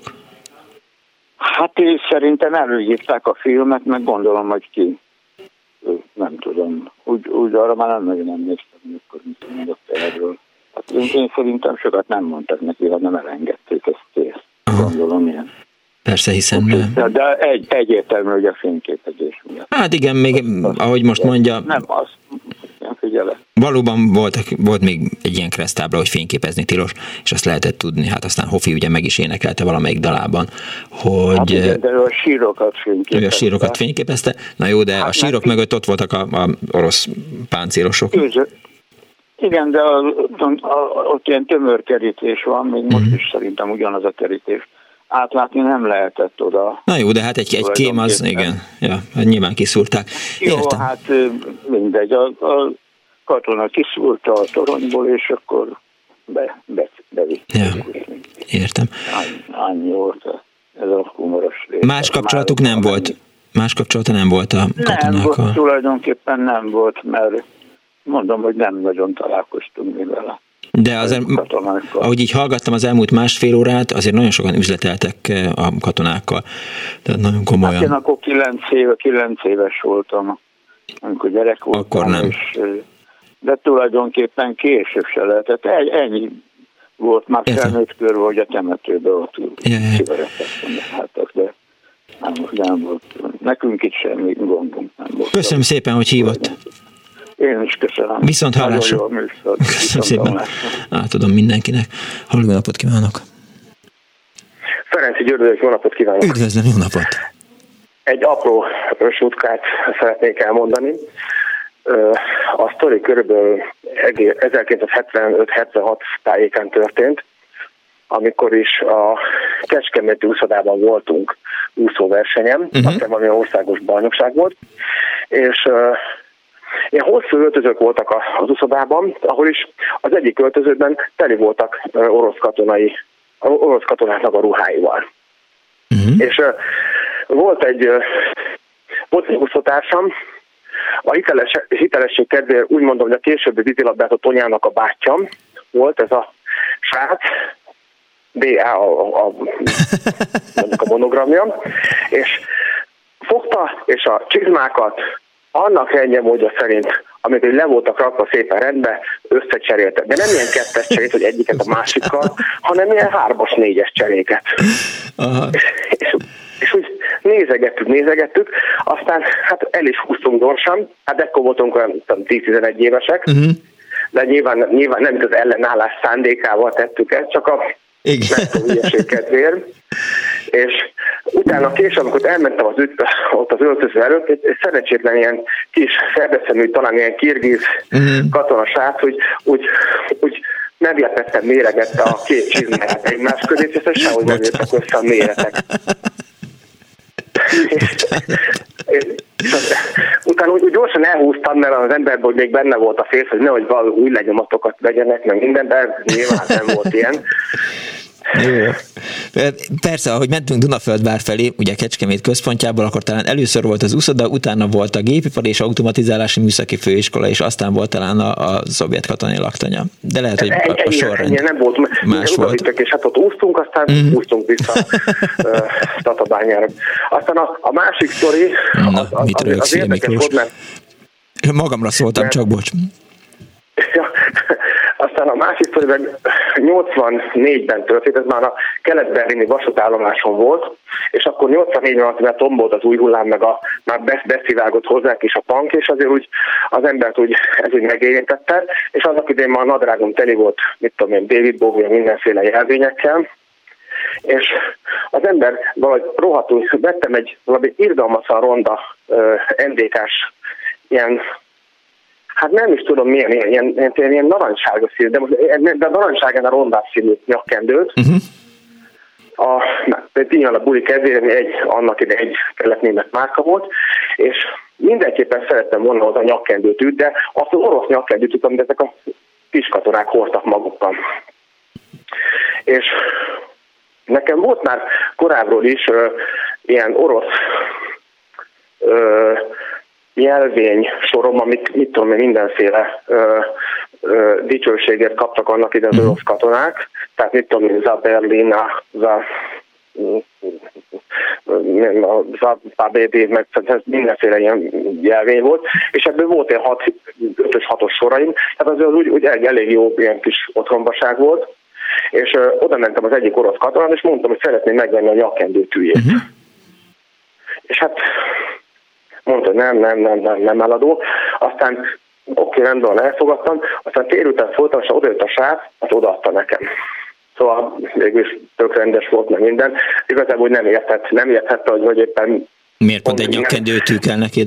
Hát szerintem előírták a filmet, meg gondolom, hogy ki. Nem tudom. Úgy arra már nem nagyon emlékszem, mikor mit mondott erről. Hát én szerintem sokat nem mondtak neki, hanem elengedték ezt kész. Gondolom ilyen. Persze, hiszen... De egyértelmű, hogy a fényképezés miatt. Hát igen, még ahogy most mondja... Nem az. Figyelek. Valóban volt még egy ilyen keresztábla, hogy fényképezni tilos, és azt lehetett tudni. Hát aztán Hofi ugye meg is énekelte valamelyik dalában, hogy... Hát igen, de a sírokat fényképezte. Ő a sírokat fényképezte. Na jó, de a sírok mögött ott voltak a orosz páncélosok. Igen, de ott ilyen tömörkerítés van, még most is szerintem ugyanaz a kerítés. Átlátni nem lehetett oda. Na jó, de hát egy kém az, igen. Ja, nyilván kiszúrták. Jó, hát mindegy. A katona kiszúrta a toronyból, és akkor bevitt. Ja, értem. Annyi volt ez a humoros rész. Más kapcsolatuk nem volt? Más kapcsolata nem volt a katonákkal? Nem, tulajdonképpen nem volt, mert mondom, hogy nem nagyon találkoztunk mi vele. De azért, ahogy így hallgattam az elmúlt 1,5 órát, azért nagyon sokan üzleteltek a katonákkal. Tehát nagyon komolyan. Hát én akkor 9 éves voltam, amikor gyerek voltam. Akkor nem. De tulajdonképpen később se lehetett. Ennyi volt már felnőtt körül, hogy a temetőbe ott cigarettát, de nem volt. Nekünk itt semmi gondunk nem volt. Köszönöm szépen, hogy hívott. Én is köszönöm. Viszont hallásra. Köszönöm szépen. Átadom mindenkinek. Halló, jó napot kívánok. Ferenci György, jó napot kívánok. Üdvözlöm, jó napot. Egy apró sutkát szeretnék elmondani. A sztori körülbelül 1975-76 tájékán történt, amikor is a Kecskeméti úszodában voltunk úszóversenyen, aztán valami országos bajnokság volt, és ilyen hosszú öltözők voltak az úszodában, ahol is az egyik öltözőben teli voltak orosz katonáknak a ruháival. És volt egy úszótársam, a hitelesség kedvéért úgy mondom, hogy a későbbi vízilabdázó Tonyának a bátyja volt ez a srác, B.A. mondjuk a monogramja, és bota és a csizmákat annak rendje módja szerint, amikor le voltak rakva szépen rendbe, összecseréltek. De nem ilyen kettes cserét, hogy egyiket a másikkal, hanem ilyen 3-as, 4-es cseréket. És úgy nézegettük, aztán hát el is húztunk gyorsan, hát ekkor voltunk olyan 10-11 évesek, de nyilván nem az ellenállás szándékával tettük ezt, csak a hülyeség kedvéért. És utána később, amikor elmentem ott az öltöző előtt, egy szerencsétlen ilyen kis szerdeszemű, talán ilyen kirgiz katonasát, úgy meglepettem, méregette a két csizmáját egymás közé, és sehogy nem jöttek össze a méretek. Utána úgy gyorsan elhúztam, mert az emberben hogy még benne volt a fész, hogy nehogy valami új lenyomatokat vegyenek, meg minden, de nyilván nem volt ilyen. Jó. Persze, ahogy mentünk Dunaföldvár felé, ugye Kecskemét központjából, akkor talán először volt az uszoda, utána volt a gépipar és automatizálási műszaki főiskola, és aztán volt talán a szovjet katonai laktanya. De lehet, hogy a sorrend nem volt, más volt. És hát ott úsztunk, aztán úsztunk vissza Tatabányára. Aztán a másik sztori, az érdekes volt, mert magamra szóltam, csak bocs. Ja, aztán a másik sztori, 84-ben történt, ez már a kelet-berlini vasútállomáson volt, és akkor 84-ben már tombolt az új hullám, meg már besziválgott hozzánk is a punk, és azért úgy az embert ez úgy megérintette, és annak idején már a nadrágom teli volt, mit tudom én, David Bowie, mindenféle jelvényekkel, és az ember valahogy rohadtul, vettem valami irgalmatlan ronda NDK-s ilyen, hát nem is tudom milyen, ilyen narancssárga színű, de a narancságán a rondás színű nyakkendőt. Tényleg a buli kedvére annak ide egy kelet-német márka volt, és mindenképpen szerettem volna az a nyakkendőt, de azt az orosz nyakkendőt, amit ezek a kis katonák hordtak magukkal. És nekem volt már korábbról is ilyen orosz jelvény sorom, amit mit tudom én, mindenféle dicsőséget kaptak annak ide az orosz katonák, tehát mit tudom én, za Berlina, za Pabédi, meg mindenféle ilyen jelvény volt, és ebből volt ilyen 5-ös 6-os soraim, tehát az úgy elég jó ilyen kis otthonbaság volt, és oda mentem az egyik orosz katonát, és mondtam, hogy szeretném megvenni a nyakkendőtűjét. És hát mondta, nem eladó. Aztán oké, rendben, elfogadtam. Aztán tér után folytam, és odajött a srác, az odaadta nekem. Szóval végülis tök rendes volt, meg minden. Igazából úgy nem értette, hogy éppen... Miért pont egy nyakkendőtű kell neked?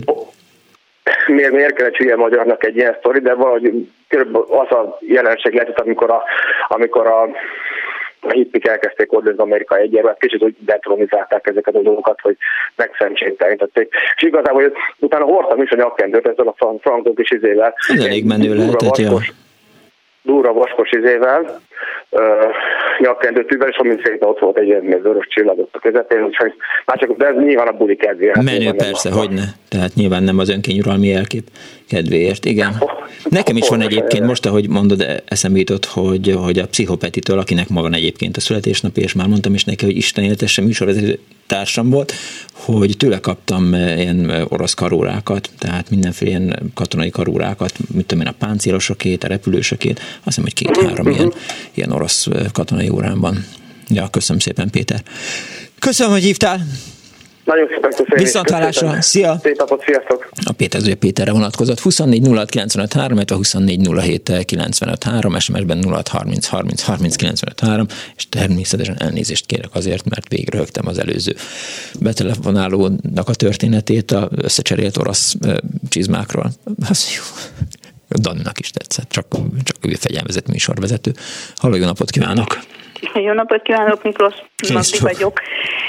Miért kell egy hülye magyarnak egy ilyen sztori, de valahogy az a jelenség lehetett, amikor a hippik elkezdték ordozni Amerikai Egyérvet, kicsit úgy detronizálták ezeket a dolgokat, hogy megszentségtelenítették. És igazából hogy utána hordtam is a nyakkendőt ezzel a frankok is izével. Ez elég menő lehetett, jó. Durva vaskos izével, nyakkendőtűvel, és amint szépen ott volt egy ilyen vörös csillag ott a közepén, úgyhogy már csak, de ez nyilván a buli kedvéért. Menő persze, hogyne. Tehát nyilván nem az önkényuralmi jelkép kedvéért, igen. Nekem is van egyébként, most ahogy mondod, eszembe jutott, hogy a Pszichopetitől, akinek ma van egyébként a születésnapja, és már mondtam is neki, hogy Isten éltesse műsorvezető társam volt, hogy tőle kaptam ilyen orosz karórákat, tehát mindenféle ilyen katonai karórákat, mit tudom én, a páncélosokét, a repülősökét, azt hiszem, hogy 2-3 ilyen orosz katonai órán van. Ja, köszönöm szépen, Péter. Köszönöm, hogy hívtál. Nagyon szépen köszönöm. Viszonthallásra. Szia! Szép napot, sziasztok! A Péter Péterre vonatkozott 24 06 953, illetve 24 07 953, SMS-ben 06 30 30 30 953, és természetesen elnézést kérek azért, mert végröhögtem az előző betelefonálónak a történetét a összecserélt orosz csizmákról. Az jó. Daninak is tetszett, csak ő fegyelmezett műsorvezető. Halló, jó napot kívánok! Jó napot kívánok, Miklós Magdi vagyok.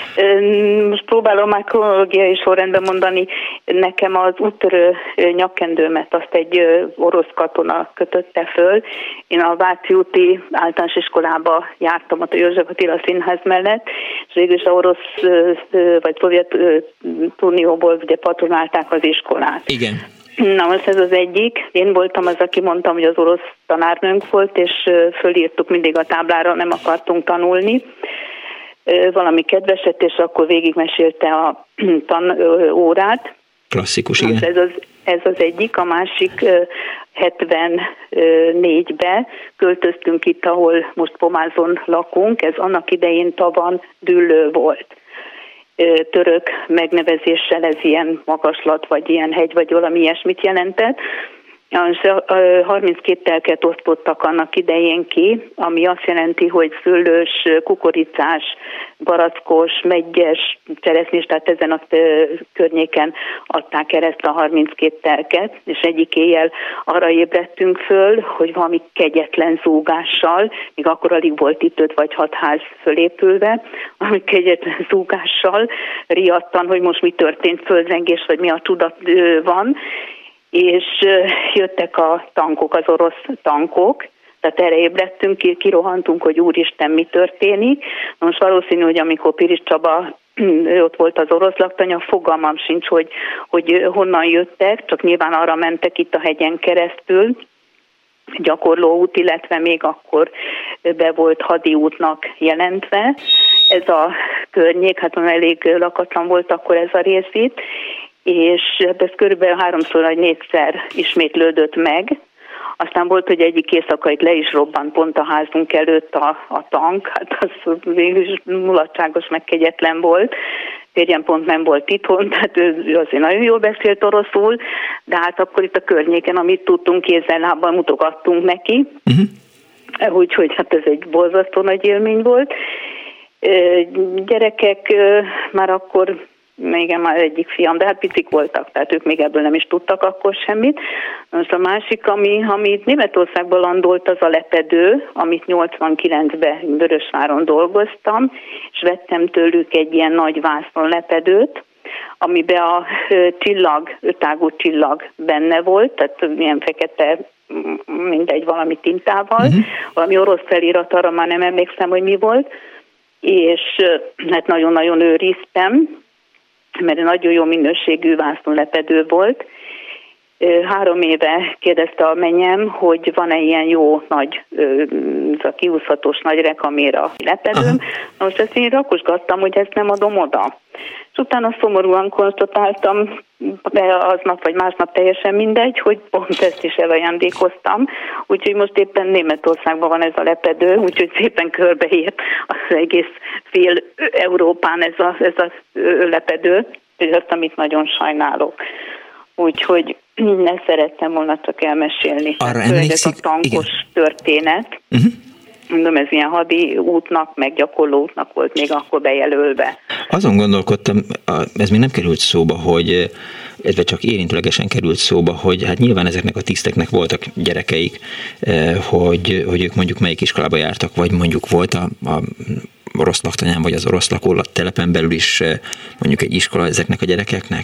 Most próbálom már kronológiai sorrendben mondani. Nekem az úttörő nyakkendőmet azt egy orosz katona kötötte föl. Én a Váci úti általános iskolába jártam, ott a József Attila Színház mellett, és végül is a orosz vagy Szovjetunióból ugye patronálták az iskolát. Igen. Na most ez az egyik. Én voltam az, aki mondtam, hogy az orosz tanárnőnk volt, és fölírtuk mindig a táblára, nem akartunk tanulni. valami kedveset, és akkor végigmesélte a tanórát. Klasszikus, igen. Ez az egyik, a másik 74-be költöztünk itt, ahol most Pomázon lakunk, ez annak idején Tavan Düllő volt. Török megnevezéssel ez ilyen magaslat, vagy ilyen hegy, vagy valami ilyesmit jelentett. 32 telket osztottak annak idején ki, ami azt jelenti, hogy szőlős, kukoricás, barackos, meggyes, cseresznyés, tehát ezen a környéken adták el ezt a 32 telket, és egyik éjjel arra ébredtünk föl, hogy valami kegyetlen zúgással, még akkor alig volt itt 5 vagy 6 ház fölépülve, valami kegyetlen zúgással riadtan, hogy most mi történt, fölzengés, vagy mi a csuda van, és jöttek a tankok, az orosz tankok, tehát erre ébredtünk, kirohantunk, hogy úristen, mi történik. Most valószínű, hogy amikor Piris Csaba ott volt az orosz laktanya, fogalmam sincs, hogy honnan jöttek, csak nyilván arra mentek itt a hegyen keresztül, gyakorlóút, illetve még akkor be volt hadiútnak jelentve. Ez a környék, hát elég lakatlan volt akkor ez a rész itt, és ez körülbelül 3-szor vagy 4-szer ismétlődött meg. Aztán volt, hogy egyik éjszaka itt le is robbant pont a házunk előtt a tank, hát az végül mulatságos, meg kegyetlen volt. Férjem pont nem volt itthon, tehát ő azért nagyon jól beszélt oroszul, de hát akkor itt a környéken, amit tudtunk, kézzel-lábbal mutogattunk neki. Úgyhogy hát ez egy borzasztó nagy élmény volt. Gyerekek már akkor... Igen, már egyik fiam, de hát picik voltak, tehát ők még ebből nem is tudtak akkor semmit. Most a másik, ami Németországban landolt, az a lepedő, amit 89-ben Vörösváron dolgoztam, és vettem tőlük egy ilyen nagy vászon lepedőt, amiben a csillag, 5-ágú csillag benne volt, tehát ilyen fekete, mindegy, valami tintával, valami orosz felirat, arra már nem emlékszem, hogy mi volt, és hát nagyon-nagyon őriztem, mert nagyon jó minőségű vászonlepedő volt. 3 éve kérdezte a menyem, hogy van-e ilyen jó nagy, kiúszhatós nagy rekaméra lepedőm. Most ezt én rakosgattam, hogy ezt nem adom oda. És utána szomorúan konstatáltam, de aznap vagy másnap teljesen mindegy, hogy pont ezt is elajándékoztam. Úgyhogy most éppen Németországban van ez a lepedő, úgyhogy szépen körbeért az egész fél Európán ez a lepedő, és azt, amit nagyon sajnálok. Úgyhogy ezt szerettem volna csak elmesélni. Arra emlékszik? Ez a tankos történet. Mondom, ez ilyen hadi útnak, meg gyakorló útnak volt még akkor bejelölve. Azon gondolkodtam, ez még nem került szóba, hogy ez csak érintőlegesen került szóba, hogy hát nyilván ezeknek a tiszteknek voltak gyerekeik, hogy ők mondjuk melyik iskolába jártak, vagy mondjuk volt a orosz laktanyán, vagy az orosz lakótelepen belül is mondjuk egy iskola ezeknek a gyerekeknek?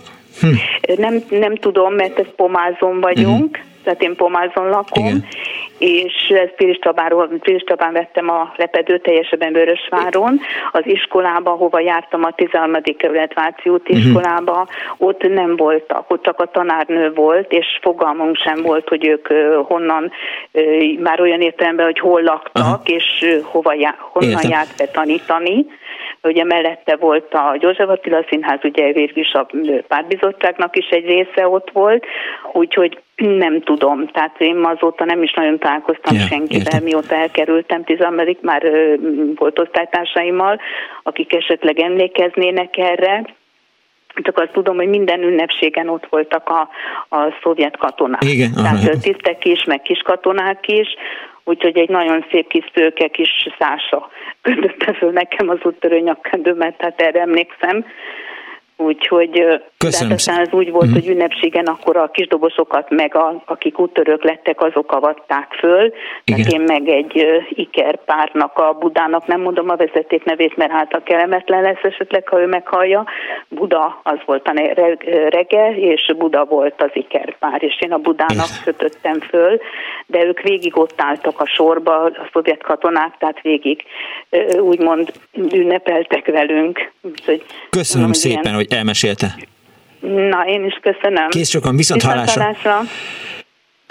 Nem tudom, mert ez Pomázon vagyunk, tehát én Pomázon lakom, igen. És ezt Piris Csabán vettem a lepedőt, teljesebben Vörösváron. Az iskolába, hova jártam, a 13. kerület Váci úti iskolába, ott nem voltak, ott csak a tanárnő volt, és fogalmunk sem volt, hogy ők honnan, már olyan értelemben, hogy hol laktak, és honnan járt be tanítani. Ugye mellette volt a József Attila Színház, ugye végül is a pártbizottságnak is egy része ott volt, úgyhogy nem tudom, tehát én azóta nem is nagyon találkoztam senkivel, mióta elkerültem, 13. már volt osztálytársaimmal, akik esetleg emlékeznének erre. Csak azt tudom, hogy minden ünnepségen ott voltak a szovjet katonák. Igen, tehát tisztek is, meg kiskatonák is, úgyhogy egy nagyon szép kis szőke kis Szása kötötte föl nekem az úttörő nyakkendőmet, tehát erre emlékszem. Úgyhogy aztán ez úgy volt, hogy ünnepségen akkor a kisdobosokat meg akik úttörők lettek, azok avatták föl. Tehát én meg egy ikerpárnak, a Budának, nem mondom a vezeték nevét, mert hát a kellemetlen lesz esetleg, ha ő meghallja. Buda, az volt a Rege, és Buda volt az ikerpár, és én a Budának kötöttem föl, de ők végig ott álltak a sorba, a szovjet katonák, tehát végig úgymond ünnepeltek velünk. Úgyhogy, köszönöm szépen, hogy elmesélte. Na, én is köszönöm. Kész sokan, viszont hallásra.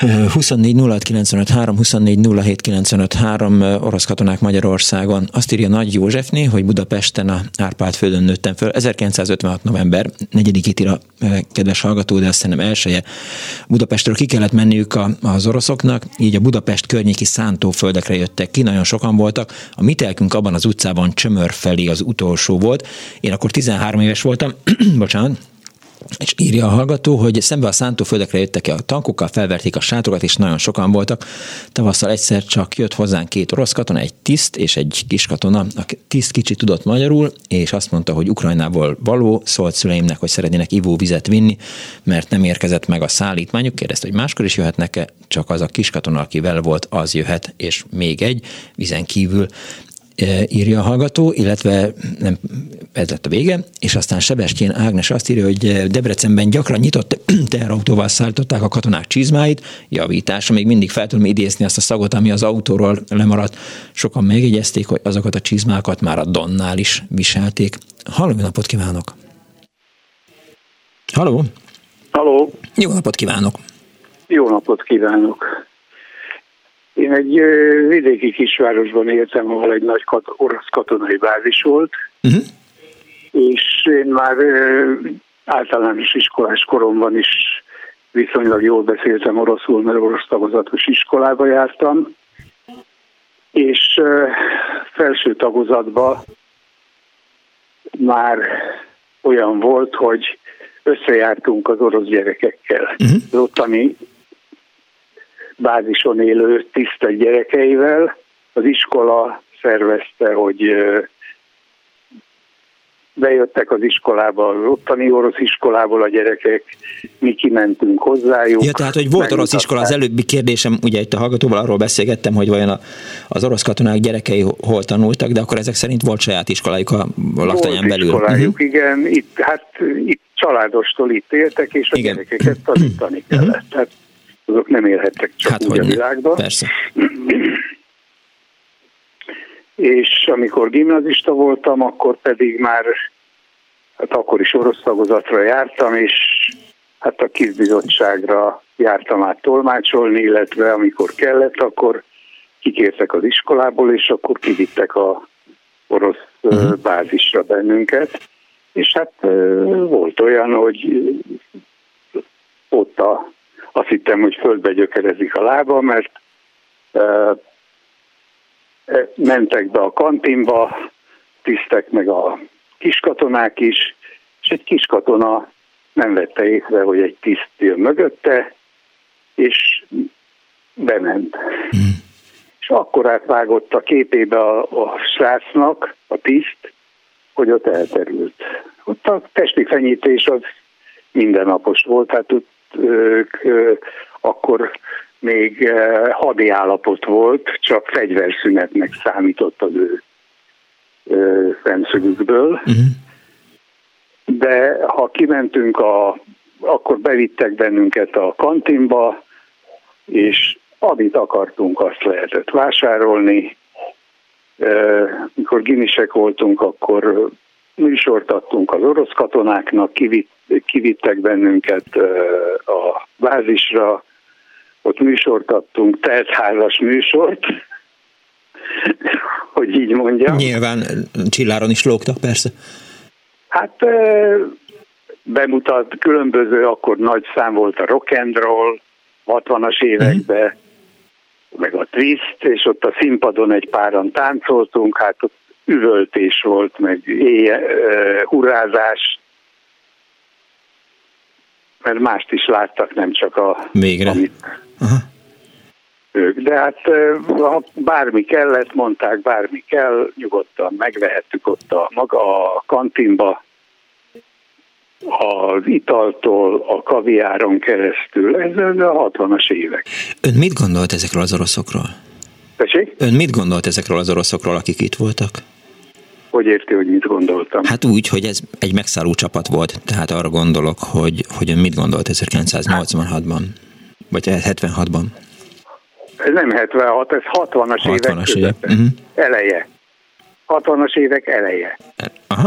24 06 95 3, 24 07 95 3 orosz katonák Magyarországon. Azt írja Nagy Józsefné, hogy Budapesten a Árpád földön nőttem föl. 1956. november 4-ét ír a kedves hallgató, de azt szerintem elsője. Budapestről ki kellett menniük az oroszoknak, így a Budapest környéki szántóföldekre jöttek ki, nagyon sokan voltak. A mi telkünk abban az utcában Csömör felé az utolsó volt. Én akkor 13 éves voltam, bocsánat, és írja a hallgató, hogy szembe a szántóföldekre jöttek a tankokkal, felverték a sátokat, és nagyon sokan voltak. Tavasszal egyszer csak jött hozzánk 2 orosz katona, egy tiszt és egy kis katona. A tiszt kicsit tudott magyarul, és azt mondta, hogy Ukrajnából való, szólt szüleimnek, hogy szeretnének ivóvizet vinni, mert nem érkezett meg a szállítmányuk. Kérdezte, hogy máskor is jöhetnek-e, csak az a kis katona, akivel volt, az jöhet, és még egy vizen kívül. Írja a hallgató, illetve nem, ez lett a vége, és aztán Sebestyén Ágnes azt írja, hogy Debrecenben gyakran nyitott teherautóval szállították a katonák csizmáit, javításra, még mindig fel tudom idézni azt a szagot, ami az autóról lemaradt. Sokan megjegyezték, hogy azokat a csizmákat már a Donnál is viselték. Halló, jó napot kívánok! Halló! Halló! Jó napot kívánok! Jó napot kívánok! Én egy vidéki kisvárosban éltem, ahol egy nagy orosz katonai bázis volt, és én már általános iskolás koromban is viszonylag jól beszéltem oroszul, mert orosz tagozatos iskolába jártam, és felső tagozatban már olyan volt, hogy összejártunk az orosz gyerekekkel. Az ottani bázison élő tisztek gyerekeivel. Az iskola szervezte, hogy bejöttek az iskolába, az ottani orosz iskolából a gyerekek, mi kimentünk hozzájuk. Ja, tehát, hogy volt orosz iskola, az előbbi kérdésem, ugye itt a hallgatóval arról beszélgettem, hogy vajon az orosz katonák gyerekei hol tanultak, de akkor ezek szerint volt saját iskolájuk a laktanyán belül. Volt iskolájuk, igen, itt családostól itt éltek, és a gyerekeket tanítani kellett. Tehát azok nem élhettek csak úgy a világban. Persze. És amikor gimnazista voltam, akkor pedig már, akkor is orosz tagozatra jártam, és a KISZ-bizottságra jártam át tolmácsolni, illetve amikor kellett, akkor kikértek az iskolából, és akkor kivittek a orosz bázisra bennünket. És volt olyan, hogy ott azt hittem, hogy földbe gyökerezik a lába, mert mentek be a kantinba, tisztek meg a kiskatonák is, és egy kiskatona nem vette észre, hogy egy tiszt jön mögötte, és bement. És akkor átvágott a képébe a srácnak, a tiszt, hogy ott elterült. Ott a testi fenyítés az mindennapos volt, hát ott akkor még hadi állapot volt, csak fegyverszünetnek számított az ő szemszögükből. De ha kimentünk, akkor bevittek bennünket a kantinba, és amit akartunk, azt lehetett vásárolni. Mikor gimisek voltunk, akkor műsort adtunk az orosz katonáknak, kivittek bennünket a bázisra, ott műsort adtunk, teltházas műsort, hogy így mondjam. Nyilván csilláron is lógtak, persze. Hát bemutat, különböző, akkor nagy szám volt a rock and roll, 60-as években, meg a twist, és ott a színpadon egy páran táncoltunk, hát ott üvöltés volt, meg hurrázás, mert mást is láttak, nem csak amit ők. De hát ha bármi kellett, mondták, bármi kell, nyugodtan megvehettük ott maga a kantinba, az italtól a kaviáron keresztül. Ez a 60-as évek. Ön mit gondolt ezekről az oroszokról? Tessék? Ön mit gondolt ezekről az oroszokról, akik itt voltak? Hogy érti, hogy mit gondoltam? Hát úgy, hogy ez egy megszálló csapat volt, tehát arra gondolok, hogy ön mit gondolt 1986-ban, vagy 76-ban? Ez nem 76, ez 60-as évek eleje. 60-as évek eleje. Aha.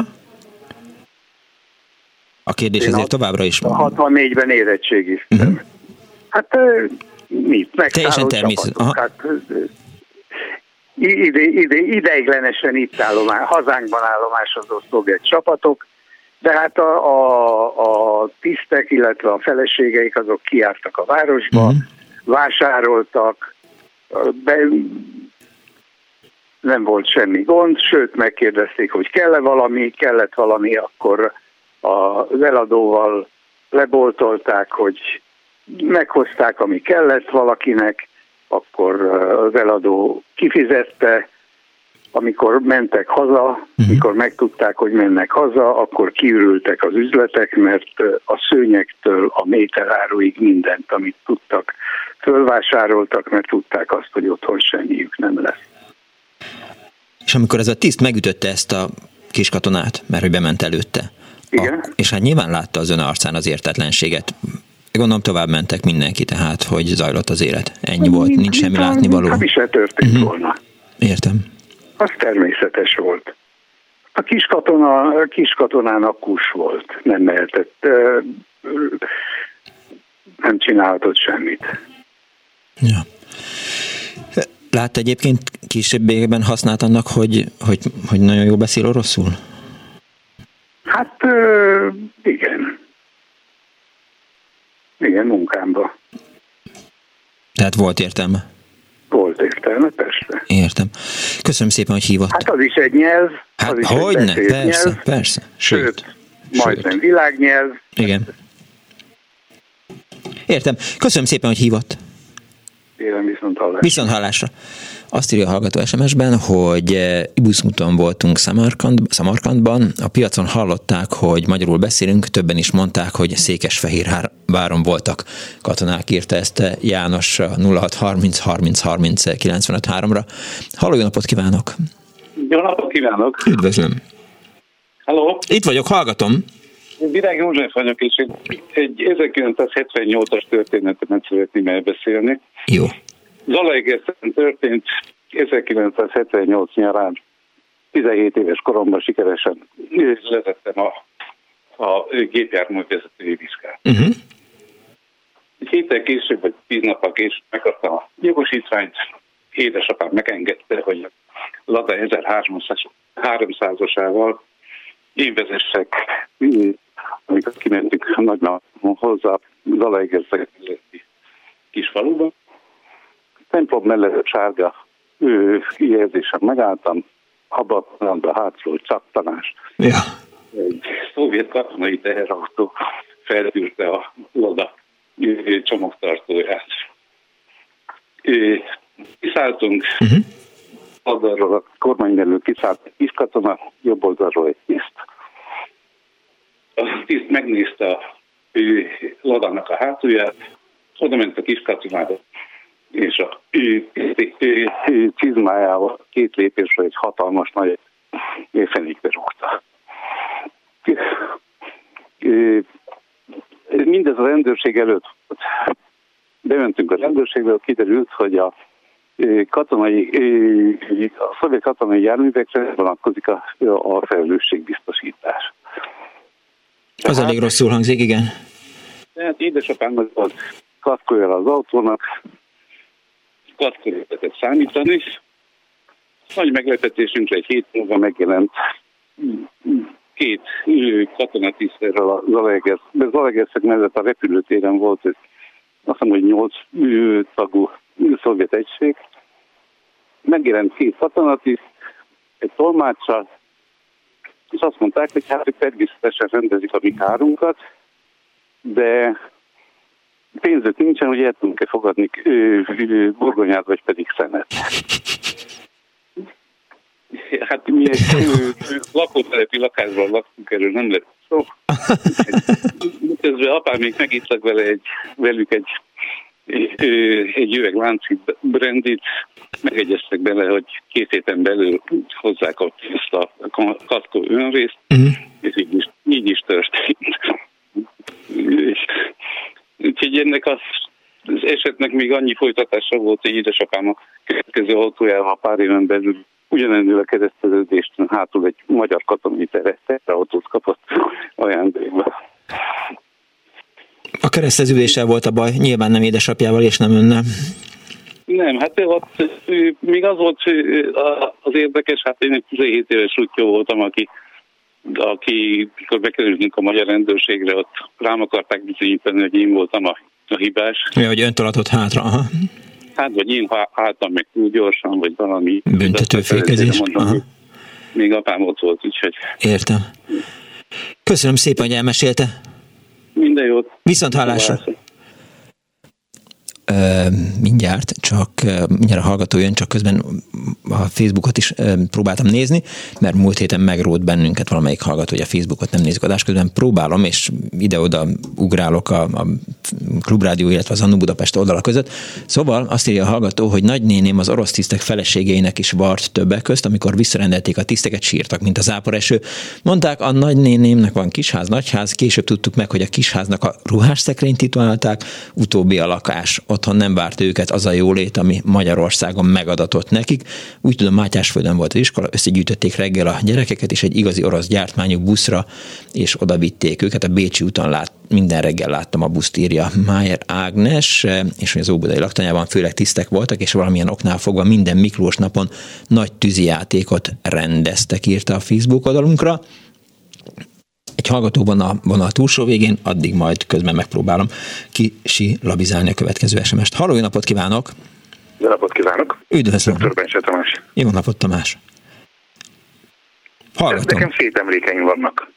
A kérdés ezért továbbra is... 64-ben érettségiztem. Hát Teljesen természetes. Hát, ideiglenesen itt hazánkban állomásozó szovjet csapatok, de hát a tisztek, illetve a feleségeik azok kijártak a városba, vásároltak, nem volt semmi gond, sőt megkérdezték, hogy kellett valami, akkor az eladóval leboltolták, hogy meghozták, ami kellett valakinek, akkor az eladó kifizette, amikor mentek haza, mikor megtudták, hogy mennek haza, akkor kiürültek az üzletek, mert a szőnyektől a méteráruig mindent, amit tudtak, fölvásároltak, mert tudták azt, hogy otthon semmiük nem lesz. És amikor ez a tiszt megütötte ezt a kis katonát, mert hogy bement előtte, és hát nyilván látta az ön arcán az értetlenséget. Gondolom tovább mentek mindenki, tehát, hogy zajlott az élet. Ennyi volt, nincs semmi látnivaló. Hát is se történt volna. Értem. Az természetes volt. A kis katonának kus volt, nem mehetett, nem csinálhatott semmit. Ja. Látta egyébként későbbiekben használt annak, hogy nagyon jól beszél oroszul? Hát igen. Igen, munkámban. Tehát volt értelme? Volt értelme, persze. Értem. Köszönöm szépen, hogy hívott. Hát az is egy nyelv. Hát hogyne, persze. Sőt, majdnem világnyelv. Igen. Értem. Köszönöm szépen, hogy hívott. Élem, viszont hallásra. Azt írja a hallgató SMS-ben, hogy Ibuszmuton voltunk Szamarkandban, a piacon hallották, hogy magyarul beszélünk, többen is mondták, hogy Székesfehérváron voltak katonák, írta ezt János 0630 30 30 95 3-ra. Halló, jó napot kívánok! Jó napot kívánok! Üdvözlöm! Halló! Itt vagyok, hallgatom! Virág József vagyok, és egy 1978-as történetemet szeretném elbeszélni. Jó. Zalaegerszegen történt 1978 nyarán, 17 éves koromban sikeresen lezettem a gépjárművezetői vizsgát. Egy héttel később, vagy 10 nappal később megkaptam a jogosítványt. Édesapám megengedte, hogy a Lada 1300-asával én vezessek, amikor kimentünk nagymamon hozzá Zalaegerszegen kis faluba. Templom mellett sárga kijelzésen megálltam, abban a pillanatban hátról csattanás. Ja. Egy szovjet katonai teherautó feltűrte a Lada csomagtartóját. Kiszálltunk, oldalról a kormány elől kiszállt egy kis katona, jobb oldalról egy tiszt. A tiszt megnézte a Ladának a hátulját, oda ment a kis katonába, és a cizmájával 2 lépésre egy hatalmas nagy fenékbe rúgta. Mindez a rendőrség előtt volt. Bementünk a rendőrségbe, kiderült, hogy a szovjet katonai járművekre vonatkozik a felelősségbiztosítás. Az elég rosszul hangzik, igen. Tehát édesapámnak volt kaszkója az autónak, kaszkóra lehetett számítani. Nagy meglepetésünkre egy hét múlva megjelent 2 katonatiszterrel a Zalaegerszeg mellett a repülőtéren volt, azt hiszem, hogy 8 tagú szovjet egység. Megjelent 2 katonatiszt, egy tolmáccsal, és azt mondták, hogy hát ők természetesen rendezik a mi kárunkat, de pénzük nincsen, hogy el tudunk-e fogadni burgonyát, vagy pedig szenet. Hát mi egy lakótelepi lakásban laktunk, erről nem lett szó. Közben apám még megittak velük egy üveg lánci brandit, megegyeztek bele, hogy 2 héten belül hozzák ott ezt a kaszkó önrészt, és így is történt. Úgyhogy ennek az esetnek még annyi folytatása volt, hogy édesapám a következő autójával pár éven belül ugyanennél a keresztelődéstől hátul egy magyar katonai terautót kapott ajándékba. A keresztezüléssel volt a baj, nyilván nem édesapjával és nem önnel. Nem, hát még az volt az érdekes, hát én egy 17 éves lutyó voltam, aki mikor bekerültünk a magyar rendőrségre, ott rám akarták bizonyítani, hogy én voltam a hibás. Ja, hogy ön tolatott hátra, aha. Hát, vagy én álltam meg túl gyorsan, vagy valami. Büntetőfékezés. Még apám ott volt, úgyhogy... Értem. Köszönöm szépen, hogy elmesélte. Minden jót. Viszonthallásra. Mindjárt a hallgató jön, csak közben a Facebookot is próbáltam nézni, mert múlt héten megrót bennünket valamelyik hallgató, hogy a Facebookot nem nézik, adás közben próbálom, és ide-oda ugrálok a Klubrádió, illetve az Annu Budapest oldala között. Szóval azt írja a hallgató, hogy nagynéném az orosz tisztek feleségeinek is vart többek közt, amikor visszarendelték a tiszteket, sírtak, mint a záporeső. Mondták, a nagynénémnek van kisház, nagyház, később tudtuk meg, hogy a kisháznak a ruhásszekrényt titulálták, utóbbi a lakás. Otthon nem várt őket az a jólét, ami Magyarországon megadatott nekik. Úgy tudom, Mátyásföldön volt az iskola, összegyűjtötték reggel a gyerekeket, és egy igazi orosz gyártmányú buszra, és oda vitték őket. A Bécsi úton minden reggel láttam a buszt, írja Májer Ágnes, és hogy az óbudai laktanyában főleg tisztek voltak, és valamilyen oknál fogva minden Miklós napon nagy tűzijátékot rendeztek, írta a Facebook oldalunkra. Egy hallgató van a vonal túlsó végén, addig majd közben megpróbálom kisilabizálni a következő SMS-t. Halló, jó napot kívánok! Jó napot kívánok! Üdvözlöm! Dr. Bencse Tamás. Jó napot, Tamás! Hallgatom. Nekem szép emlékeim vannak.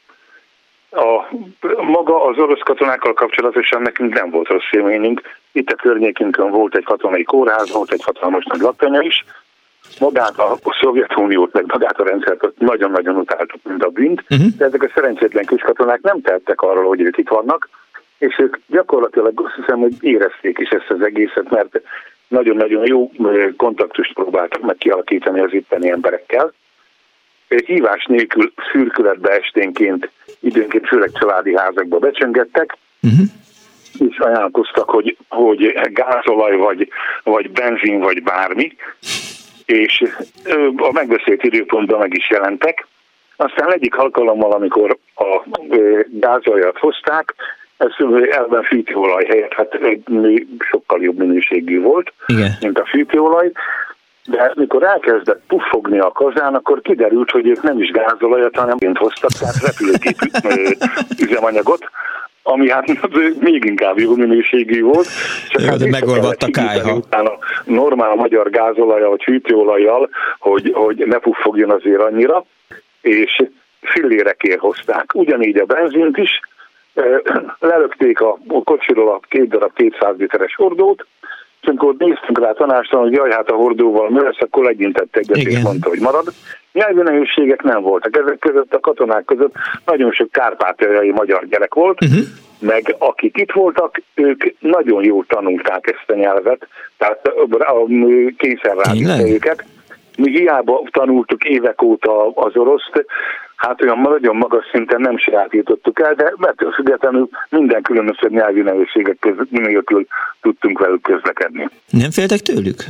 Maga az orosz katonákkal kapcsolatosan nekünk nem volt rossz élményünk. Itt a környékünkön volt egy katonai kórház, volt egy hatalmas nagy laktanya is. Magát a Szovjetuniót, meg magát a rendszert nagyon-nagyon utáltuk, mint a bűnt, de ezek a szerencsétlen kiskatonák nem tehettek arról, hogy ők itt vannak, és ők gyakorlatilag azt hiszem, hogy érezték is ezt az egészet, mert nagyon-nagyon jó kontaktust próbáltak meg kialakítani az itteni emberekkel. Hívás nélkül szürkületbe esténként, időnként főleg családi házakba becsöngettek, és ajánlkoztak, hogy gázolaj, vagy benzin, vagy bármi, és a megbeszélt időpontban meg is jelentek. Aztán egyik alkalommal, amikor a gázolajat hozták, ez elben fűtőolaj helyett, hát sokkal jobb minőségű volt, mint a fűtőolaj, de mikor elkezdett puffogni a kazán, akkor kiderült, hogy ők nem is gázolajat, hanem mint hoztak, tehát repülőgép üzemanyagot, ami hát még inkább jó minőségű volt. Csak jó, de megolvadt a kályha. Utána normál magyar gázolaja, vagy hűtőolajjal, hogy ne puffogjon azért annyira, és fillérekért hozták. Ugyanígy a benzint is, lelökték a kocsiról a 2 darab 200 literes hordót, és amikor néztünk rá tanástalan, hogy jaj, hát a hordóval mi lesz, akkor legyintett egyet, és mondta, hogy marad. Nyelvi nehézségek nem voltak. Ezek között, a katonák között nagyon sok kárpátaljai magyar gyerek volt, meg akik itt voltak, ők nagyon jól tanulták ezt a nyelvet, tehát kényszerrá őket. Mi hiába tanultuk évek óta az oroszt, hát olyan nagyon magas szinten nem sajátítottuk el, de ettől függetlenül minden különböző nyelvi nehézségek nélkül tudtunk velük közlekedni. Nem féltek tőlük?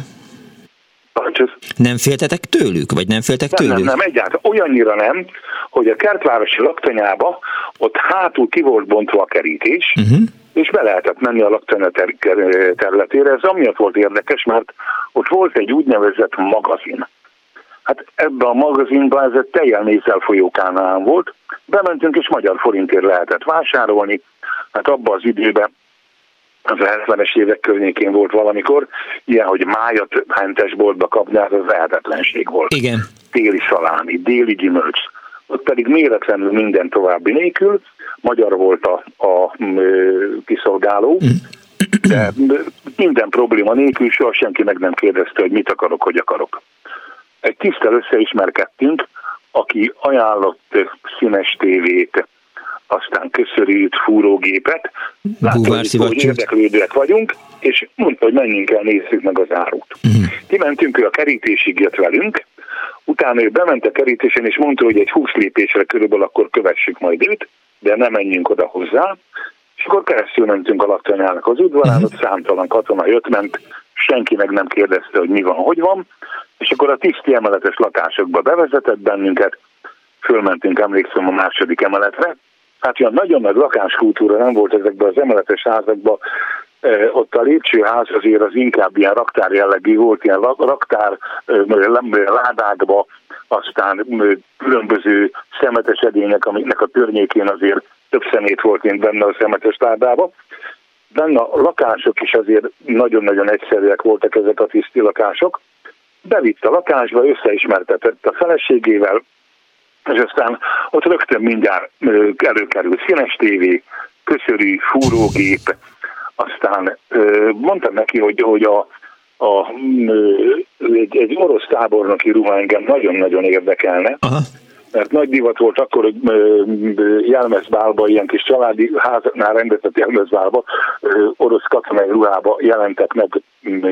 Nem féltetek tőlük? Vagy nem féltek tőlük? Nem, egyáltalán. Olyannyira nem, hogy a kertvárosi laktanyába ott hátul ki volt bontva a kerítés, és be lehetett menni a laktanya területére. Ez amiatt volt érdekes, mert ott volt egy úgynevezett magazin. Hát ebben a magazinban ez egy tejjel mézzel folyó kánálán volt. Bementünk, és magyar forintért lehetett vásárolni. Hát abban az időben, az a 70-es évek környékén volt valamikor, ilyen, hogy májat hentes boltba kapni, az lehetetlenség volt. Igen. Téli szalámi, déli gyümölcs. Ott pedig méretlenül minden további nélkül, magyar volt a kiszolgáló, de minden probléma nélkül soha senki meg nem kérdezte, hogy mit akarok, hogy akarok. Egy tisztel összeismerkedtünk, aki ajánlott színes tévét, aztán köszörült fúrógépet. Látta, hogy érdeklődőek vagyunk, és mondta, hogy menjünk el, nézzük meg az árut. Kimentünk, ő a kerítésig jött velünk, utána ő bement a kerítésen, és mondta, hogy egy 20 lépésre körülbelül akkor kövessük majd őt, de ne menjünk oda hozzá. És akkor keresztül mentünk a laktanyának az udvarán, ott számtalan katona jött-ment, senki meg nem kérdezte, hogy mi van, hogy van, és akkor a tiszti emeletes lakásokba bevezetett bennünket, fölmentünk, emlékszem, a 2. emeletre, hát olyan nagyon nagy lakáskultúra nem volt ezekben az emeletes házakban. Ott a lépcsőház azért az inkább ilyen raktár jellegű volt, ilyen raktár ládákba, aztán különböző szemetes edények, amiknek a környékén azért több szemét volt mint benne a szemetes ládába. Benne a lakások is azért nagyon-nagyon egyszerűek voltak, ezek a tiszti lakások. Bevitt a lakásba, összeismertetett a feleségével, és aztán ott rögtön mindjárt előkerült színes tévé, köszörű, fúrógép, aztán mondtam neki, hogy egy orosz tábornoki ruha engem nagyon-nagyon érdekelne. Aha. Mert nagy divat volt akkor, hogy jelmezbálba, ilyen kis családi házaknál rendezett jelmezbálba, orosz katonai ruhába jelentek meg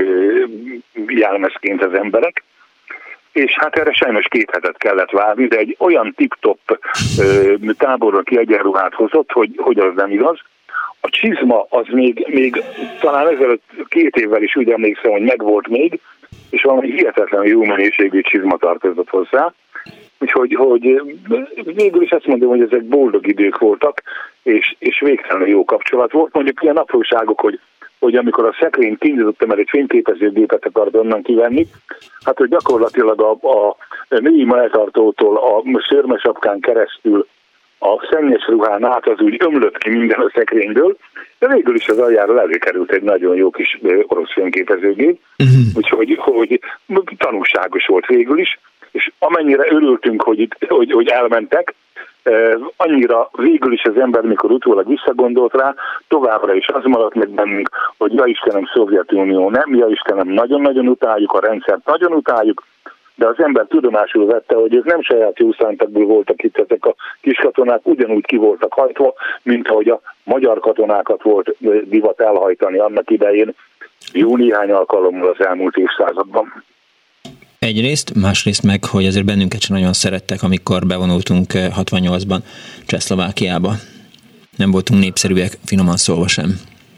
jelmezként az emberek. És hát erre sajnos 2 hetet kellett várni, de egy olyan tip-top tábornoki egyenruhát hozott, hogy az nem igaz. A csizma az még talán ezelőtt 2 évvel is úgy emlékszem, hogy megvolt még, és valami hihetetlenül jó minőségű csizma tartozott hozzá. Úgyhogy végül is azt mondom, hogy ezek boldog idők voltak, és végtelenül jó kapcsolat volt. Mondjuk ilyen apróságok, hogy amikor a szekrényt kinyitottam, mert egy fényképezőgépet akart onnan kivenni, hát hogy gyakorlatilag a női melltartótól a szőrmesapkán keresztül a szennyes ruhán át az úgy ömlött ki minden a szekrényből, de végül is az aljáról előkerült egy nagyon jó kis orosz fényképezőgép, úgyhogy tanulságos volt végül is, és amennyire örültünk, hogy elmentek, annyira végül is az ember, mikor utólag visszagondolt rá, továbbra is az maradt meg bennünk, hogy ja Istenem, Szovjetunió nem, ja Istenem, nagyon-nagyon utáljuk a rendszert, nagyon utáljuk, de az ember tudomásul vette, hogy ők nem saját jó szántakból voltak itt, ezek a kis katonák ugyanúgy ki voltak hajtva, mint ahogy a magyar katonákat volt divat elhajtani annak idején, jó néhány alkalommal az elmúlt évszázadban. Egyrészt, másrészt meg, hogy azért bennünket sem nagyon szerettek, amikor bevonultunk 68-ban Csehszlovákiába. Nem voltunk népszerűek, finoman szólva sem.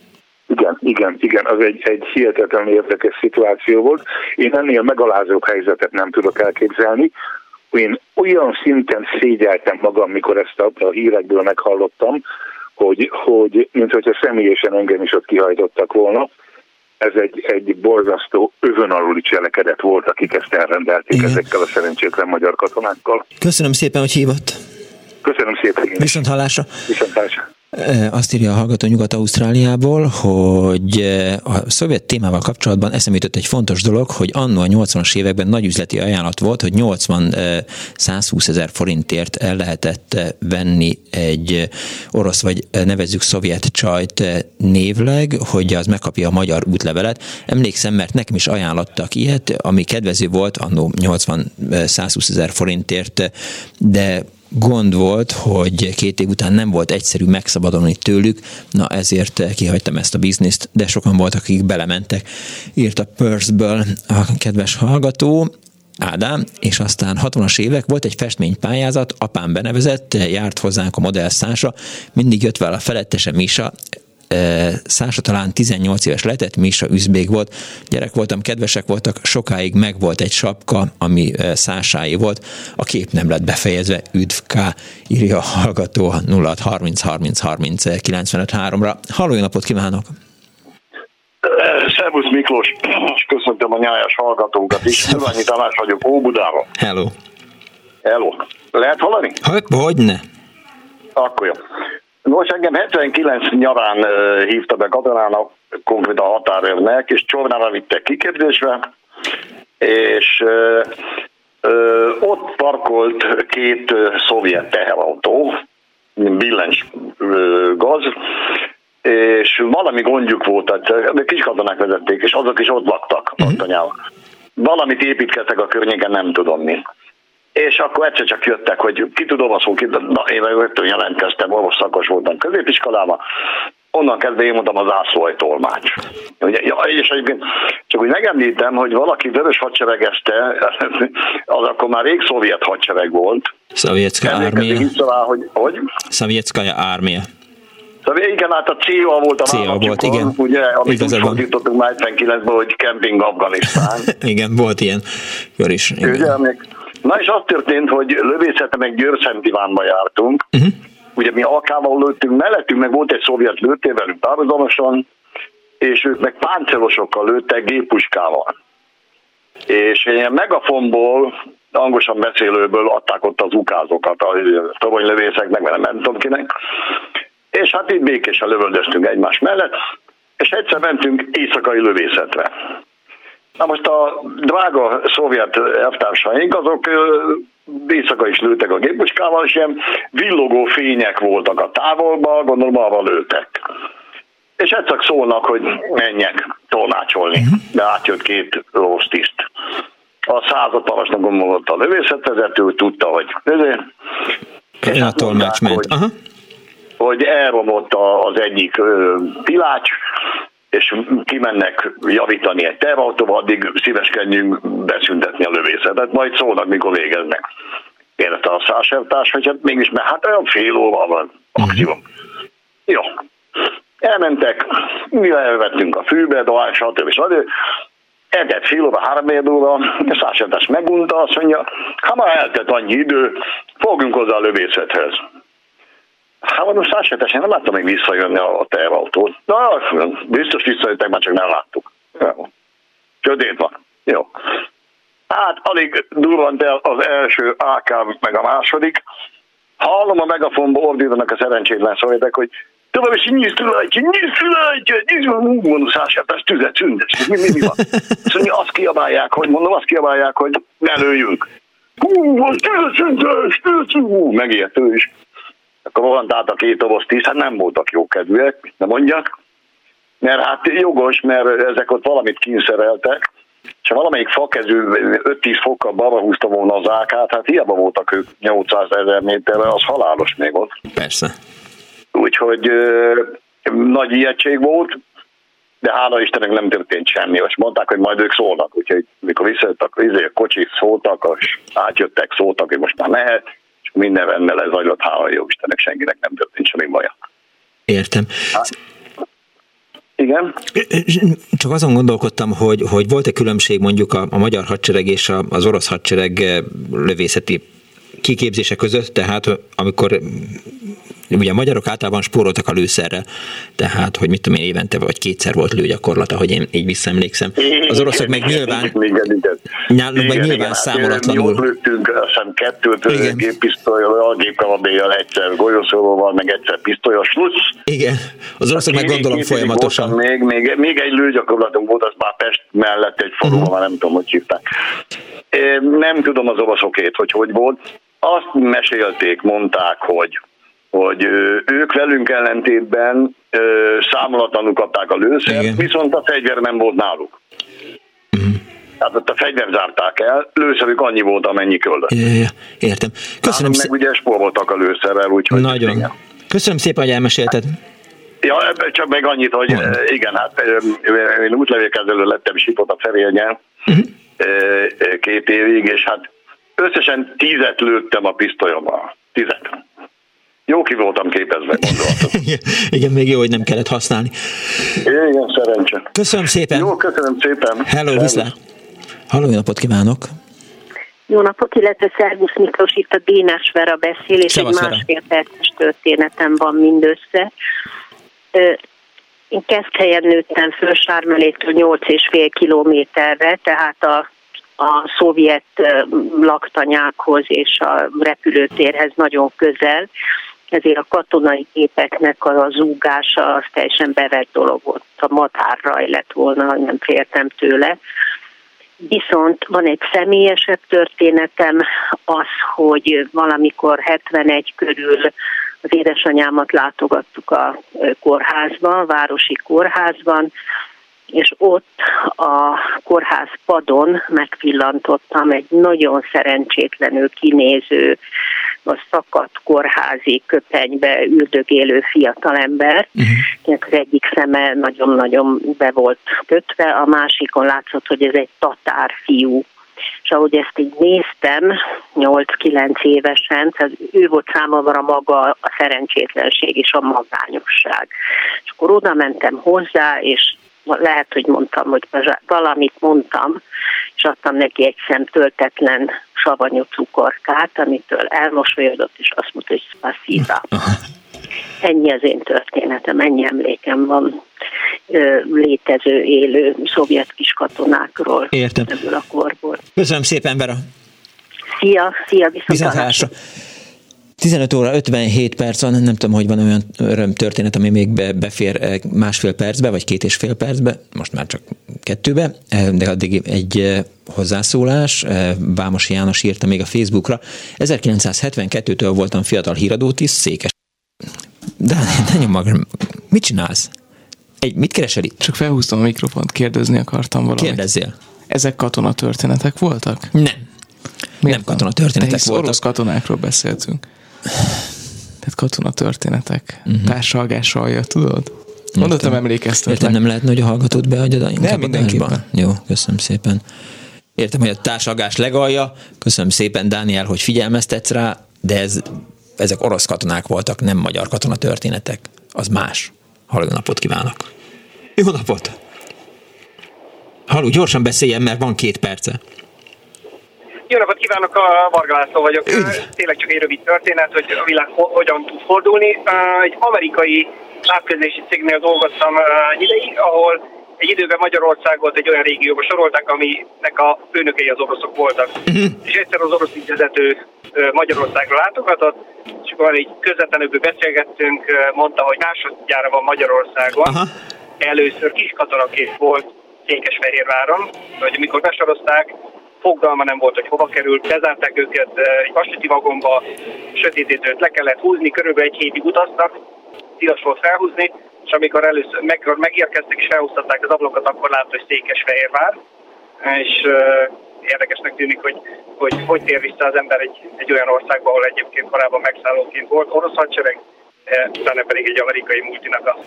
Igen, az egy hihetetlenül érdekes szituáció volt. Én ennél megalázóbb helyzetet nem tudok elképzelni. Én olyan szinten szégyeltem magam, mikor ezt a hírekből meghallottam, hogy mint hogyha személyesen engem is ott kihajtottak volna. Ez egy borzasztó övön aluli cselekedet volt, akik ezt elrendelték. Igen. Ezekkel a szerencsétlen magyar katonákkal. Köszönöm szépen, hogy hívott. Köszönöm szépen. Viszont hallásra. Viszontlátásra. Azt írja a hallgató Nyugat-Ausztráliából, hogy a szovjet témával kapcsolatban eszembe jutott egy fontos dolog, hogy anno a 80-as években nagy üzleti ajánlat volt, hogy 80-120 ezer forintért el lehetett venni egy orosz, vagy nevezzük szovjet csajt névleg, hogy az megkapja a magyar útlevelet. Emlékszem, mert nekem is ajánlottak ilyet, ami kedvező volt anno 80-120 ezer forintért, de gond volt, hogy 2 év után nem volt egyszerű megszabadulni tőlük, na ezért kihagytam ezt a bizniszt, de sokan voltak, akik belementek. Írt a Perthből a kedves hallgató, Ádám, és aztán 60-as évek volt egy festménypályázat, apám benevezett, járt hozzánk a Modell Szása, mindig jött vele a felettese Misa, Szása talán 18 éves lehetett, Misa üzbég volt, gyerek voltam, kedvesek voltak, sokáig megvolt egy sapka, ami Szásáé volt, a kép nem lett befejezve, üdv K, írja a hallgató 0630303095-3-ra. Halló, jó napot kívánok! Szervusz Miklós, és köszöntöm a nyájas hallgatókat is. Iványi Tamás vagyok, Óbudában. Hello! Hello! Lehet hallani? Hogyne! Akkor jó. Nos, engem 79 nyarán hívta be katonának, konkrétan a határőrnek, és Csornára vittek kiképzésbe, és ott parkolt 2 szovjet teherautó, billencs gaz, és valami gondjuk volt, tehát kis katonák vezették, és azok is ott laktak laktanyában. Valamit építkeztek a környéken, nem tudom mi. És akkor egyszer csak jöttek, hogy ki tud olvasni, én rögtön jelentkeztem, orvos szakos voltam középiskolában, onnan kezdve én mondtam az zászlóajtolmács. És egyébként csak úgy megemlítem, hogy valaki vörös hadseregezte, az akkor már rég szovjet hadsereg volt. Szovjetszkaja ármia. Hogy? Szovjetszkaja ármia. Igen, hát a CEA volt a vállalatjukon, ugye, amit úgy fordítottunk már 79-ben, hogy Camping Afganisztán. Igen, volt ilyen kör is. Ugye, na és az történt, hogy lövészetre meg Győr-Szent Ivánba jártunk, ugye mi AK-val lőttünk, mellettünk meg volt egy szovjet lőtér velünk párhuzamosan, és ők meg páncélosokkal lőttek géppuskával. És ilyen megafonból, hangosan beszélőből adták ott az ukázokat, a toronylövészek, meg nem tudom kinek. És hát itt békésen lövöldöztünk egymás mellett, és egyszer mentünk éjszakai lövészetre. Na most a drága szovjet elvtársaink, azok éjszaka is lőttek a géppuskával, és ilyen villogó fények voltak a távolban, gondolom arra lőttek. És egyszer szólnak, hogy menjek tolmácsolni, de átjött 2 rossz tiszt. A századparancsnok gondolott a lövészetvezető, tudta, hogy a tolmács ment. Hogy elromlott az egyik pilács, és kimennek javítani egy tervautóval, addig szíveskedjünk beszüntetni a lövészetet, majd szólnak, mikor végeznek. Kérdezte a százsertárs, hogy hát mégis, mert hát olyan fél óra van akció. Jó. Elmentek, mi elvettünk a fűbe, stb. Eltelt fél óra, 3 óra, a százsertárs megunta, azt mondja, ha már eltelt annyi idő, fogjunk hozzá a lövészethez. Hát mondom, százsertárs, én nem láttam még visszajönni a tervautót. Na, biztos visszajöttek, már csak nem láttuk. Sötét van. Jó. Hát alig durvant el az első AK, meg a második. Hallom a megafonba ordítanak a szerencsétlen szovjetek, hogy tudom, és nyisztulajtja, mondom, százsertárs, tüzet, szündes. Mi van? Szóval azt kiabálják, hogy ne lőjünk. Megijedt ő is. Akkor rohant át a 2 orosz tiszt, hát nem voltak jókedvűek, nem mondjak, mert hát jogos, mert ezek ott valamit kínszereltek, és ha valamelyik fakezű 5-10 fokkal balra húzta volna az AK-t, hát hiába voltak ők 800 000 méterre, az halálos még ott. Persze. Úgyhogy nagy ijegység volt, de hála Istennek nem történt semmi, és mondták, hogy majd ők szólnak, úgyhogy mikor visszajöttek, a kocsik szóltak, és átjöttek, szóltak, hogy most már mehet, és minden rendben lezajlott, hála jó Istennek, senkinek nem történt semmi baja. Értem. Igen? Csak azon gondolkodtam, hogy volt-e különbség mondjuk a magyar hadsereg és az orosz hadsereg lövészeti kiképzése között, tehát amikor ugye a magyarok általában spóroltak a lőszerrel, tehát, hogy mit tudom én, évente vagy 2-szer volt lőgyakorlat, ahogy én így visszaemlékszem. Az oroszok meg nyilván nálunk meg nyilván számolatlanul. Mi ott lőttünk, azt hiszem 2 géppisztolyal, gépkalapéjjal, egyszer golyószóróval, meg egyszer pisztolyos slusz. Igen, az oroszok meg gondolom folyamatosan. Még egy lőgyakorlatunk volt, az már Pest mellett egy faluban, már nem tudom, hogy hívták. Nem tudom az oroszokét, hogy volt. Azt mesélték, mondták, hogy ők velünk ellentétben számolatlanul kapták a lőszert, igen. Viszont a fegyver nem volt náluk. Tehát ott a fegyver zárták el, lőszerük annyi volt, amennyi köldött. Értem. Köszönöm szépen. Meg ugye spóroltak a lőszerrel, úgyhogy... Nagyon. Igen. Köszönöm szépen, hogy elmesélted. Ja, csak meg annyit, hogy igen, hát én útlevélkezelő lettem Sipot a Ferélyen 2 évig, és hát összesen 10 lőttem a pisztolyommal. 10. Jó ki voltam képezve, gondolatot. Igen, még jó, hogy nem kellett használni. Igen, szerencse. Köszönöm szépen. Jó, köszönöm szépen. Hello, viszlát. Halló, jó napot kívánok. Jó napot, illetve Szervusz Miklós, itt a Dénes Vera beszél, és Szevasz, egy 1,5 perces történetem van mindössze. Én Keszthelyen nőttem föl, Sármelétől 8,5 kilométerre, tehát a szovjet laktanyákhoz és a repülőtérhez nagyon közel, ezért a katonai gépeknek a zúgása az teljesen bevett dolog volt. A madárraj lett volna, nem féltem tőle. Viszont van egy személyesebb történetem, az, hogy valamikor 71 körül az édesanyámat látogattuk a kórházban, a városi kórházban, és ott a kórház padon megpillantottam egy nagyon szerencsétlenül kinéző, a szakadt kórházi köpenybe üldögélő fiatalember. Az egyik szeme nagyon-nagyon be volt kötve, a másikon látszott, hogy ez egy tatár fiú. És ahogy ezt így néztem, 8-9 évesen, tehát ő volt számomra maga a szerencsétlenség és a magányosság. És akkor oda mentem hozzá, és lehet, hogy mondtam, hogy valamit mondtam, és adtam neki egy szem töltetlen savanyú cukorkát, amitől elmosolyodott, és azt mondta, hogy spasiba. Ennyi az én történetem, ennyi emlékem van létező, élő szovjet kis katonákról. Értem. Ebből a korból. Köszönöm szépen, Vera. Szia, viszontlátásra. 15 óra 57 perc van, nem tudom, hogy van olyan örömtörténet, ami még befér másfél percbe, vagy 2,5 percbe, most már csak 2-be, de addig egy hozzászólás. Vámosi János írta még a Facebookra. 1972-től voltam fiatal híradótiszt, Székes. De nyom magam, mit csinálsz? Mit keresel itt? Csak felhúztam a mikrofont, kérdezni akartam valamit. Kérdezzél. Ezek katonatörténetek voltak? Nem katonatörténetek voltak. Orosz katonákról beszéltünk. Tehát katonatörténetek. Társalgással jött, tudod? Mondottam, emlékeztetek. Értem, nem lehetne, hogy a hallgatót beadjad? Nem, mindenképpen. Jó, köszönöm szépen. Értem, hogy a társalgás legalja. Köszönöm szépen, Dániel, hogy figyelmeztetsz rá, de ezek orosz katonák voltak, nem magyar katonatörténetek. Az más. Halló, napot kívánok. Jó napot! Halló, gyorsan beszéljen, mert van 2 perce. Jó napot kívánok, a Varga László vagyok. Tényleg csak egy rövid történet, hogy a világ hogyan tud fordulni. Egy amerikai távközlési cégnél dolgoztam egy ideig, ahol egy időben Magyarországot egy olyan régióba sorolták, aminek a főnökei az oroszok voltak. És egyszer az orosz vezető Magyarországra látogatott, és akkor így közvetlenül beszélgettünk, mondta, hogy másodjára van Magyarországon. Először kiskatonaként volt Székesfehérváron, hogy amikor besorozták, fogalma nem volt, hogy hova került, bezárták őket egy vasúti vagomba, sötétítőt le kellett húzni, körülbelül 1 hétig utaztak, tilos volt felhúzni, és amikor először megérkeztek és felhúztatták az ablakokat, akkor látta, hogy Székesfehérvár, és érdekesnek tűnik, hogy tér vissza az ember egy olyan országba, ahol egyébként korábban megszállóként volt orosz hadsereg, utána pedig egy amerikai multinak a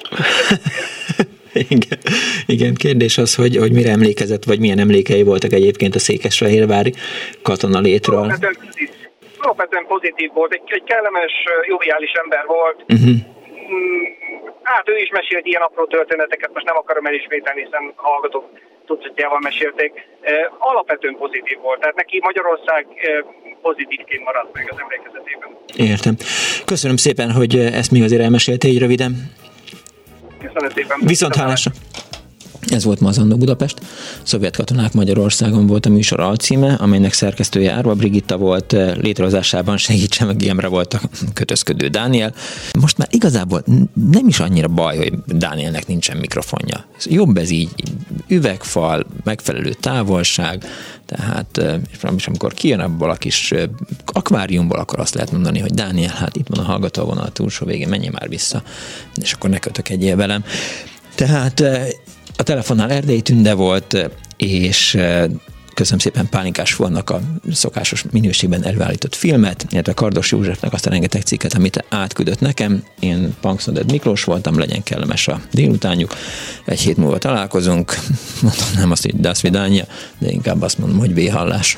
Igen, kérdés az, hogy mire emlékezett, vagy milyen emlékei voltak egyébként a székesfehérvári katonalétről. Alapvetően pozitív volt, egy kellemes, joviális ember volt. Hát ő is mesélt ilyen apró történeteket, most nem akarom elismételni, hiszen hallgatók tucatjával mesélték. Alapvetően pozitív volt, tehát neki Magyarország pozitívként maradt meg az emlékezetében. Értem. Köszönöm szépen, hogy ezt még azért elmesélte így röviden. Köszönöm szépen. Viszonthallásra. Ez volt ma az Andó Budapest. Szovjet katonák Magyarországon volt a műsor alcíme, amelynek szerkesztője Árva Brigitta volt, létrehozásában segítsen meg Imre volt a kötözködő Dániel. Most már igazából nem is annyira baj, hogy Dánielnek nincsen mikrofonja. Jobb ez így, üvegfal, megfelelő távolság, tehát és amikor kijön abból a kis akváriumból, akkor azt lehet mondani, hogy Dániel, hát itt van a hallgatóvonal a túlsó végén, menj már vissza, és akkor ne kötökedjél velem. Tehát a telefonnál Erdélyi Tünde volt, és köszönöm szépen Pálinkás Fornak a szokásos minőségben előállított filmet, illetve Kardos Józsefnek azt a rengeteg cikket, amit átküldött nekem. Én Punksnoded Miklós voltam, legyen kellemes a délutánjuk. 1 hét múlva találkozunk. Mondom, nem azt, hogy das vidanya, de inkább azt mondom, hogy véhallás.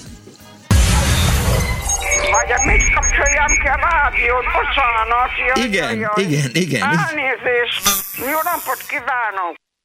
Vagy mit kapcsoljam ki a rádiót? Bocsánat. Igen. Elnézést. Jó napot kívánok.